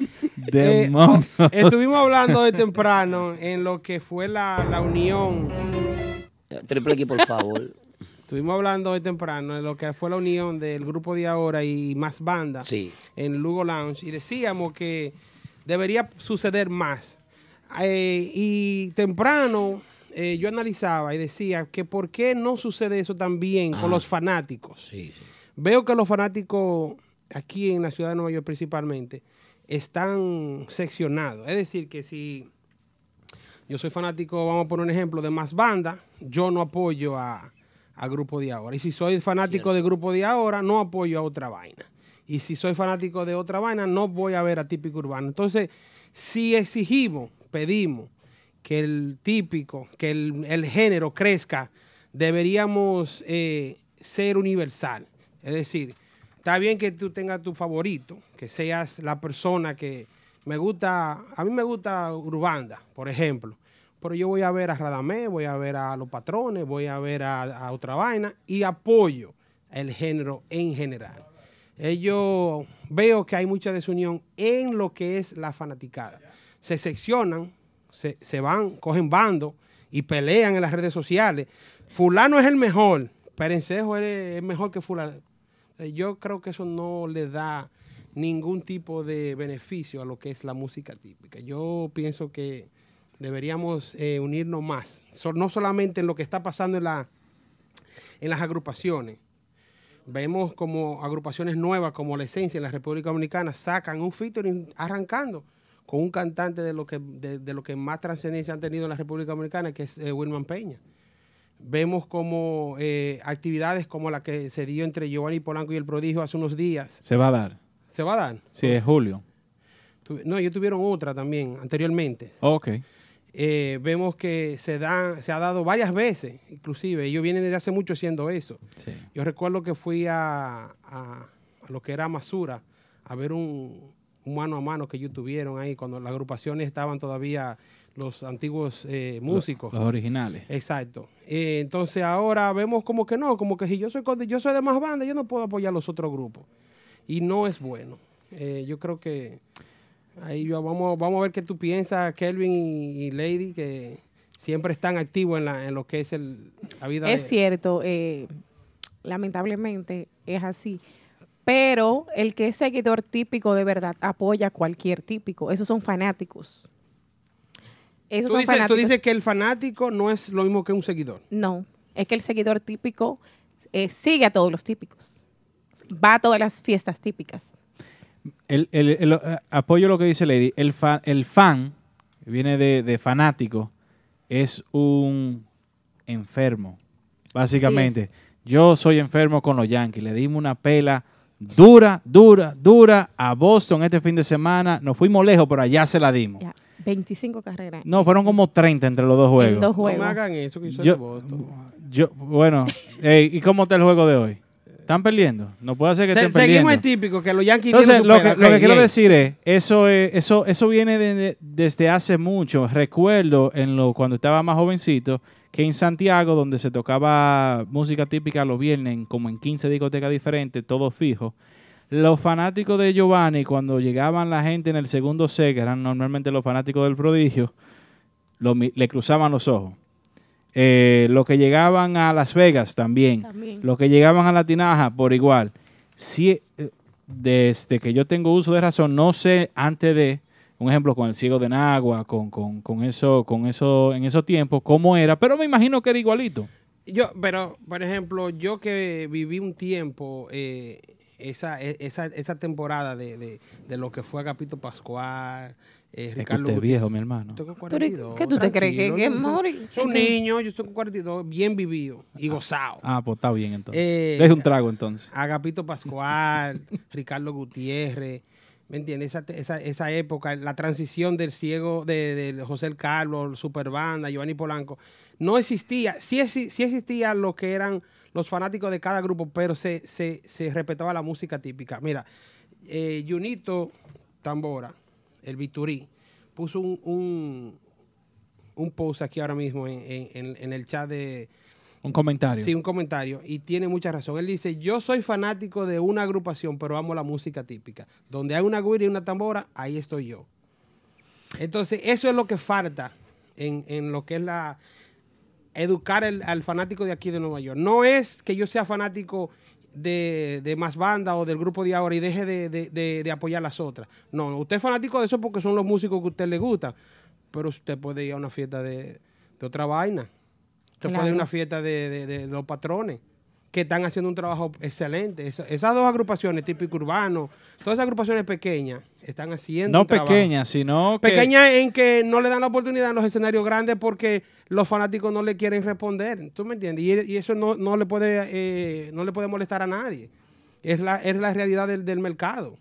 Demonio. Eh, Estuvimos hablando de temprano en lo que fue la, la unión. Triple X, por favor. Estuvimos hablando de temprano en lo que fue la unión del grupo de ahora y más bandas Sí. en Lugo Lounge y decíamos que debería suceder más. Eh, y temprano eh, yo analizaba y decía que por qué no sucede eso también con Ah. los fanáticos. Sí, sí. Veo que los fanáticos aquí en la ciudad de Nueva York principalmente están seccionados. Es decir, que si yo soy fanático, vamos a poner un ejemplo, de más banda, yo no apoyo a, a Grupo de Ahora. Y si soy fanático Cierto. de Grupo de Ahora, no apoyo a otra vaina. Y si soy fanático de otra vaina, no voy a ver a Típico Urbano. Entonces, si exigimos, pedimos que el típico, que el, el género crezca, deberíamos eh, ser universal. Es decir, está bien que tú tengas tu favorito, que seas la persona que me gusta, a mí me gusta Urbanda, por ejemplo, pero yo voy a ver a Radamés, voy a ver a Los Patrones, voy a ver a, a otra vaina y apoyo el género en general. Eh, yo veo que hay mucha desunión en lo que es la fanaticada. Se seccionan, se, se van, cogen bando y pelean en las redes sociales. Fulano es el mejor, Perencejo es, es mejor que fulano. Eh, Yo creo que eso no le da ningún tipo de beneficio a lo que es la música típica. Yo pienso que deberíamos eh, unirnos más, So- no solamente en lo que está pasando en, la, en las agrupaciones. Vemos como agrupaciones nuevas como La Esencia en la República Dominicana sacan un featuring arrancando con un cantante de lo que, de, de lo que más trascendencia han tenido en la República Dominicana, que es eh, Wilman Peña. Vemos como eh, actividades como la que se dio entre Giovanni Polanco y El Prodigio hace unos días. Se va a dar. ¿Se va a dar? Sí, es julio. Tu- No, ellos tuvieron otra también anteriormente. Ok. Eh, vemos que se, da, se ha dado varias veces, inclusive. Ellos vienen desde hace mucho haciendo eso. Sí. Yo recuerdo que fui a, a- a lo que era Masura a ver un, un mano a mano que ellos tuvieron ahí cuando las agrupaciones estaban todavía los antiguos eh, músicos. Los originales. Exacto. Eh, entonces ahora vemos como que no, como que si yo soy, con- yo soy de más banda, yo no puedo apoyar los otros grupos. Y no es bueno. Eh, yo creo que ahí yo, vamos, vamos a ver qué tú piensas, Kelvin y, y Lady, que siempre están activos en, la, en lo que es el, la vida. Es de- cierto, eh, lamentablemente es así. Pero el que es seguidor típico de verdad apoya a cualquier típico. Esos son fanáticos. Esos Tú son dices, tú fanáticos. dices que el fanático no es lo mismo que un seguidor. No, es que el seguidor típico eh, sigue a todos los típicos. Va a todas las fiestas típicas. El, el- el- eh, apoyo lo que dice Lady. El, fa- el fan, que viene de, de fanático, es un enfermo. Básicamente, yo soy enfermo con los Yankees. Le dimos una pela Dura, dura, dura a Boston este fin de semana. Nos fuimos lejos, pero allá se la dimos. Ya, veinticinco carreras. No, fueron como treinta entre los dos juegos. En dos juegos. No me hagan eso, que yo soy Yo- de Boston. Yo, bueno, ey, ¿y cómo está el juego de hoy? ¿Están perdiendo? No puede ser que Se- estén perdiendo. seguimos en típico, que los Yankees Entonces, tienen lo su que, pela. lo que Ok, quiero bien. decir es, eso es, eso, eso viene de- de- desde hace mucho. Recuerdo en lo, cuando estaba más jovencito, que en Santiago, donde se tocaba música típica los viernes, en- como en quince discotecas diferentes, todos fijos, los fanáticos de Giovanni, cuando llegaban la gente en el segundo set, que eran normalmente los fanáticos del Prodigio, lo mi- le cruzaban los ojos. Eh, los que llegaban a Las Vegas también. También. Los que llegaban a La Tinaja por igual. Sí, eh, desde que yo tengo uso de razón, no sé antes de, un ejemplo con el Ciego de Nagua, con, con, con eso, con eso, en esos tiempos, cómo era, pero me imagino que era igualito. Yo, pero, por ejemplo, yo que viví un tiempo eh, esa, e- esa, esa temporada de, de, de lo que fue Agapito Pascual, eh, Es que Ricardo usted es Gutiérrez. viejo, mi hermano. Tengo Pero, cuarenta y dos, ¿qué tú te crees? ¿Que- tranquilo, que no, no. morir? Soy un ¿Qué? niño, yo tengo cuarenta y dos, bien vivido y gozado. Ah, pues está bien entonces. Eh, Deje un trago entonces. Agapito Pascual, Ricardo Gutiérrez, ¿me entiendes? Esa, esa, esa época, la transición del ciego, de, de José el Calvo, Superbanda, Giovanni Polanco, no existía, sí, exi- sí existía lo que eran los fanáticos de cada grupo, pero se, se, se respetaba la música típica. Mira, eh, Junito Tambora, el Biturí, puso un, un, un post aquí ahora mismo en, en- en el chat de... Un comentario. Sí, un comentario. Y tiene mucha razón. Él dice, yo soy fanático de una agrupación, pero amo la música típica. Donde hay una guira y una tambora, ahí estoy yo. Entonces, eso es lo que falta en, en lo que es la... educar el- al fanático de aquí de Nueva York. No es que yo sea fanático de, de Más Banda o del grupo de ahora y deje de, de- de- de apoyar las otras. No, usted es fanático de eso porque son los músicos que a usted le gustan. Pero usted puede ir a una fiesta de, de otra vaina. Usted Claro. puede ir a una fiesta de, de- de los patrones que están haciendo un trabajo excelente. Esa- esas dos agrupaciones, típico urbano, todas esas agrupaciones pequeñas, están haciendo No un trabajo. pequeñas, sino que... Pequeñas en que no le dan la oportunidad en los escenarios grandes porque los fanáticos no le quieren responder. ¿Tú me entiendes? Y, y eso no, no le puede eh, no le puede molestar a nadie. Es la, es la realidad del, del mercado.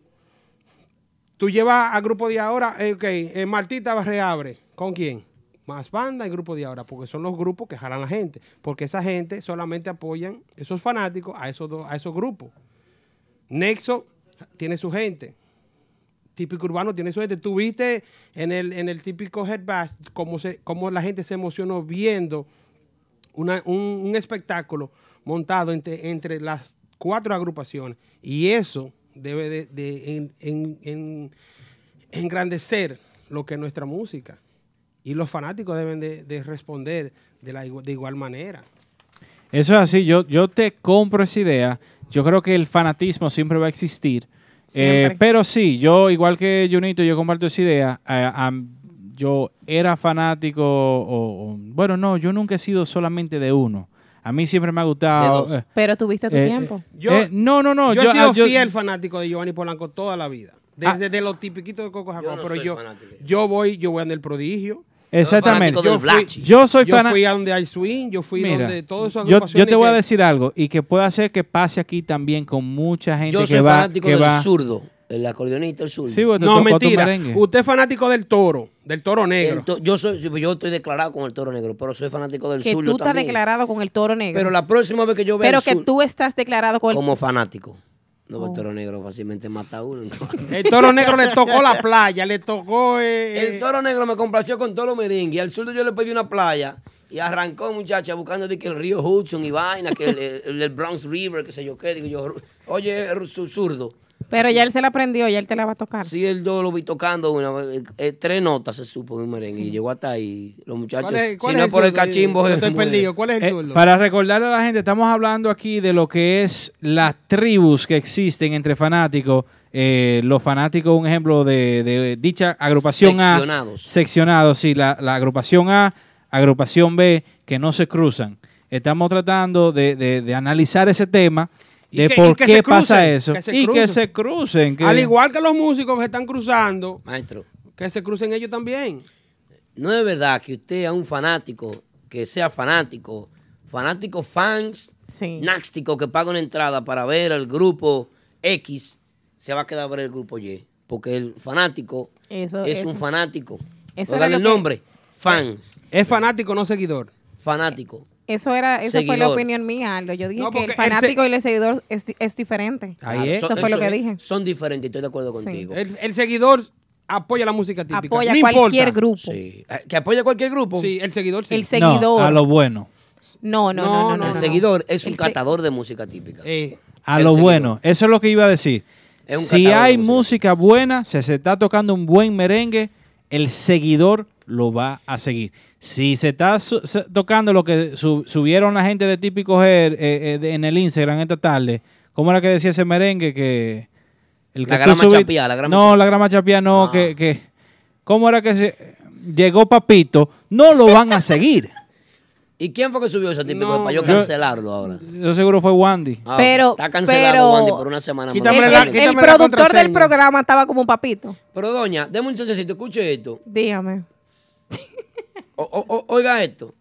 Tú llevas a grupo de ahora, eh, ok, eh, Martita reabre. ¿Con quién? Más Banda y grupo de ahora, porque son los grupos que jalan a la gente. Porque esa gente solamente apoyan, esos fanáticos, a esos, dos- a esos grupos. Nexo tiene su gente. Típico Urbano tiene su gente. Tuviste en el, en el típico Headbash cómo, se, cómo la gente se emocionó viendo una- un, un espectáculo montado entre, entre las cuatro agrupaciones. Y eso debe de, de en- en- en- engrandecer lo que es nuestra música. Y los fanáticos deben de, de responder de, la, igu- de igual manera. Eso es así, yo, yo te compro esa idea. Yo creo que el fanatismo siempre va a existir. Siempre. Eh, pero sí, yo, igual que Junito, yo comparto esa idea. Eh, am- yo era fanático, o, o- bueno, no, yo nunca he sido solamente de uno. A mí siempre me ha gustado. De dos. eh, Pero tuviste tu eh, tiempo. Yo, eh, no, no, no. yo, he sido ah, yo- fiel fanático de Giovanni Polanco toda la vida. Desde de los tipiquitos de Coco Jacob. Yo no pero soy yo, fanático. yo voy, yo voy a el prodigio. Exactamente. fanático del Yo fui, Blachi. Yo soy yo fana- fui a donde hay swing, yo fui Mira, donde todos esos yo, yo te voy a decir algo y que pueda hacer que pase aquí también con mucha gente Yo que soy va, fanático que del va. zurdo, el acordeonista, el zurdo. Sí, porque te No, tocó tu mentira. merengue. Usted es fanático del toro, del toro negro. El to- yo soy, yo estoy declarado con el toro negro, pero soy fanático del Que zurdo tú estás también. declarado con el toro negro. Pero la próxima vez que yo vea Pero el que sur- tú estás declarado con el... como fanático. No, Oh. el toro negro fácilmente mata a uno. El toro negro le tocó la playa, le tocó... eh, El toro negro me complació con todos los merengues. Al zurdo yo le pedí una playa y arrancó, muchacha, buscando de que el río Hudson y vaina, que el, el, el Bronx River, que sé yo qué. Digo yo, oye, su- zurdo. Pero ya él se la aprendió, ya él te la va a tocar. Sí, él yo lo vi tocando una vez, eh, tres notas se supo de un merengue y llegó hasta ahí. Los muchachos, ¿Cuál es- cuál si es no el es por el zurdo? cachimbo, Yo estoy muere. perdido. ¿Cuál es el Eh, zurdo? para recordarle a la gente, estamos hablando aquí de lo que es las tribus que existen entre fanáticos. Eh, los fanáticos, un ejemplo de, de dicha agrupación Seccionados. A. Seccionados. Sí, la, la agrupación A, agrupación B, que no se cruzan. Estamos tratando de, de- de analizar ese tema, Y de que- por y que qué se pasa crucen, eso. que se y que crucen. se crucen. que- Al igual que los músicos que se están cruzando, Maestro, que se crucen ellos también. no es verdad que usted a un fanático, que sea fanático, fanático fans, Sí. nástico, que paga una entrada para ver al grupo X se va a quedar a ver el grupo Y. Porque el fanático Eso, es eso. un fanático. Eso Oigan era el lo que- nombre, fans. Es fanático, no seguidor. Fanático. Eso era, esa fue la Seguidor. opinión mía, Aldo. Yo dije No, que el porque el fanático se- y el seguidor es, di- es diferente. Ahí es. Eso fue lo que son- dije. Son diferentes, estoy de acuerdo contigo. El, el seguidor apoya la música típica. Apoya no cualquier importa. grupo. Sí. Eh, ¿Que apoya cualquier grupo? Sí, el seguidor sí. El seguidor. No, a lo bueno. No, no, no, no. no, el no. seguidor es un El se- catador de música típica. Eh, A El lo seguidor. bueno. Eso es lo que iba a decir. Es un Si catador de hay música. música buena, si se está tocando un buen merengue, el seguidor lo va a seguir. Si se está su- se- tocando lo que su- subieron la gente de Típico Head eh, eh, de- en el Instagram esta tarde, ¿cómo era que decía ese merengue? Que el La que tú grama subí- chapía, la grama No, chapía. la grama chapía no, Ah. que, que ¿cómo era que se llegó Papito? No lo van a seguir. ¿Y quién fue que subió ese típico No, para yo yo- cancelarlo ahora? Yo seguro fue Wandy. Ah, Pero- está cancelado pero- Wandy por una semana más. Quítame El, la- el- el quítame la productor del contraseña. programa estaba como un papito. Pero doña, deme un chancecito, escuche esto. Dígame. O- o- o- oiga esto.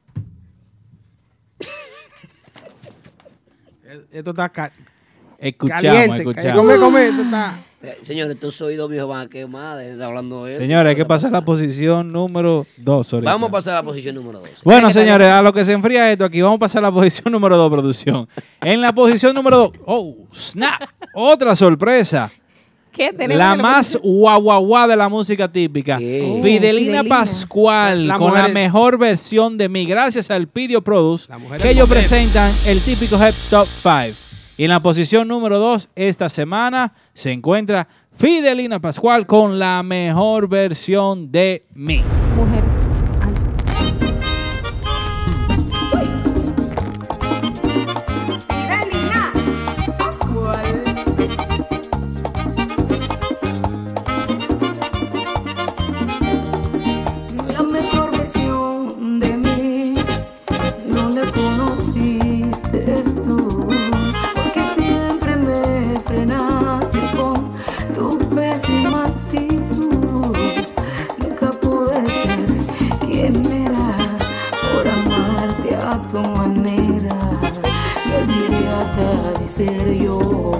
Esto está ca- Escuchamos, caliente. escuchamos. Come, come, esto está... Eh, Señores, estos oídos míos van a quemar de estar hablando de esto. Señores, hay ¿Qué que pasar a la posición número dos ahorita. Vamos a pasar a la posición número dos. Bueno, señores, a lo que se enfría esto aquí, vamos a pasar a la posición número dos, producción. En la posición número dos, oh, snap, otra sorpresa. ¿Qué tenemos? La en más guau guau guau de la música típica. ¿Qué? Oh, Fidelina, Fidelina. Pascual, La con mujer la es- mejor versión de mí, gracias al Pidio Produce, La mujer que es ellos mujer. presentan el Típico Head Top cinco. Y en la posición número dos, esta semana, se encuentra Fidelina Pascual con la mejor versión de mí. Mujeres. Aldo. Fidelina Pascual. La mejor versión de mí no la conociste tú, porque siempre me frenaste con tu pésima actitud. Nunca pude ser quien era por amarte a tu manera. Me olvidé hasta de ser yo.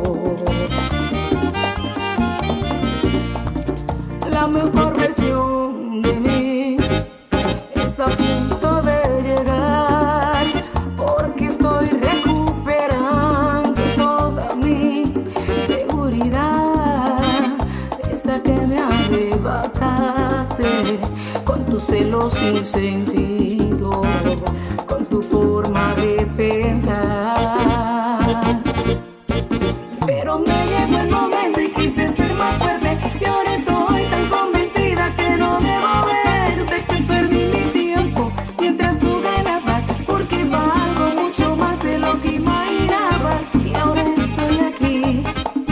La mejor versión de mí está a punto de llegar, porque estoy recuperando toda mi seguridad. Esta que me arrebataste con tus celos sin sentido, con tu forma de pensar. Pero me llegó el momento y quise ser más fuerte, y ahora estoy tan convencida que no debo verte, que perdí mi tiempo mientras tú ganabas, porque valgo mucho más de lo que imaginabas. Y ahora estoy aquí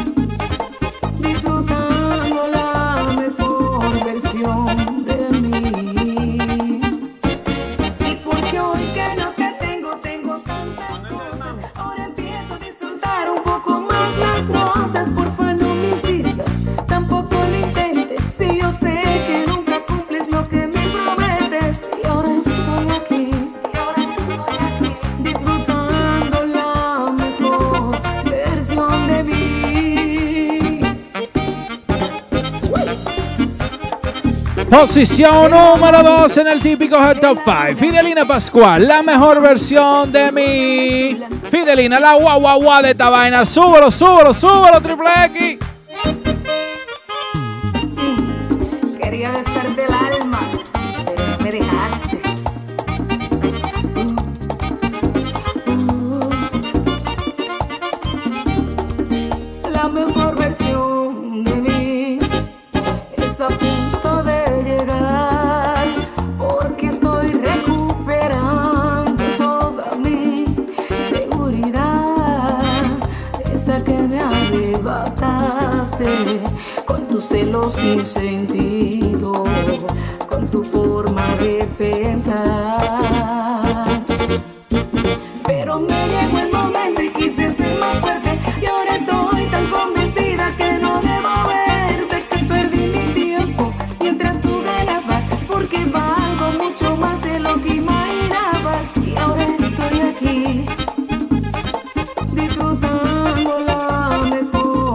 disfrutando la mejor versión de mí. Y porque hoy que no te tengo, tengo tantas cosas, ahora empiezo a disfrutar un poco más las cosas. Porfa, no me insistas, tampoco lo intentes, si yo sé que nunca cumples lo que me prometes. Y ahora estoy aquí, y ahora estoy aquí, disfrutando la mejor versión de mí. Posición número dos en el Típico Head Top cinco. Fidelina Pascual, la mejor versión de mí. Fidelina, la guau guau guau de esta vaina. Súbelo, súbelo, súbelo, Triple X. Quería gastarte el alma, pero me dejaste. La mejor versión de mí está a punto de llegar, porque estoy recuperando toda mi seguridad. Esa que me arrebataste con tus celos sin sentido, con tu forma de pensar. Pero me llegó el momento y quise ser más fuerte, y ahora estoy tan convencida que no debo verte, que perdí mi tiempo mientras tú ganabas, porque valgo mucho más de lo que imaginabas. Y ahora estoy aquí disfrutando la mejor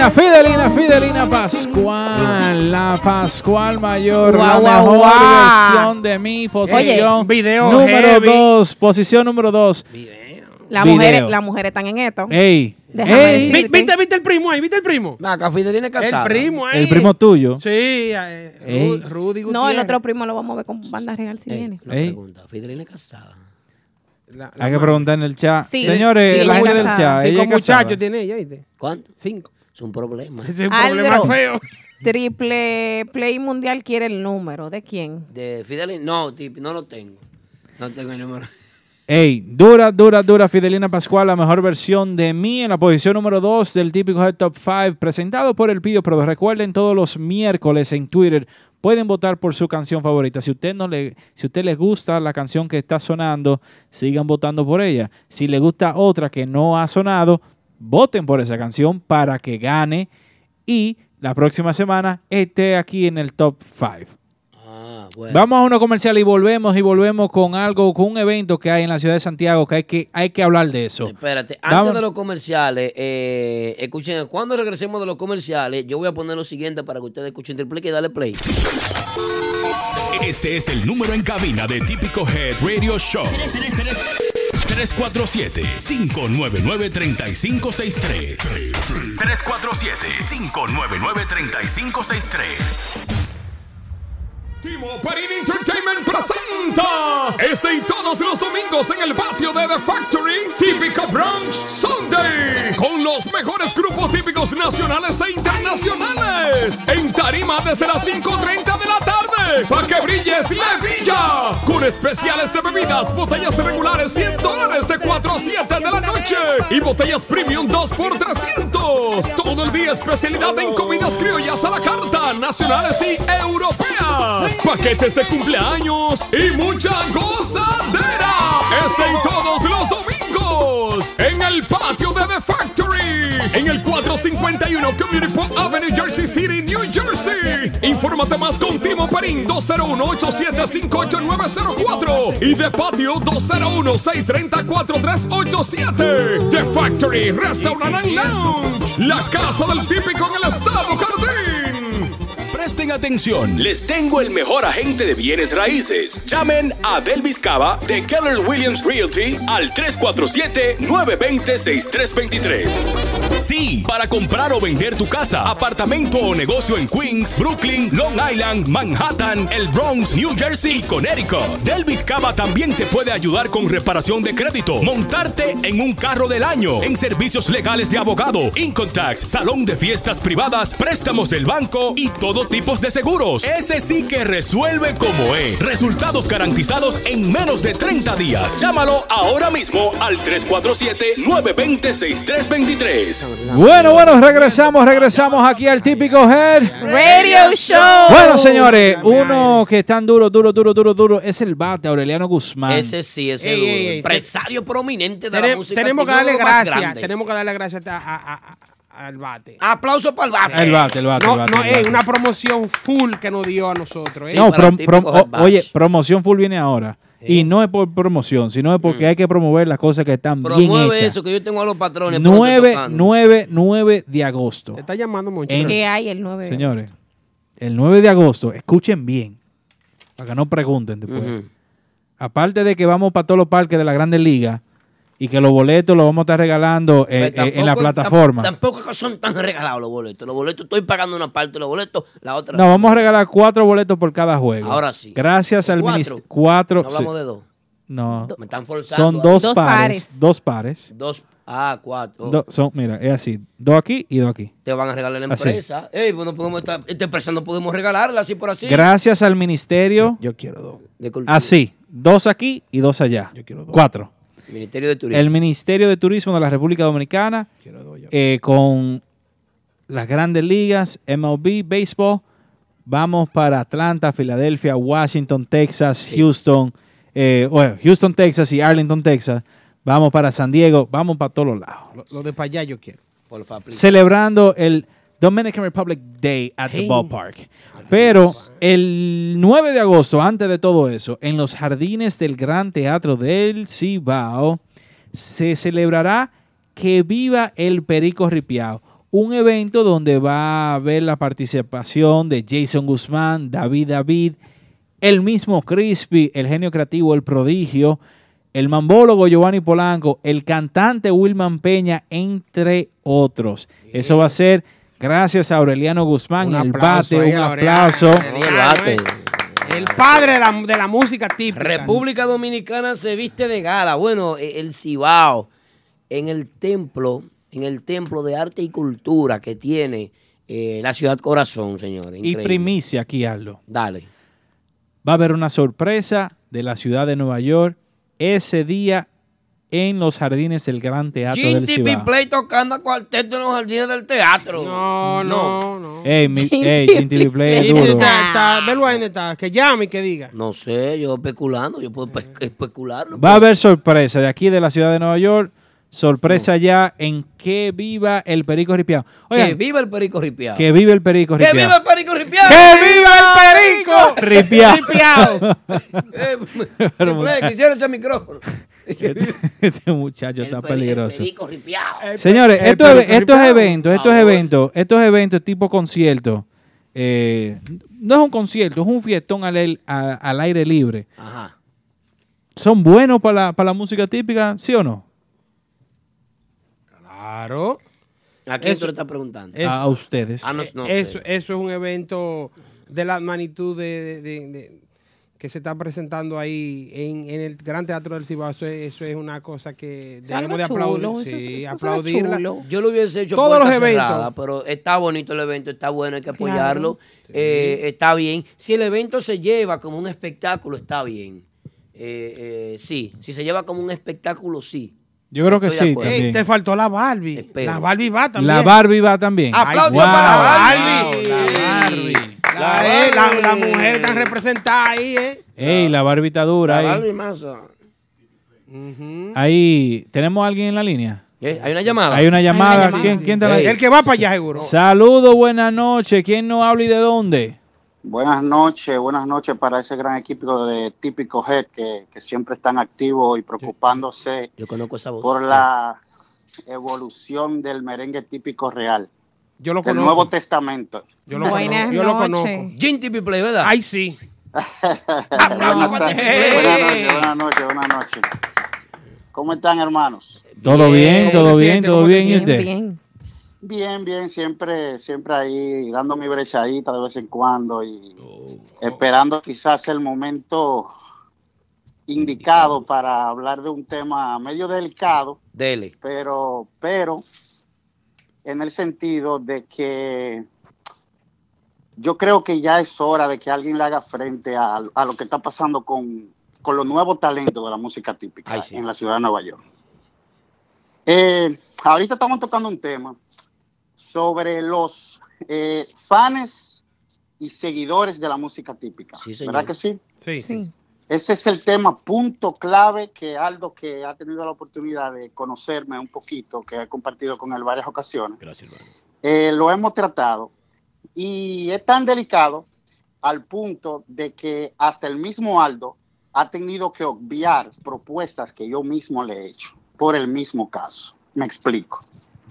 La Fidelina, Fidelina Pascual, la Pascual Mayor, Guau, la guau, mejor guau. versión de mi posición. Oye, video número heavy. dos, posición número dos. Las Video. mujeres, las mujeres están en esto. Ey, Déjame ey. decirte. ¿Viste, ¿Viste el primo ahí? ¿Viste el primo? Acá Fidelina es casada. El primo ahí. El primo tuyo. Sí, eh, Ey. Ru- Rudy No, el Gutiérrez. otro primo lo vamos a ver con banda real si viene. Una Ey. pregunta. Fidelina es casada. La- la Hay que mami. preguntar en el chat. Sí. Señores, Sí, la ella gente es del casada. chat. Ella Cinco es casada. muchachos tiene ella, ¿viste? ¿Cuánto? Cinco. Es un problema. Ese es un Aldro. problema feo. Triple Play Mundial quiere el número. ¿De quién? De Fidelina, no, tip, no lo tengo. No tengo el número. Ey, dura, dura, dura, Fidelina Pascual, la mejor versión de mí en la posición número dos del típico Head Top cinco, presentado por El Pido. Pero recuerden, todos los miércoles en Twitter pueden votar por su canción favorita. Si usted no le, si usted les gusta la canción que está sonando, sigan votando por ella. Si les gusta otra que no ha sonado, voten por esa canción para que gane y la próxima semana esté aquí en el Top cinco. Ah, bueno. Vamos a uno comercial y volvemos y volvemos con algo, con un evento que hay en la ciudad de Santiago que hay que, hay que hablar de eso. Espérate, antes Vamos. de los comerciales, eh, escuchen, cuando regresemos de los comerciales, yo voy a poner lo siguiente para que ustedes escuchen triple y dale play. Este es el número en cabina de Típico Head Radio Show. tres cuatro siete, cinco nueve nueve, tres cinco seis tres. tres cuatro siete, cinco nueve nueve, tres cinco seis tres. Timo Parín Entertainment presenta este y todos los domingos en el patio de The Factory Típico Brunch Sunday con los mejores grupos típicos nacionales e internacionales en tarima desde las cinco treinta de la tarde para que brilles Levilla con especiales de bebidas, botellas regulares cien dólares de cuatro a siete de la noche y botellas premium dos por trescientos. Todo el día especialidad en comidas criollas a la carta, nacionales y europeas. Paquetes de cumpleaños y mucha gozadera. Este y todos los domingos en el patio de The Factory, en el cuatrocientos cincuenta y uno Community Park Avenue, Jersey City, New Jersey. Infórmate más con Timo Parín dos cero uno, ocho siete cinco ocho nueve cero cuatro y de patio dos cero uno, seis tres cuatro, tres ocho siete. The Factory Restaurant and Lounge, la casa del típico en el estado Jardín. Presten atención, les tengo el mejor agente de bienes raíces. Llamen a Delvis Cava de Keller Williams Realty al tres cuatro siete, nueve dos cero, seis tres dos tres. Sí, para comprar o vender tu casa, apartamento o negocio en Queens, Brooklyn, Long Island, Manhattan, el Bronx, New Jersey y Connecticut. Delvis Cava también te puede ayudar con reparación de crédito, montarte en un carro del año, en servicios legales de abogado, income tax, salón de fiestas privadas, préstamos del banco y todo tipo de seguros. Ese sí que resuelve como es. Resultados garantizados en menos de treinta días. Llámalo ahora mismo al tres cuatro siete, nueve dos cero, seis tres dos tres. Bueno, bueno, regresamos, regresamos aquí al típico Head Radio Show. Bueno, señores, uno que es tan duro, duro, duro, duro, duro es el bate Aureliano Guzmán. Ese sí, ese Ey, duro. ey, ey, empresario prominente de Tenem- la música. tenemos que antigua, darle lo más gracias. grande. Tenemos que darle gracias a, a- a- al bate. Aplauso para el bate. El bate, el bate, No, el bate. no, el ey, bate. una promoción full que nos dio a nosotros. ¿eh? No, para el prom- típico prom- Head o- Bash. oye, promoción full viene ahora. Y no es por promoción, sino es porque hay que promover las cosas que están bien Promueve hechas. eso, que yo tengo a los patrones. pronto nueve, tocando. nueve, nueve de agosto. Te está llamando mucho. En- ¿Qué hay el nueve? Señores, el nueve de agosto, escuchen bien, para que no pregunten después. Ujú. Aparte de que vamos para todos los parques de la Grandes Ligas y que los boletos los vamos a estar regalando eh, Pero eh, en la tampoco- plataforma. tam- Tampoco son tan regalados los boletos. Los boletos, estoy pagando una parte de los boletos, la otra. No, vamos a regalar cuatro boletos por cada juego. Ahora sí. Gracias al ¿Cuatro? ministerio. Cuatro. No hablamos sí. de dos. No. Me están forzando. Son a- dos, Dos pares, pares. Dos pares. Dos. Ah, cuatro. Do- son, mira, es así. Dos aquí y dos aquí. Te van a regalar la Así. empresa. Ey, pues no podemos estar, esta empresa no podemos regalarla así por así. Gracias al ministerio. Yo quiero dos. De cultura. Así. Dos aquí y dos allá. Yo quiero dos. Cuatro. Ministerio de Turismo. El Ministerio de Turismo de la República Dominicana, Quiero dos yo. eh, con las grandes ligas, M L B, béisbol, vamos para Atlanta, Filadelfia, Washington, Texas, Houston, eh, bueno, Houston, Texas y Arlington, Texas. Vamos para San Diego, vamos para todos los lados. Lo, lo de para allá yo quiero. Por favor. Celebrando el Dominican Republic Day at the Hey. ballpark. Pero el nueve de agosto, antes de todo eso, en los jardines del Gran Teatro del Cibao, se celebrará Que Viva el Perico Ripiao, un evento donde va a haber la participación de Jason Guzmán, David David, el mismo Crispy, el genio creativo, el prodigio, el mambólogo Giovanni Polanco, el cantante Wilman Peña, entre otros. Bien. Eso va a ser gracias a Aureliano Guzmán, el bate, un aplauso. El bate. El padre de la, de la música típica. República Dominicana se viste de gala. Bueno, el Cibao, en el templo, en el templo de arte y cultura que tiene eh, la ciudad corazón, señores. Increíble. Y primicia aquí, Aldo. Dale. Va a haber una sorpresa de la ciudad de Nueva York ese día en los jardines del Gran Teatro del Cibao. G T P Play tocando a cuarteto en los jardines del teatro. No, no, no. Ey, G T P Play es duro. Está, velo ahí donde está, que llame y que diga. No sé, yo especulando, yo puedo pe- especular. No Va puedo. a haber sorpresa de aquí de la ciudad de Nueva York. Sorpresa no. ya en que viva el Perico Ripiao. Oigan, que viva el Perico Ripiao. Que viva el Perico Ripiao. Que viva el Perico Ripiao. Que viva el Perico Ripiao. Ripiao. Quisiera ese micrófono. Este, este muchacho el está peligroso. El Perico Señores, el estos, Perico estos eventos, estos ah, eventos, estos eventos tipo concierto, eh, no es un concierto, es un fiestón al, a, al aire libre. Ajá. ¿Son buenos para la, para la música típica, sí o no? Claro. ¿A quién eso, tú le estás preguntando? Es, a ustedes. Ah, no, no eso, eso es un evento de la magnitud de, de, de, de que se está presentando ahí en, en el Gran Teatro del Cibao. Eso es, eso es una cosa que debemos de aplaudir. Chulo, sí, eso, aplaudirla. chulo. Yo lo hubiese hecho todos los eventos, cerrada, pero está bonito el evento, está bueno, hay que apoyarlo. Claro. Sí. Eh, está bien. Si el evento se lleva como un espectáculo, está bien. Eh, eh, sí, si se lleva como un espectáculo, sí. Yo creo que Estoy sí. Ey, te faltó la Barbie. Espero. La Barbie va también. La Barbie va también. Aplausos wow, para la Barbie. Wow, la Barbie. La, la, eh, la, la mujer está representada ahí, ¿eh? Ey, la Barbie está dura. La ahí. Barbie masa. Uh-huh. Ahí, ¿tenemos a alguien en la línea? ¿Qué? ¿Hay una llamada? Hay una llamada. Hay una llamada. ¿Quién, Sí. quién está El que va para allá, seguro. Saludos, buenas noches. ¿Quién nos habla y de dónde? Buenas noches, buenas noches para ese gran equipo de Típico Head que, que siempre están activos y preocupándose Yo conozco esa voz. por la evolución del merengue típico real. Yo lo del conozco. Nuevo Testamento. Yo lo conozco. Yo lo conozco. G T P Play, ¿verdad? Ay, sí. buenas, buenas noches, buenas noches, buenas noches. ¿Cómo están, hermanos? Todo bien, todo bien, todo bien. ¿Y usted? Bien. Bien, bien, siempre, siempre ahí dando mi brechadita de vez en cuando y oh, oh. esperando quizás el momento indicado, indicado para hablar de un tema medio delicado. Dele. Pero, pero en el sentido de que yo creo que ya es hora de que alguien le haga frente a, a lo que está pasando con, con los nuevos talentos de la música típica Ay, sí. en la ciudad de Nueva York. Eh, ahorita estamos tocando un tema sobre los eh, fans y seguidores de la música típica. Sí, ¿verdad que sí? Sí, sí. Ese es el tema, punto clave que Aldo, que ha tenido la oportunidad de conocerme un poquito, que he compartido con él varias ocasiones. Gracias, hermano. Eh, lo hemos tratado y es tan delicado al punto de que hasta el mismo Aldo ha tenido que obviar propuestas que yo mismo le he hecho por el mismo caso. Me explico.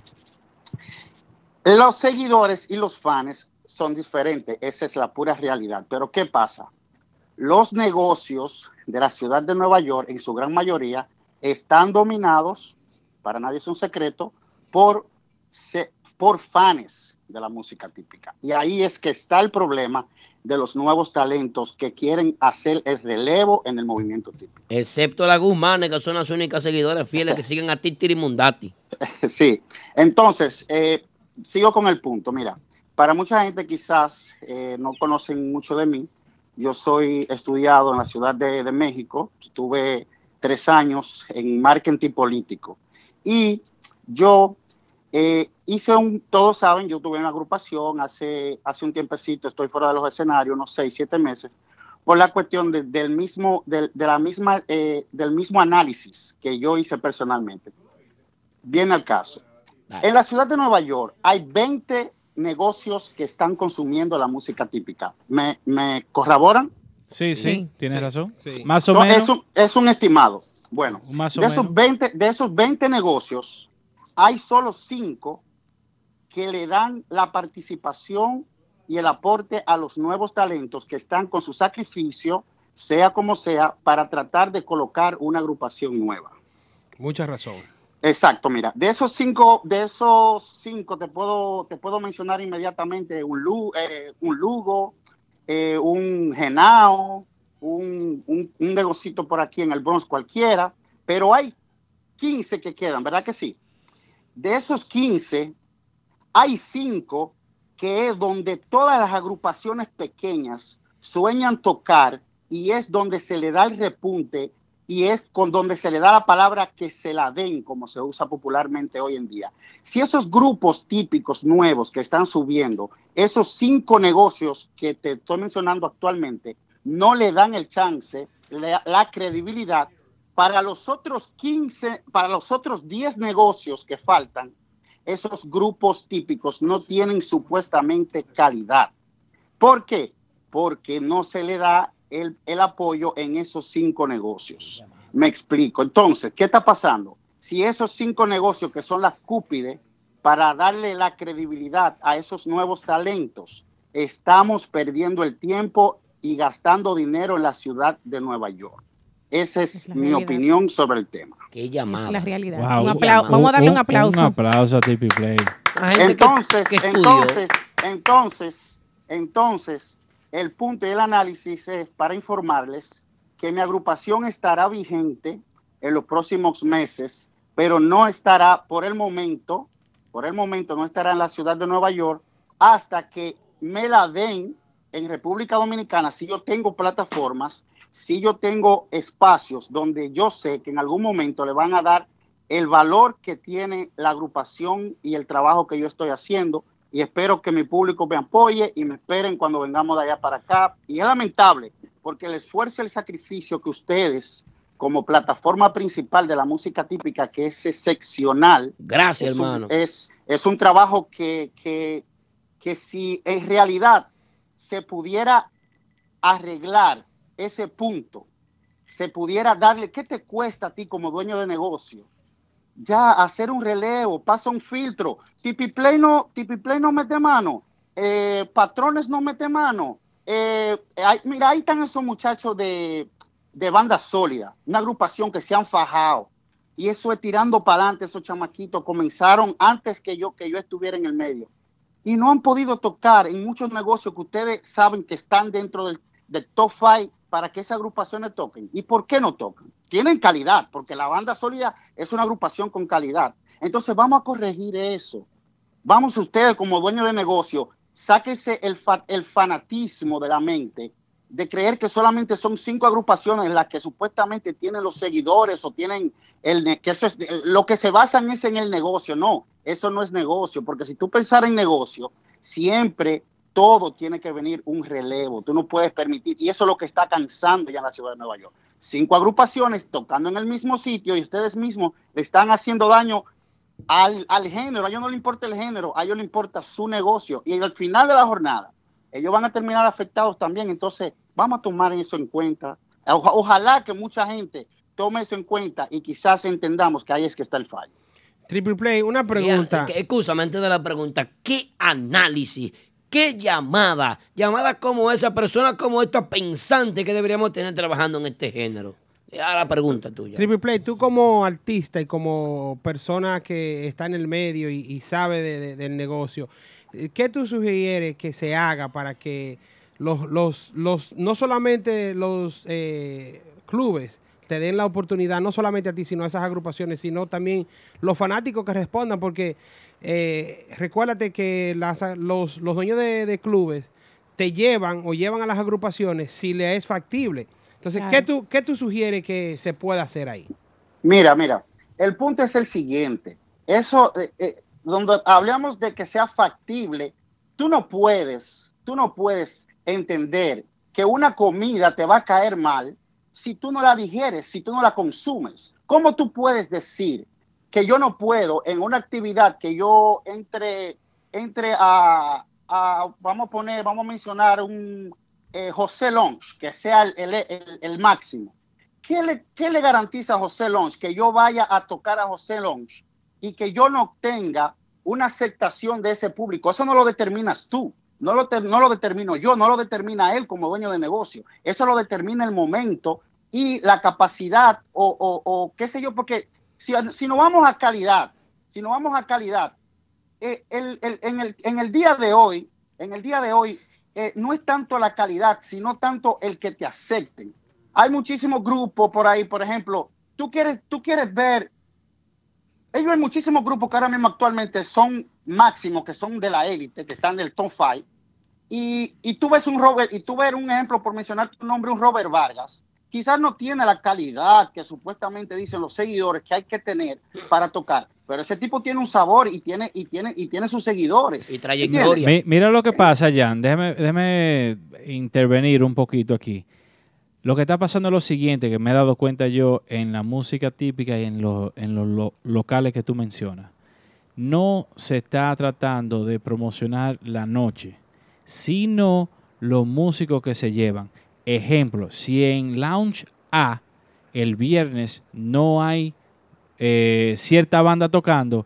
Los seguidores y los fans son diferentes, esa es la pura realidad. Pero ¿qué pasa? Los negocios de la ciudad de Nueva York, en su gran mayoría, están dominados, para nadie es un secreto, por, por fans de la música típica. Y ahí es que está el problema de los nuevos talentos que quieren hacer el relevo en el movimiento típico. Excepto las Guzmanes, que son las únicas seguidoras fieles que siguen a Titiri Mundati. Sí, entonces... Eh, sigo con el punto. Mira, para mucha gente quizás eh, no conocen mucho de mí. Yo soy estudiado en la Ciudad de, de México. Tuve tres años en marketing político. Y yo eh, hice un, todos saben, yo tuve una agrupación hace, hace un tiempecito, estoy fuera de los escenarios, unos seis, siete meses, por la cuestión de, del, mismo, de, de la misma, eh, del mismo análisis que yo hice personalmente. Viene al caso. En la ciudad de Nueva York hay veinte negocios que están consumiendo la música típica. ¿Me, me corroboran? Sí, sí, sí tienes sí, razón. Sí. Más o so, menos. Es un, es un estimado. Bueno, Más o de, menos. Esos veinte, de esos veinte negocios, hay solo cinco que le dan la participación y el aporte a los nuevos talentos que están con su sacrificio, sea como sea, para tratar de colocar una agrupación nueva. Mucha razón. Exacto, mira, de esos cinco, de esos cinco te puedo, te puedo mencionar inmediatamente un, Lu, eh, un Lugo, eh, un Genao, un, un, un negocito por aquí en el Bronx cualquiera, pero hay quince que quedan, ¿verdad que sí? De esos quince, hay cinco que es donde todas las agrupaciones pequeñas sueñan tocar y es donde se le da el repunte y es con donde se le da la palabra que se la den, como se usa popularmente hoy en día. Si esos grupos típicos nuevos que están subiendo, esos cinco negocios que te estoy mencionando actualmente, no le dan el chance, la, la credibilidad, para los otros quince, para los otros diez negocios que faltan, esos grupos típicos no tienen supuestamente calidad. ¿Por qué? Porque no se le da el, el apoyo en esos cinco negocios. Me explico. Entonces, ¿qué está pasando? Si esos cinco negocios que son las cúspides para darle la credibilidad a esos nuevos talentos, estamos perdiendo el tiempo y gastando dinero en la ciudad de Nueva York. Esa es, es mi realidad. opinión sobre el tema. Qué llamada. Es la realidad. Wow. Un apla- Vamos a darle un aplauso. Un aplauso a T P Play. Entonces, que, que entonces, entonces, entonces, el punto y el análisis es para informarles que mi agrupación estará vigente en los próximos meses, pero no estará por el momento, por el momento no estará en la ciudad de Nueva York hasta que me la den en República Dominicana. Si yo tengo plataformas, si yo tengo espacios donde yo sé que en algún momento le van a dar el valor que tiene la agrupación y el trabajo que yo estoy haciendo, y espero que mi público me apoye y me esperen cuando vengamos de allá para acá. Y es lamentable porque el esfuerzo y el sacrificio que ustedes como plataforma principal de la música típica, que es excepcional, gracias, es hermano, un, es, es un trabajo que, que, que si en realidad se pudiera arreglar ese punto, se pudiera darle, ¿qué te cuesta a ti como dueño de negocio? Ya hacer un relevo, pasa un filtro, T P Play no, T P Play no mete mano, eh, Patrones no mete mano, eh, hay, mira, ahí están esos muchachos de, de Banda Sólida, una agrupación que se han fajado, y eso es tirando para adelante. Esos chamaquitos comenzaron antes que yo, que yo estuviera en el medio, y no han podido tocar en muchos negocios que ustedes saben que están dentro del, del top five para que esas agrupaciones toquen. ¿Y por qué no tocan? Tienen calidad, porque la Banda Sólida es una agrupación con calidad. Entonces vamos a corregir eso. Vamos ustedes como dueños de negocio, sáquese el, fa el fanatismo de la mente de creer que solamente son cinco agrupaciones en las que supuestamente tienen los seguidores o tienen el que eso es lo que se basan es en el negocio. No, eso no es negocio, porque si tú pensar en negocio, siempre todo tiene que venir un relevo. Tú no puedes permitir, y eso es lo que está cansando ya en la ciudad de Nueva York. Cinco agrupaciones tocando en el mismo sitio y ustedes mismos le están haciendo daño al, al género. A ellos no le importa el género, a ellos le importa su negocio. Y al final de la jornada, ellos van a terminar afectados también. Entonces, vamos a tomar eso en cuenta. O, ojalá que mucha gente tome eso en cuenta y quizás entendamos que ahí es que está el fallo. Triple Play, una pregunta. Escúchame, antes de la pregunta, ¿qué análisis? ¿Qué llamada? Llamadas como esa, personas como esta pensante que deberíamos tener trabajando en este género. Ahora la pregunta tuya. Triple Play, tú como artista y como persona que está en el medio y, y sabe de, de, del negocio, ¿qué tú sugieres que se haga para que los, los, los no solamente los eh, clubes te den la oportunidad, no solamente a ti, sino a esas agrupaciones, sino también los fanáticos que respondan? Porque eh, recuérdate que las, los, los dueños de, de clubes te llevan o llevan a las agrupaciones si le es factible. Entonces, claro. ¿qué tú, qué tú sugieres que se pueda hacer ahí? Mira, mira, el punto es el siguiente. Eso, eh, eh, donde hablamos de que sea factible, tú no puedes, tú no puedes entender que una comida te va a caer mal si tú no la digieres, si tú no la consumes. ¿Cómo tú puedes decir que yo no puedo en una actividad que yo entre, entre a, a, vamos a poner, vamos a mencionar un eh, José Lunch, que sea el, el, el, el máximo? ¿Qué le, ¿Qué le garantiza a José Lunch que yo vaya a tocar a José Lunch y que yo no obtenga una aceptación de ese público. Eso no lo determinas tú, no lo, ter, no lo determino yo, no lo determina él como dueño de negocio. Eso lo determina el momento y la capacidad o, o, o qué sé yo, porque si, si nos vamos a calidad, si nos vamos a calidad, eh, el, el, en, el, en el día de hoy, en el día de hoy, eh, no es tanto la calidad, sino tanto el que te acepten. Hay muchísimos grupos por ahí, por ejemplo, tú quieres, tú quieres ver, ellos hay muchísimos grupos que ahora mismo actualmente son máximos, que son de la élite, que están del top five, y, y tú ves un Robert, y tú ves un ejemplo, por mencionar tu nombre, un Robert Vargas, quizás no tiene la calidad que supuestamente dicen los seguidores que hay que tener para tocar, pero ese tipo tiene un sabor y tiene, y tiene, y tiene sus seguidores. Y trayectoria. Mi, mira lo que pasa, Jan, déjeme, déjeme intervenir un poquito aquí. Lo que está pasando es lo siguiente, que me he dado cuenta yo en la música típica y en, lo, en los lo, locales que tú mencionas. No se está tratando de promocionar la noche, sino los músicos que se llevan. Ejemplo, si en Lounge A el viernes no hay eh, cierta banda tocando,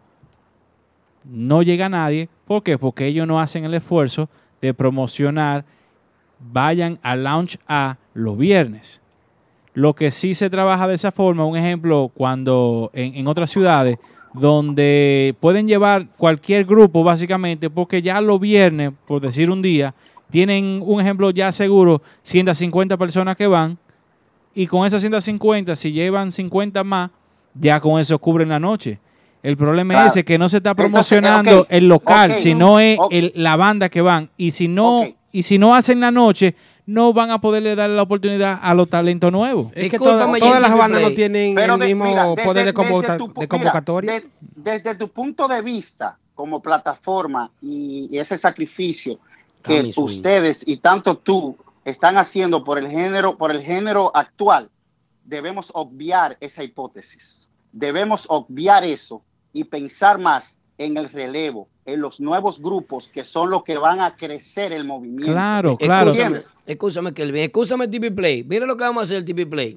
no llega nadie. ¿Por qué? Porque ellos no hacen el esfuerzo de promocionar, vayan a Lounge A los viernes. Lo que sí se trabaja de esa forma, un ejemplo, cuando en, en otras ciudades, donde pueden llevar cualquier grupo básicamente, porque ya los viernes, por decir un día, tienen un ejemplo ya seguro, ciento cincuenta personas que van, y con esas ciento cincuenta, si llevan cincuenta más, ya con eso cubren la noche. El problema claro. es ese, que no se está promocionando Entonces, okay, el local, okay, sino es okay. el, la banda que van. Y si no okay. y si no hacen la noche, no van a poderle dar la oportunidad a los talentos nuevos. Es que toda, todas las bandas no tienen Pero el de, mismo mira, desde, poder de, convoca, tu, de convocatoria. Mira, de, desde tu punto de vista, como plataforma y, y ese sacrificio que Cami ustedes swing. y tanto tú están haciendo por el género, por el género actual, debemos obviar esa hipótesis. Debemos obviar eso y pensar más en el relevo, en los nuevos grupos que son los que van a crecer el movimiento. Claro, claro. Escúchame, escúchame, Kelvin, escúchame T V Play. Mira lo que vamos a hacer el T V Play.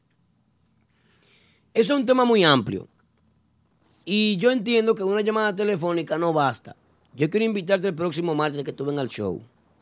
Eso es un tema muy amplio. Y yo entiendo que una llamada telefónica no basta. Yo quiero invitarte el próximo martes que tú vengas al show.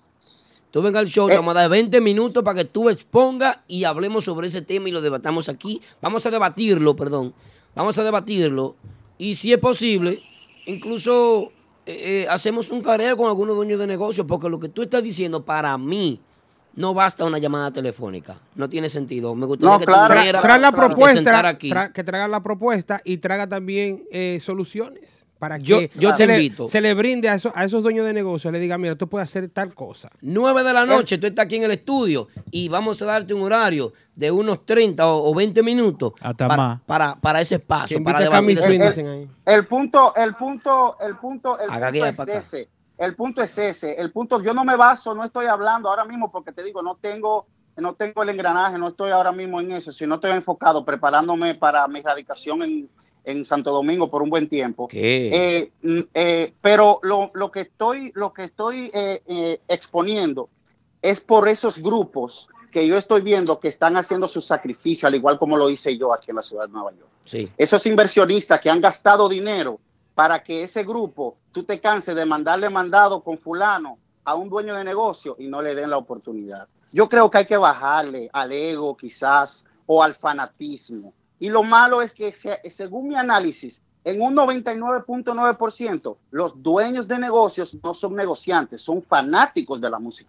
Tú vengas al show, eh. te vamos a dar veinte minutos para que tú expongas y hablemos sobre ese tema y lo debatamos aquí. Vamos a debatirlo, perdón. Vamos a debatirlo. Y si es posible, incluso eh, eh, hacemos un careo con algunos dueños de negocios, porque lo que tú estás diciendo, para mí, no basta una llamada telefónica. No tiene sentido. Me gustaría no, que claro, tú vinieras, trae la propuesta, aquí. Tra que traigan la propuesta y traiga también eh, soluciones. Para yo, que yo se, te invito. Le, se le brinde a, eso, a esos dueños de negocios, le diga, mira, tú puedes hacer tal cosa. nueve de la noche, el, tú estás aquí en el estudio y vamos a darte un horario de unos treinta o, o veinte minutos Hasta para, más. Para, para ese espacio. Para debatir el, el, el punto, el punto, el punto, el punto es ese. El punto es ese. El punto, yo no me baso, no estoy hablando ahora mismo porque te digo, no tengo, no tengo el engranaje, no estoy ahora mismo en eso, sino estoy enfocado preparándome para mi radicación en en Santo Domingo por un buen tiempo. Eh, eh, pero lo, lo que estoy, lo que estoy eh, eh, exponiendo es por esos grupos que yo estoy viendo que están haciendo su sacrificio, al igual como lo hice yo aquí en la ciudad de Nueva York. Sí. Esos inversionistas que han gastado dinero para que ese grupo, tú te canses de mandarle mandado con fulano a un dueño de negocio y no le den la oportunidad. Yo creo que hay que bajarle al ego quizás o al fanatismo. Y lo malo es que, según mi análisis, en un noventa y nueve punto nueve por ciento, los dueños de negocios no son negociantes, son fanáticos de la música.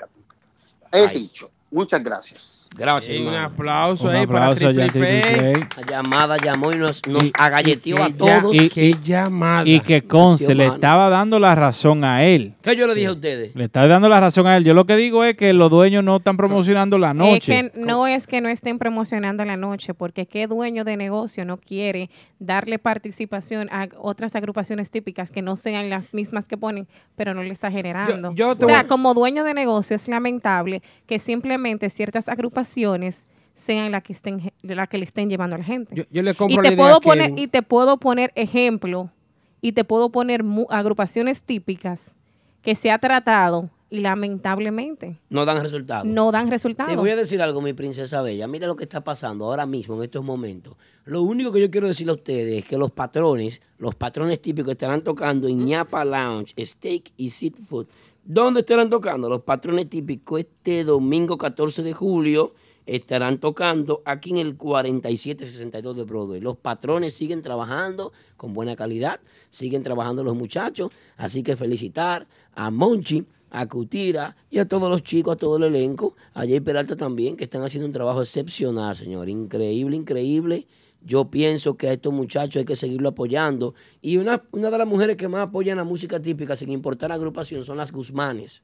He Ay. dicho. Muchas gracias. Gracias. Un aplauso un ahí aplauso para Triple Play. La llamada llamó y nos, nos y, agalleteó a ya, todos. Y, ¿Qué llamada? Y que conste, le estaba dando la razón a él. ¿Qué yo le dije a ustedes? Le estaba dando la razón a él. Yo lo que digo es que los dueños no están promocionando la noche. Es que no es que no estén promocionando la noche, porque qué dueño de negocio no quiere darle participación a otras agrupaciones típicas que no sean las mismas que ponen, pero no le está generando. Yo, yo o sea, como dueño de negocio es lamentable que simplemente ciertas agrupaciones sean las que estén la que le estén llevando a la gente. Yo, yo le compro y te la puedo idea poner que... y te puedo poner ejemplo y te puedo poner agrupaciones típicas que se ha tratado y lamentablemente No dan resultados. no dan resultados. Te voy a decir algo, mi princesa bella. Mira lo que está pasando ahora mismo, en estos momentos. Lo único que yo quiero decirle a ustedes es que los patrones, los patrones típicos estarán tocando en Ñapa Lounge, Steak y Seafood. ¿Dónde estarán tocando? Los patrones típicos este domingo catorce de julio estarán tocando aquí en el cuarenta y siete sesenta y dos de Broadway. Los patrones siguen trabajando con buena calidad, siguen trabajando los muchachos, así que felicitar a Monchi, a Cutira y a todos los chicos, a todo el elenco, a Jay Peralta también, que están haciendo un trabajo excepcional, señor. Increíble, increíble. Yo pienso que a estos muchachos hay que seguirlo apoyando. Y una, una de las mujeres que más apoyan la música típica, sin importar la agrupación, son las Guzmanes.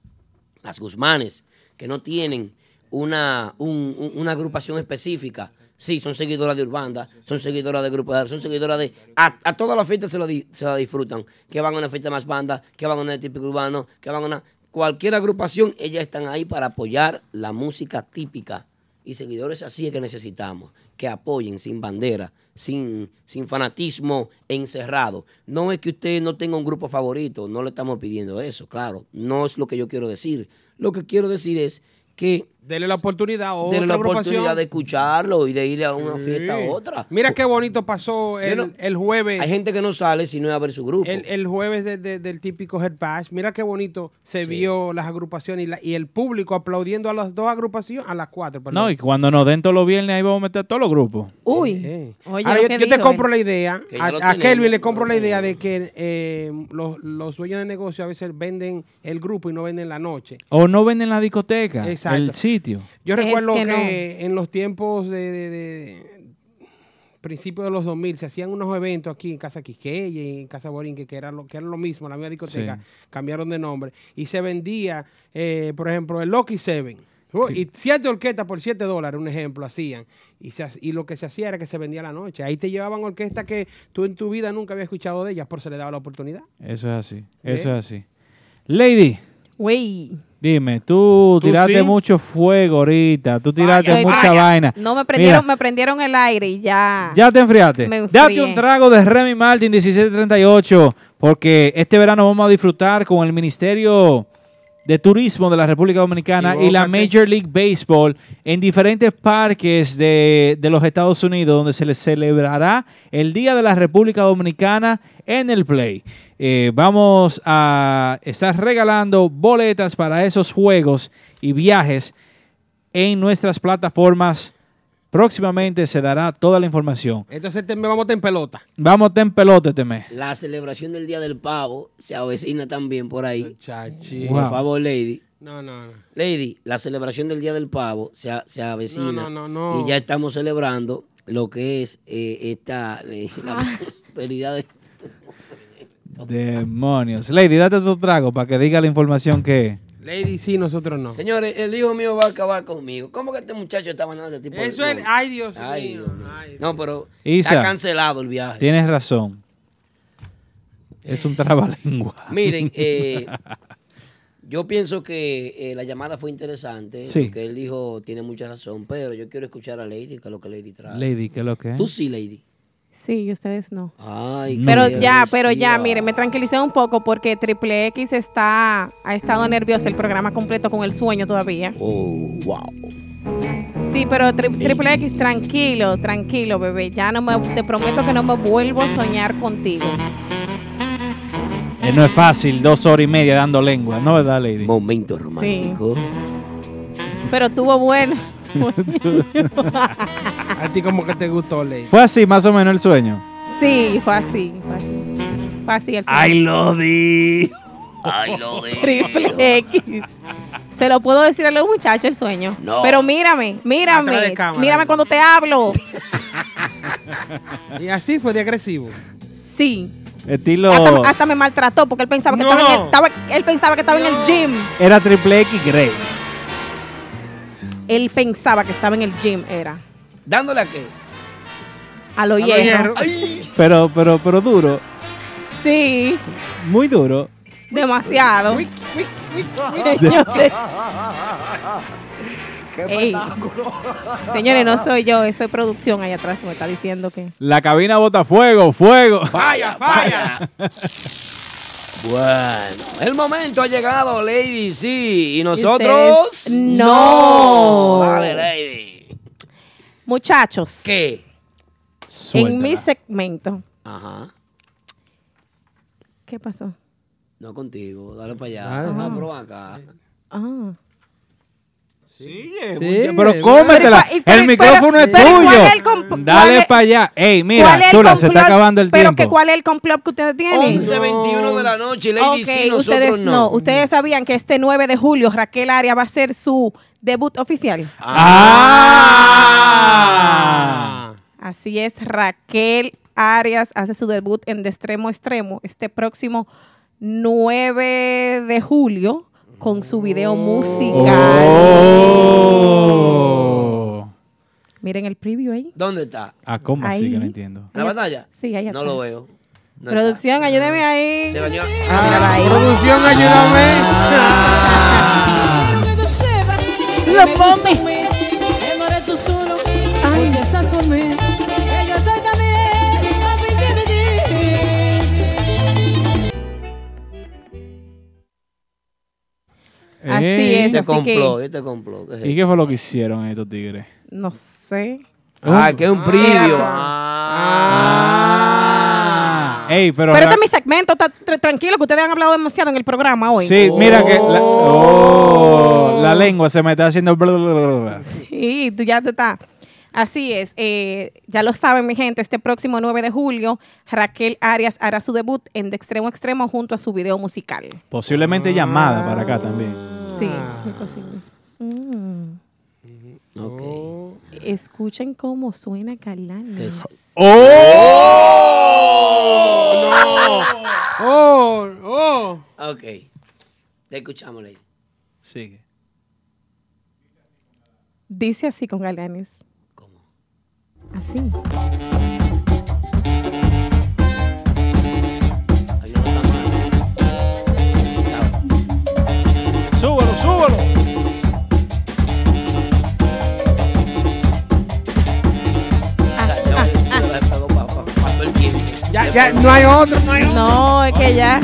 Las Guzmanes, que no tienen una, un, un- una agrupación específica. Sí, son seguidoras de Urbanda, son seguidoras de Grupo de son seguidoras de... A, a todas las fiestas se la, di- se la disfrutan. Que van a una fiesta más banda, que van a una típica urbano, que van a una... Cualquier agrupación, ellas están ahí para apoyar la música típica. Y seguidores así es que necesitamos, que apoyen sin bandera, sin, sin fanatismo encerrado. No es que usted no tenga un grupo favorito, no le estamos pidiendo eso, claro. No es lo que yo quiero decir. Lo que quiero decir es que Dele la oportunidad a otra Dele la agrupación. oportunidad de escucharlo y de ir a una Sí. fiesta a otra. Mira qué bonito pasó el, Yo no- el jueves. Hay gente que no sale si no es a ver su grupo. El, el jueves de- de- del típico Head Bash. Mira qué bonito se vio las agrupaciones y, la- y el público aplaudiendo a las dos agrupaciones, a las cuatro, perdón. No, y cuando nos den todos los viernes, ahí vamos a meter a todos los grupos. Uy. Eh. Oye, Ahora, lo yo, que yo te dijo compro él. la idea, Que ya a, lo a tenemos, Kelvin le ya compro lo la idea tenemos. de que eh, los, los dueños de negocio a veces venden el grupo y no venden la noche. O no venden la discoteca, Exacto. el sitio. Yo Es recuerdo que que, en los tiempos de, de- de principios de los dos mil se hacían unos eventos aquí en Casa Quisqueya y en Casa Borinque, que era lo, que era lo mismo, la misma discoteca, Sí. cambiaron de nombre. Y se vendía, eh, por ejemplo, el Lucky Seven. Oh, y siete orquestas por siete dólares, un ejemplo, hacían. Y, se, ha- y lo que se hacía era que se vendía la noche. Ahí te llevaban orquestas que tú en tu vida nunca habías escuchado de ellas, por se le daba la oportunidad. Eso es así, ¿Eh? eso es así. Lady, Güey. dime, tú ¿Tú tiraste sí? mucho fuego ahorita, tú tiraste Vaya, mucha vaya. vaina. No, me prendieron, Mira, me prendieron el aire y ya. ya te enfriaste. Me Date enfrié. un trago de Remy Martin diecisiete treinta y ocho, porque este verano vamos a disfrutar con el Ministerio de Turismo de la República Dominicana y la Equivócate. Major League Baseball en diferentes parques de, de los Estados Unidos, donde se les celebrará el Día de la República Dominicana en el Play. Eh, vamos a estar regalando boletas para esos juegos y viajes en nuestras plataformas. Próximamente se dará toda la información. Entonces te, me vamos a estar en pelota. Vamos a en pelote, teme. La celebración del Día del Pavo se avecina también por ahí. Chachi. Por Wow. favor, Lady. No, no, no. Lady, la celebración del Día del Pavo se, a- se avecina. No, no, no, no. Y ya estamos celebrando lo que es eh, esta eh, la prosperidad de... Demonios. Lady, date tu trago para que diga la información que es. Lady sí, nosotros no. Señores, el hijo mío va a acabar conmigo. ¿Cómo que este muchacho está mandando este tipo de Eso es, cosas? ay Dios Ay, mío. Dios mío. Ay, No, pero Isa, está cancelado el viaje. Tienes razón. Es un trabalengua. Miren, eh, yo pienso que eh, la llamada fue interesante. Sí. Porque él dijo, tiene mucha razón. Pero yo quiero escuchar a Lady, que es lo que Lady trae. Lady, ¿qué es lo que es? Tú sí, Lady. Sí, y ustedes no. Ay, No. Pero qué ya, pero ya, agresiva. mire, me tranquilicé un poco porque Triple X está, ha estado nervioso el programa completo con el sueño todavía. Oh, wow. Sí, pero tri- Triple X, tranquilo, tranquilo, bebé. Ya no me, te prometo que no me vuelvo a soñar contigo. Eh, no es fácil, dos horas y media dando lengua, ¿no verdad, Lady? Momento romántico. Pero tuvo bueno. A ti como que te gustó, Lady. Fue así más o menos el sueño. Sí, fue así, fue así. Fue así el sueño. ¡Ay, lo di! Ay, lo de. Triple X. Se lo puedo decir a los muchachos el sueño. No. Pero mírame, Atrás mírame. de cámara. Mírame cuando te hablo. Y así fue de agresivo. Sí. Estilo. Hasta, hasta me maltrató porque él pensaba que, No. estaba, en el, estaba- él pensaba que estaba en el gym. Era Triple X Grey. Él pensaba que estaba en el gym, era. ¿Dándole a qué? A lo A lo hierro. hierro. Ay. Pero, pero, pero duro. Sí, Muy duro. demasiado. Uy, uy, uy, uy. Señores, ¡Qué Ey. espectáculo! señores, no soy yo, eso es producción allá atrás que me está diciendo que. La cabina bota fuego, fuego. Falla, falla. Bueno, el momento ha llegado, Lady, sí. Y nosotros. ustedes no. Dale, Lady. Muchachos. ¿Qué? En mi segmento. Ajá. ¿Qué pasó? No contigo, dale para allá. Dale. Ah, pero acá. Ah. Sigue, Sí, mucha- pero cómetela. Pero, pero, El micrófono es pero, ¿cuál tuyo. es el comp- cuál Dale es- para allá. Ey, ¿Cuál mira, es el Chula, se está complot? acabando el Pero tiempo. que ¿cuál es el complot que ustedes tienen? once veintiuno de la noche, Lady, Ok, sí, nosotros ustedes no. no. Ustedes sabían que este nueve de julio Raquel Arias va a hacer su debut oficial. Ah. Así es, Raquel Arias hace su debut en De Extremo a Extremo este próximo nueve de julio con su video musical. Oh. Miren el preview ahí. ¿Dónde está? Ah, ¿cómo así Ahí. que no entiendo? ¿La batalla? Sí, ahí No atrás. lo veo. No Producción, ayúdeme ahí. Se bañó. Mírala ahí. Producción, ayúdame. La mami. Ay, estás por mí. Que yo soy también papi de ti. Así Ey. es, Te así compló, que este compló. ¿Qué es ¿Y qué fue lo que hicieron estos tigres? no sé. Ah, que es un preview. Ah. Ey, pero. Pero la- este es mi segmento, está tra- tranquilo que ustedes han hablado demasiado en el programa hoy. Sí, mira que. La, oh, la lengua se me está haciendo. bla, bla, bla, bla. Sí, tú ya te está. Así es, eh, ya lo saben mi gente, este próximo nueve de julio Raquel Arias hará su debut en De Extremo a Extremo junto a su video musical. Posiblemente llamada para acá también. Sí, es muy posible. Mm. Ok. Escuchen cómo suena Calani. ¡Oh! ¡Oh! ¡Oh! Ok. Te escuchamos, Lady. Sigue. Dice así con Galanes. ¿Cómo? Así. Ay, no, está mal. Súbelo, súbelo. Ya, ya, ya, ya pagó pa- pa- pasó el tiempo. Ya, ya, no hay otro, no hay otro. No, es que ya.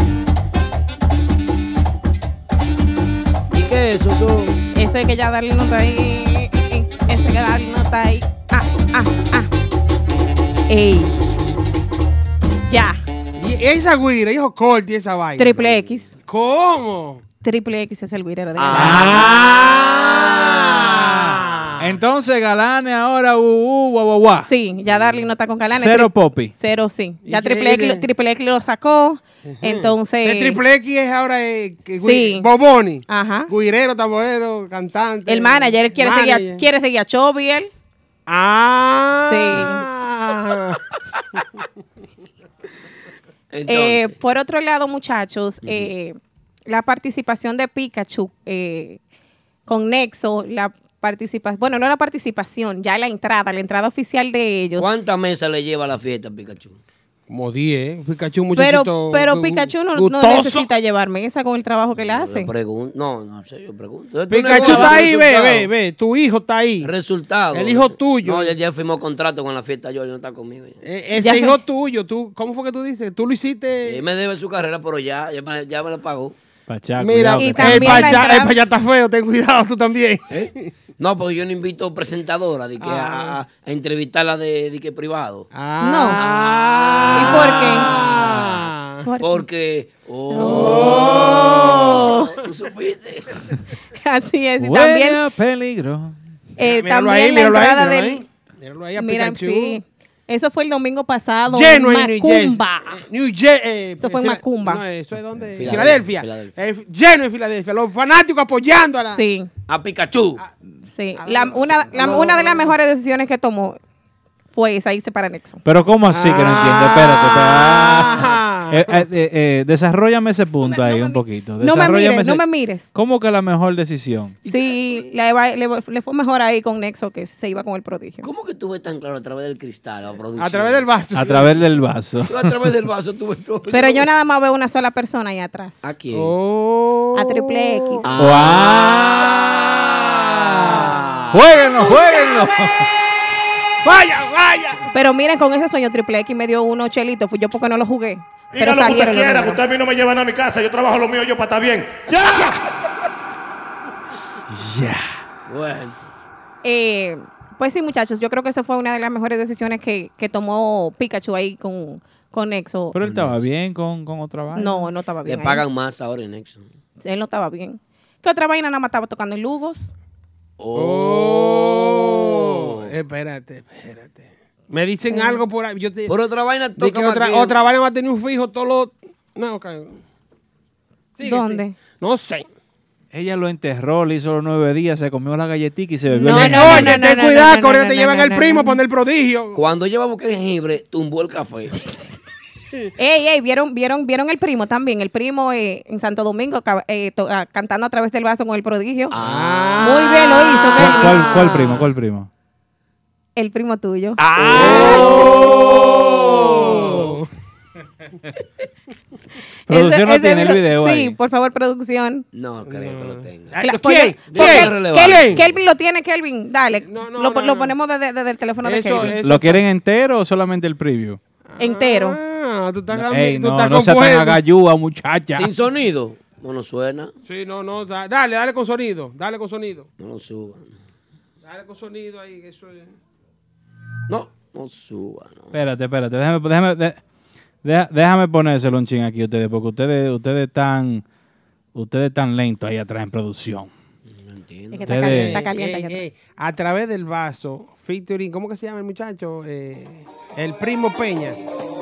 ¿Y qué es eso? Tú? Eso hay que ya darle nota ahí. Eso hay que darle nota ahí. Ah, ah, ah. Ey. Ya. Y esa güira, hijo corti esa vaina. Triple X. ¿Cómo? Triple X es el guirero de Ah. Entonces, Galanes ahora, uh, uh, guau, guau, guau. Sí, ya Darling no está con Galanes. Cero Tri- Poppy. Cero, sí. Ya ¿Y Triple qué X, es? lo- Triple X lo sacó. Entonces. El Triple X es ahora eh, que Sí. gui- Boboni. Ajá. Guirero, tamborero, cantante. El manager él quiere seguir, manager. a, quiere seguir a Chovy, él. Ah. Eh, por otro lado, muchachos, eh, la participación de Pikachu eh, con Nexo, la participación, bueno, no la participación, ya la entrada, la entrada oficial de ellos. ¿Cuántas mesas le lleva a la fiesta, Pikachu? Como diez. Pikachu, Pero, muchachito. pero gu- Pikachu no, no gustoso. necesita llevar mesa con el trabajo que le hace. Pregun- no, no sé, yo pregunto. Pikachu está ahí, ve, ve, ve. Tu hijo está ahí. Resultado. El hijo tuyo. No, él ya firmó contrato con la fiesta, yo no está conmigo. ya. E- ese Ya hijo sé. tuyo, tú, ¿cómo fue que tú dices? Tú lo hiciste. Él me debe su carrera, pero ya, ya, me- ya me la pagó. Pachá, Mira, cuidado, que el te- también la pachá, entrada- el pachá está feo, ten cuidado tú también. No, porque yo no invito presentadora de que a, a entrevistarla de, de que privado. Ah. ¿Y por qué? Porque. Oh, ¿tú supiste? Así es. Y Huele también, a peligro. eh, Míralo también ahí, la míralo ahí, entrada míralo del... ahí. Míralo ahí a Mira, Pikachu. sí. Eso fue el domingo pasado Lleno en en New Jersey. Macumba. New Jersey. eh, Eso fue en Fila- Macumba. No, eso es donde. Filadelfia. Filadelfia. Eh, lleno en Filadelfia. Los fanáticos apoyando a la. Sí, A Pikachu. sí. La- una, la- una de las mejores decisiones que tomó fue esa, irse para Nexo. Pero ¿cómo así que no entiendo? Espérate, Ah. espérate. Eh, eh, eh, eh, desarróllame ese punto ahí un poquito. No me Desarróllame mires, ese- no me mires. ¿Cómo que la mejor decisión? Sí, le, va- le, le fue mejor ahí con Nexo que se iba con el prodigio. ¿Cómo que tú ves tan claro a través del cristal, la producción? A través del vaso. A través del vaso. Yo a través del vaso tuve todo. Pero yo nada más veo una sola persona ahí atrás. ¿A quién? Oh. A Triple X. ¡Ah! ¡Jueguenlo, jueguenlo! ¡Vaya, vaya! Pero miren, con ese sueño Triple X me dio unos chelitos. Fui yo porque no lo jugué. Diga lo que usted quiera, que usted a mí no me lleva nada a mi casa. Yo trabajo lo mío yo para estar bien. ¡Ya! Ya. Bueno. Eh, pues sí, muchachos, yo creo que esa fue una de las mejores decisiones que, que tomó Pikachu ahí con, con Nexo. Pero él estaba bien con, con otra vaina. No, no estaba bien. Le ahí. pagan más ahora en Nexo. Él no estaba bien. ¿Qué otra vaina nada más estaba tocando en Lugos? Oh, espérate, espérate. Me dicen Sí. algo por ahí. Yo te, Por otra vaina de toca que otra, más que- otra vaina va a tener un fijo todos los... No, ok. Sigue, ¿Dónde? sigue. No sé. Ella lo enterró, le hizo los nueve días, se comió la galletita y se bebió No, el no, jengibre. oye, ten no, cuidado, no, que no, ahorita no, te llevan no, el no, primo no. a poner el prodigio. Cuando lleva boca de jengibre, tumbó el café. Ey, ey, ¿vieron, vieron, vieron el primo también? El primo eh, en Santo Domingo ca- eh, to- ah, cantando a través del vaso con el prodigio. Muy bien lo hizo, ¿Cuál, Kelvin. cuál, cuál primo? ¿Cuál primo? El primo tuyo. Oh. Producción no Ese- ese tiene el video- video Sí, ahí. por favor, producción. No creo que lo tenga. Ay, Cla- ¿Quién? porque- ¿Quién? Kelvin, Kelvin lo tiene, Kelvin. Dale. no, lo, no, lo no. ponemos desde, desde el teléfono de Eso, Kelvin. eso. ¿Lo quieren entero o solamente el preview? Entero. Ah, tú estás, Ey, tú no, estás no se tan compuesto. agayúa, muchacha. Sin sonido. No nos suena. Sí, no, no. da- Dale, dale con sonido. Dale con sonido. No lo suban. Dale con sonido ahí. que Eso es. No, no suban. No. Espérate, espérate, déjame, déjame, de- deja- déjame ponérselo un ching aquí a ustedes, porque ustedes, ustedes están, ustedes están lentos ahí atrás en producción. No entiendo. Es que está Ustedes- caliente, está caliente. Ey, allá atrás. ey, a través del vaso, featuring, ¿cómo que se llama el muchacho? Eh, el primo Peña.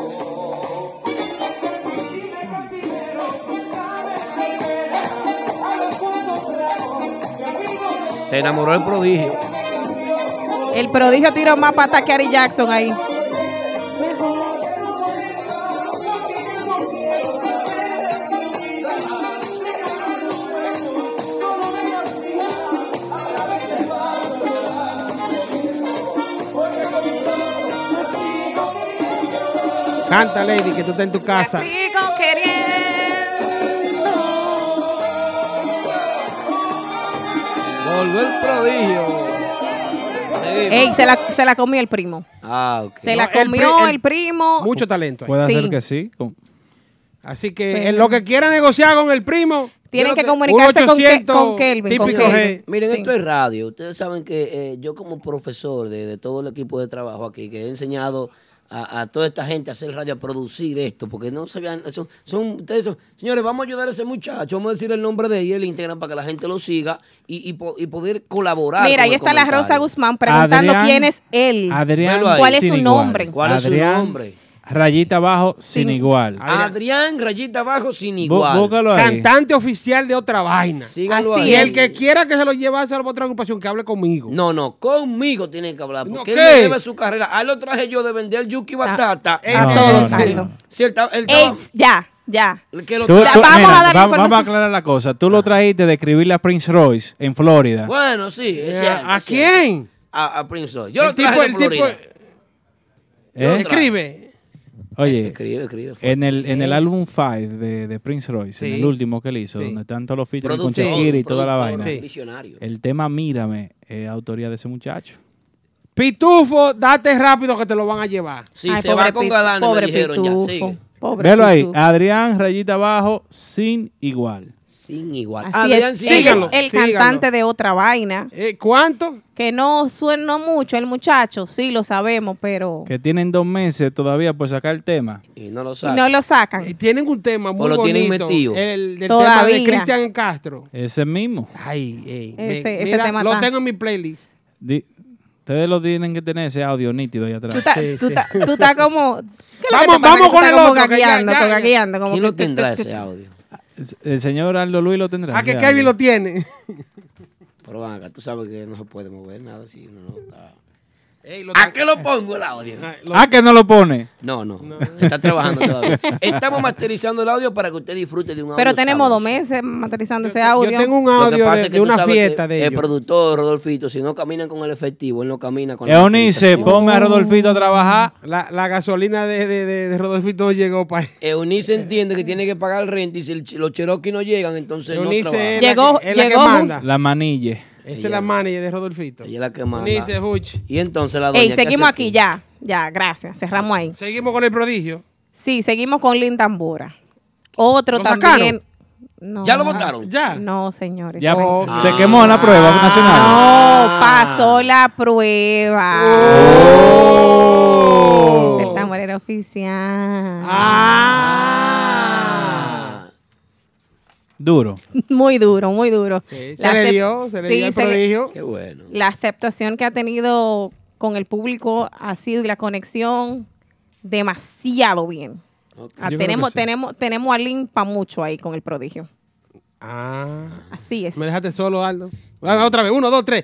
Se enamoró el prodigio. El prodigio tiró más pata que Ari Jackson ahí. Canta, Lady, que tú estás en tu casa. Sigo queriendo. Volvió el prodigio. Seguimos. Ey, se la, se la comió el primo. Ah, ok. Se la No, el comió pri- el- el primo. Mucho talento ahí. Puede Sí. ser que sí. con- Así que Pero- en lo que quiera negociar con el primo, Tienen Yo que creo que comunicarse con, Ke- ochocientos con Kelvin. Con típico Kelvin. G. Miren, Sí. esto es radio. Ustedes saben que eh, yo como profesor de, de todo el equipo de trabajo aquí, que he enseñado a, a toda esta gente a hacer radio, a producir esto, porque no sabían, son, son, ustedes son, señores, vamos a ayudar a ese muchacho, vamos a decir el nombre de él y el Instagram para que la gente lo siga y, y, po- y poder colaborar. Mira, con ahí el está la comentario. Rosa Guzmán preguntando Adrián- quién es él. Adrián Velo ahí. ¿Cuál es sin su igual. nombre? ¿Cuál es su Adrián, nombre? Rayita abajo, sin Sin- igual. Adrián, rayita abajo, sin Bú- igual. Búscalo ahí. cantante oficial de otra vaina. Síganlo Así ahí. Y el que quiera que se lo llevase a otra agrupación, que hable conmigo. No, no, conmigo tienen que hablar, No, porque él ¿qué? me debe su carrera. A él lo traje yo de vender yuki batata. A No, todos, no, no, Aldo. no. Sí, él estaba- él Ey, estaba- ya, ya. que lo Tú- traje- tú- vamos mira, a darle va- información. vamos a aclarar la cosa. Tú lo trajiste de escribirle a Prince Royce en Florida. Bueno, sí, es Eh, cierto, ¿A es cierto. quién? A, a Prince Royce. Yo El lo traje tipo- de el tipo- Florida. ¿Eh? Escribe. Oye, Escribe, escribe. fue. en el, en el álbum Five de, de Prince Royce, en Sí. el último que él hizo, Sí. donde están todos los features con Productor, Shakira y toda la productor, vaina. Sí. visionario. El tema Mírame es autoría de ese muchacho. Pitufo, date rápido que te lo van a llevar. Sí, Ay, se pobre va con Pi- Galán, me pobre dijeron ya. Pitufo. Sigue. Pobre Velo ahí, Pitufo. Adrián, rayita abajo, sin igual. Sin igual. Así Adrián, es. sigue. Él síganlo, es el síganlo. cantante de otra vaina. Eh, ¿Cuánto? Que no suena mucho el muchacho, sí lo sabemos, pero Que tienen dos meses todavía por sacar el tema. Y no lo y sabe. no lo sacan. Y tienen un tema muy O lo tienen bonito. metido. El del Todavía. tema de Cristian Castro. Ese mismo. Ay, ey. Ese- me- ese mira, tema lo está. tengo en mi playlist. Di- ustedes lo tienen que tener ese audio nítido ahí atrás. Tú estás Sí, tú sí. estás- tú estás como... ¿qué es lo Vamos- que te pasa? vamos Que tú con estás el como otro, que ya- gagueando, ya- como ya. gagueando, como ¿Quién que- lo tendrá ese audio? El señor Aldo Luis lo tendrá. Ah, que ese Kevin audio. lo tiene. Pero van acá, tú sabes que no se puede mover nada si uno no está. Ey, lo ¿A tan- qué lo pongo el audio? lo- Ah, que no lo pone. No, no, está trabajando todavía. Estamos masterizando el audio para que usted disfrute de un audio. Pero tenemos dos sabroso. meses materializando ese audio. Yo tengo un Lo que audio pasa de, es que de tú una sabes fiesta que de el ellos. productor Rodolfito, si no caminan con el efectivo, él no camina con la Eunice, masterización. ponme a Rodolfito a trabajar. La, la gasolina de, de, de, de Rodolfito no llegó para Eunice entiende que tiene que pagar el renta y si el ch- los Cherokee no llegan, entonces él no Eunice trabaja. es la Llegó- que- es la que llegó- manda. La manille. Esa es la manager de Rodolfito. Ella es la que manda. Eunice Huch. Y entonces la doña. Ey, ¿qué seguimos hace aquí ya. Ya, gracias. Cerramos ahí. Seguimos con el prodigio. Sí, seguimos con Lin Tambora. Otro ¿Lo también. sacaron? No. ¿Ya lo votaron? Ya. No, señores. Ya Oh. se quemó en la prueba nacional. No, pasó la prueba. Oh. El tamborero oficial. Ah. Duro. Muy duro, muy duro. Sí, se La le acep- dio, se le sí, dio el se le- prodigio. Qué bueno. La aceptación que ha tenido con el público ha sido y la conexión demasiado bien. Ah, Yo creo tenemos, que sí. tenemos, tenemos a Lin pa' mucho ahí con el prodigio. Ah. Así es. Me dejaste solo, Aldo. Venga, otra vez. Uno, dos, tres.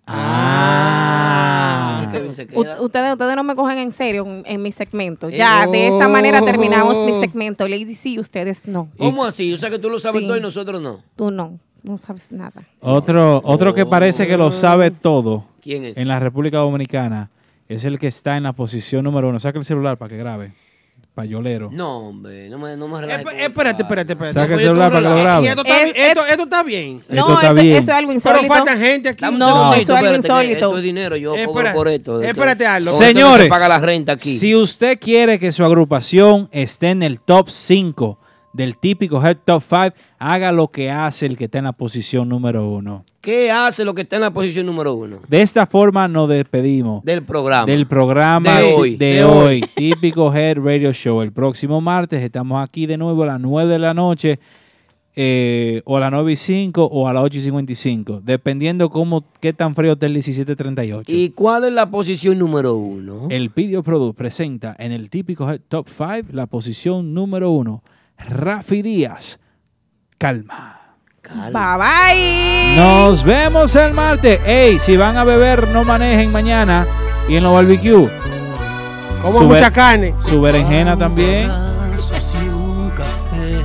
Ah. U- ustedes, ustedes no me cogen en serio en, en mi segmento. Ya, de esta manera terminamos mi segmento. Lady sí, ustedes no. ¿Cómo así? O sea que tú lo sabes Sí. todo y nosotros no. Tú no, no sabes nada. Otro, otro que parece que lo sabe todo ¿Quién es? en la República Dominicana es el que está en la posición número uno. Saca el celular para que grabe. Payolero. No, hombre, no me, no me relajes. con- Espérate, espérate, espérate. Saca el Oye, tú celular para que lo relaja. grabe. Y esto está, Es- bien- esto, esto está bien. Esto No, está esto- bien. eso es algo Pero insólito. falta gente aquí. Dame un No, segundito, eso es algo espérate, que insólito. esto es dinero, yo Espera, cobro por esto. esto- espérate, Aldo. con esto no se Señores, paga la renta aquí. si usted quiere que su agrupación esté en el top cinco del típico Head Top cinco, haga lo que hace el que está en la posición número uno. ¿Qué hace lo que está en la posición número uno De esta forma nos despedimos del programa? del programa De hoy. de De hoy, Típico Head Radio Show. El próximo martes estamos aquí de nuevo a las nueve de la noche, eh, o a las nueve y cinco o a las ocho y cincuenta y cinco, dependiendo cómo, qué tan frío está el diecisiete treinta y ocho. ¿Y cuál es la posición número uno? El Video Product presenta en el Típico Head Top cinco la posición número uno, Rafi Díaz, Calma. Bye bye. Nos vemos el martes. Ey, si van a beber, no manejen mañana. Y en los barbecue, Como Su mucha ver- carne. su berenjena también. Brazos y un café.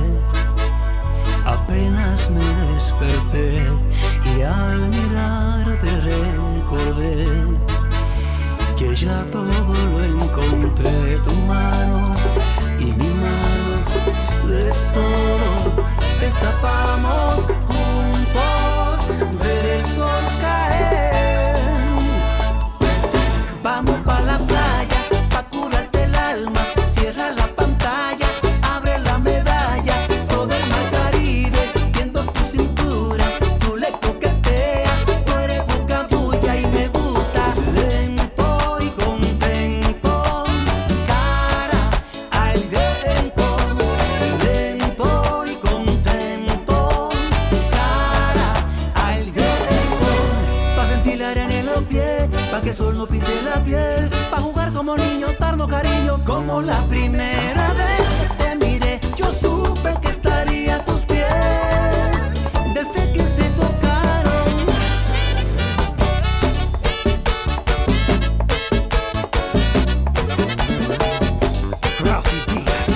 Apenas me desperté y al mirarte recordé que ya todo lo encontré. Tu mano y mi mano, de todo destapamos juntos, ver el sol caer. Vamos pa' la playa, pa' curarte el alma. Cierra la pantalla, abre la medalla. Todo el mar Caribe, viendo tu cintura. Tú le coqueteas, tú eres boca bulla y me gusta. Lento y contento, cara al viento. Lento y contento, cara al viento. Pa' sentir la arena en los pies, pa' que el sol no pinte la piel, pa' jugar como niño, darnos cariño. Como la primera vez que te miré, yo supe que estaría a tus pies, desde que se tocaron. Rafi Díaz.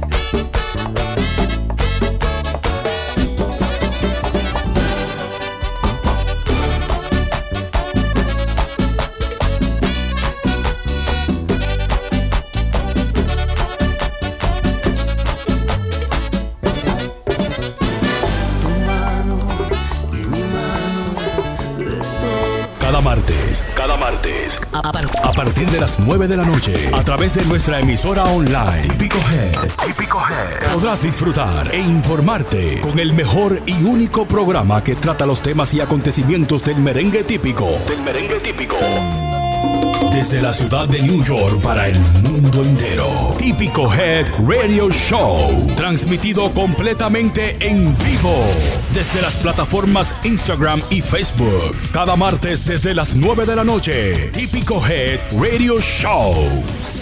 Cada martes, cada martes, a partir de las nueve de la noche, a través de nuestra emisora online, Típico Head, Típico Head, podrás disfrutar e informarte con el mejor y único programa que trata los temas y acontecimientos del merengue típico. Del merengue típico. Desde la ciudad de New York para el mundo entero. Típico Head Radio Show. Transmitido completamente en vivo. Desde las plataformas Instagram y Facebook. Cada martes desde las nueve de la noche. Típico Head Radio Show.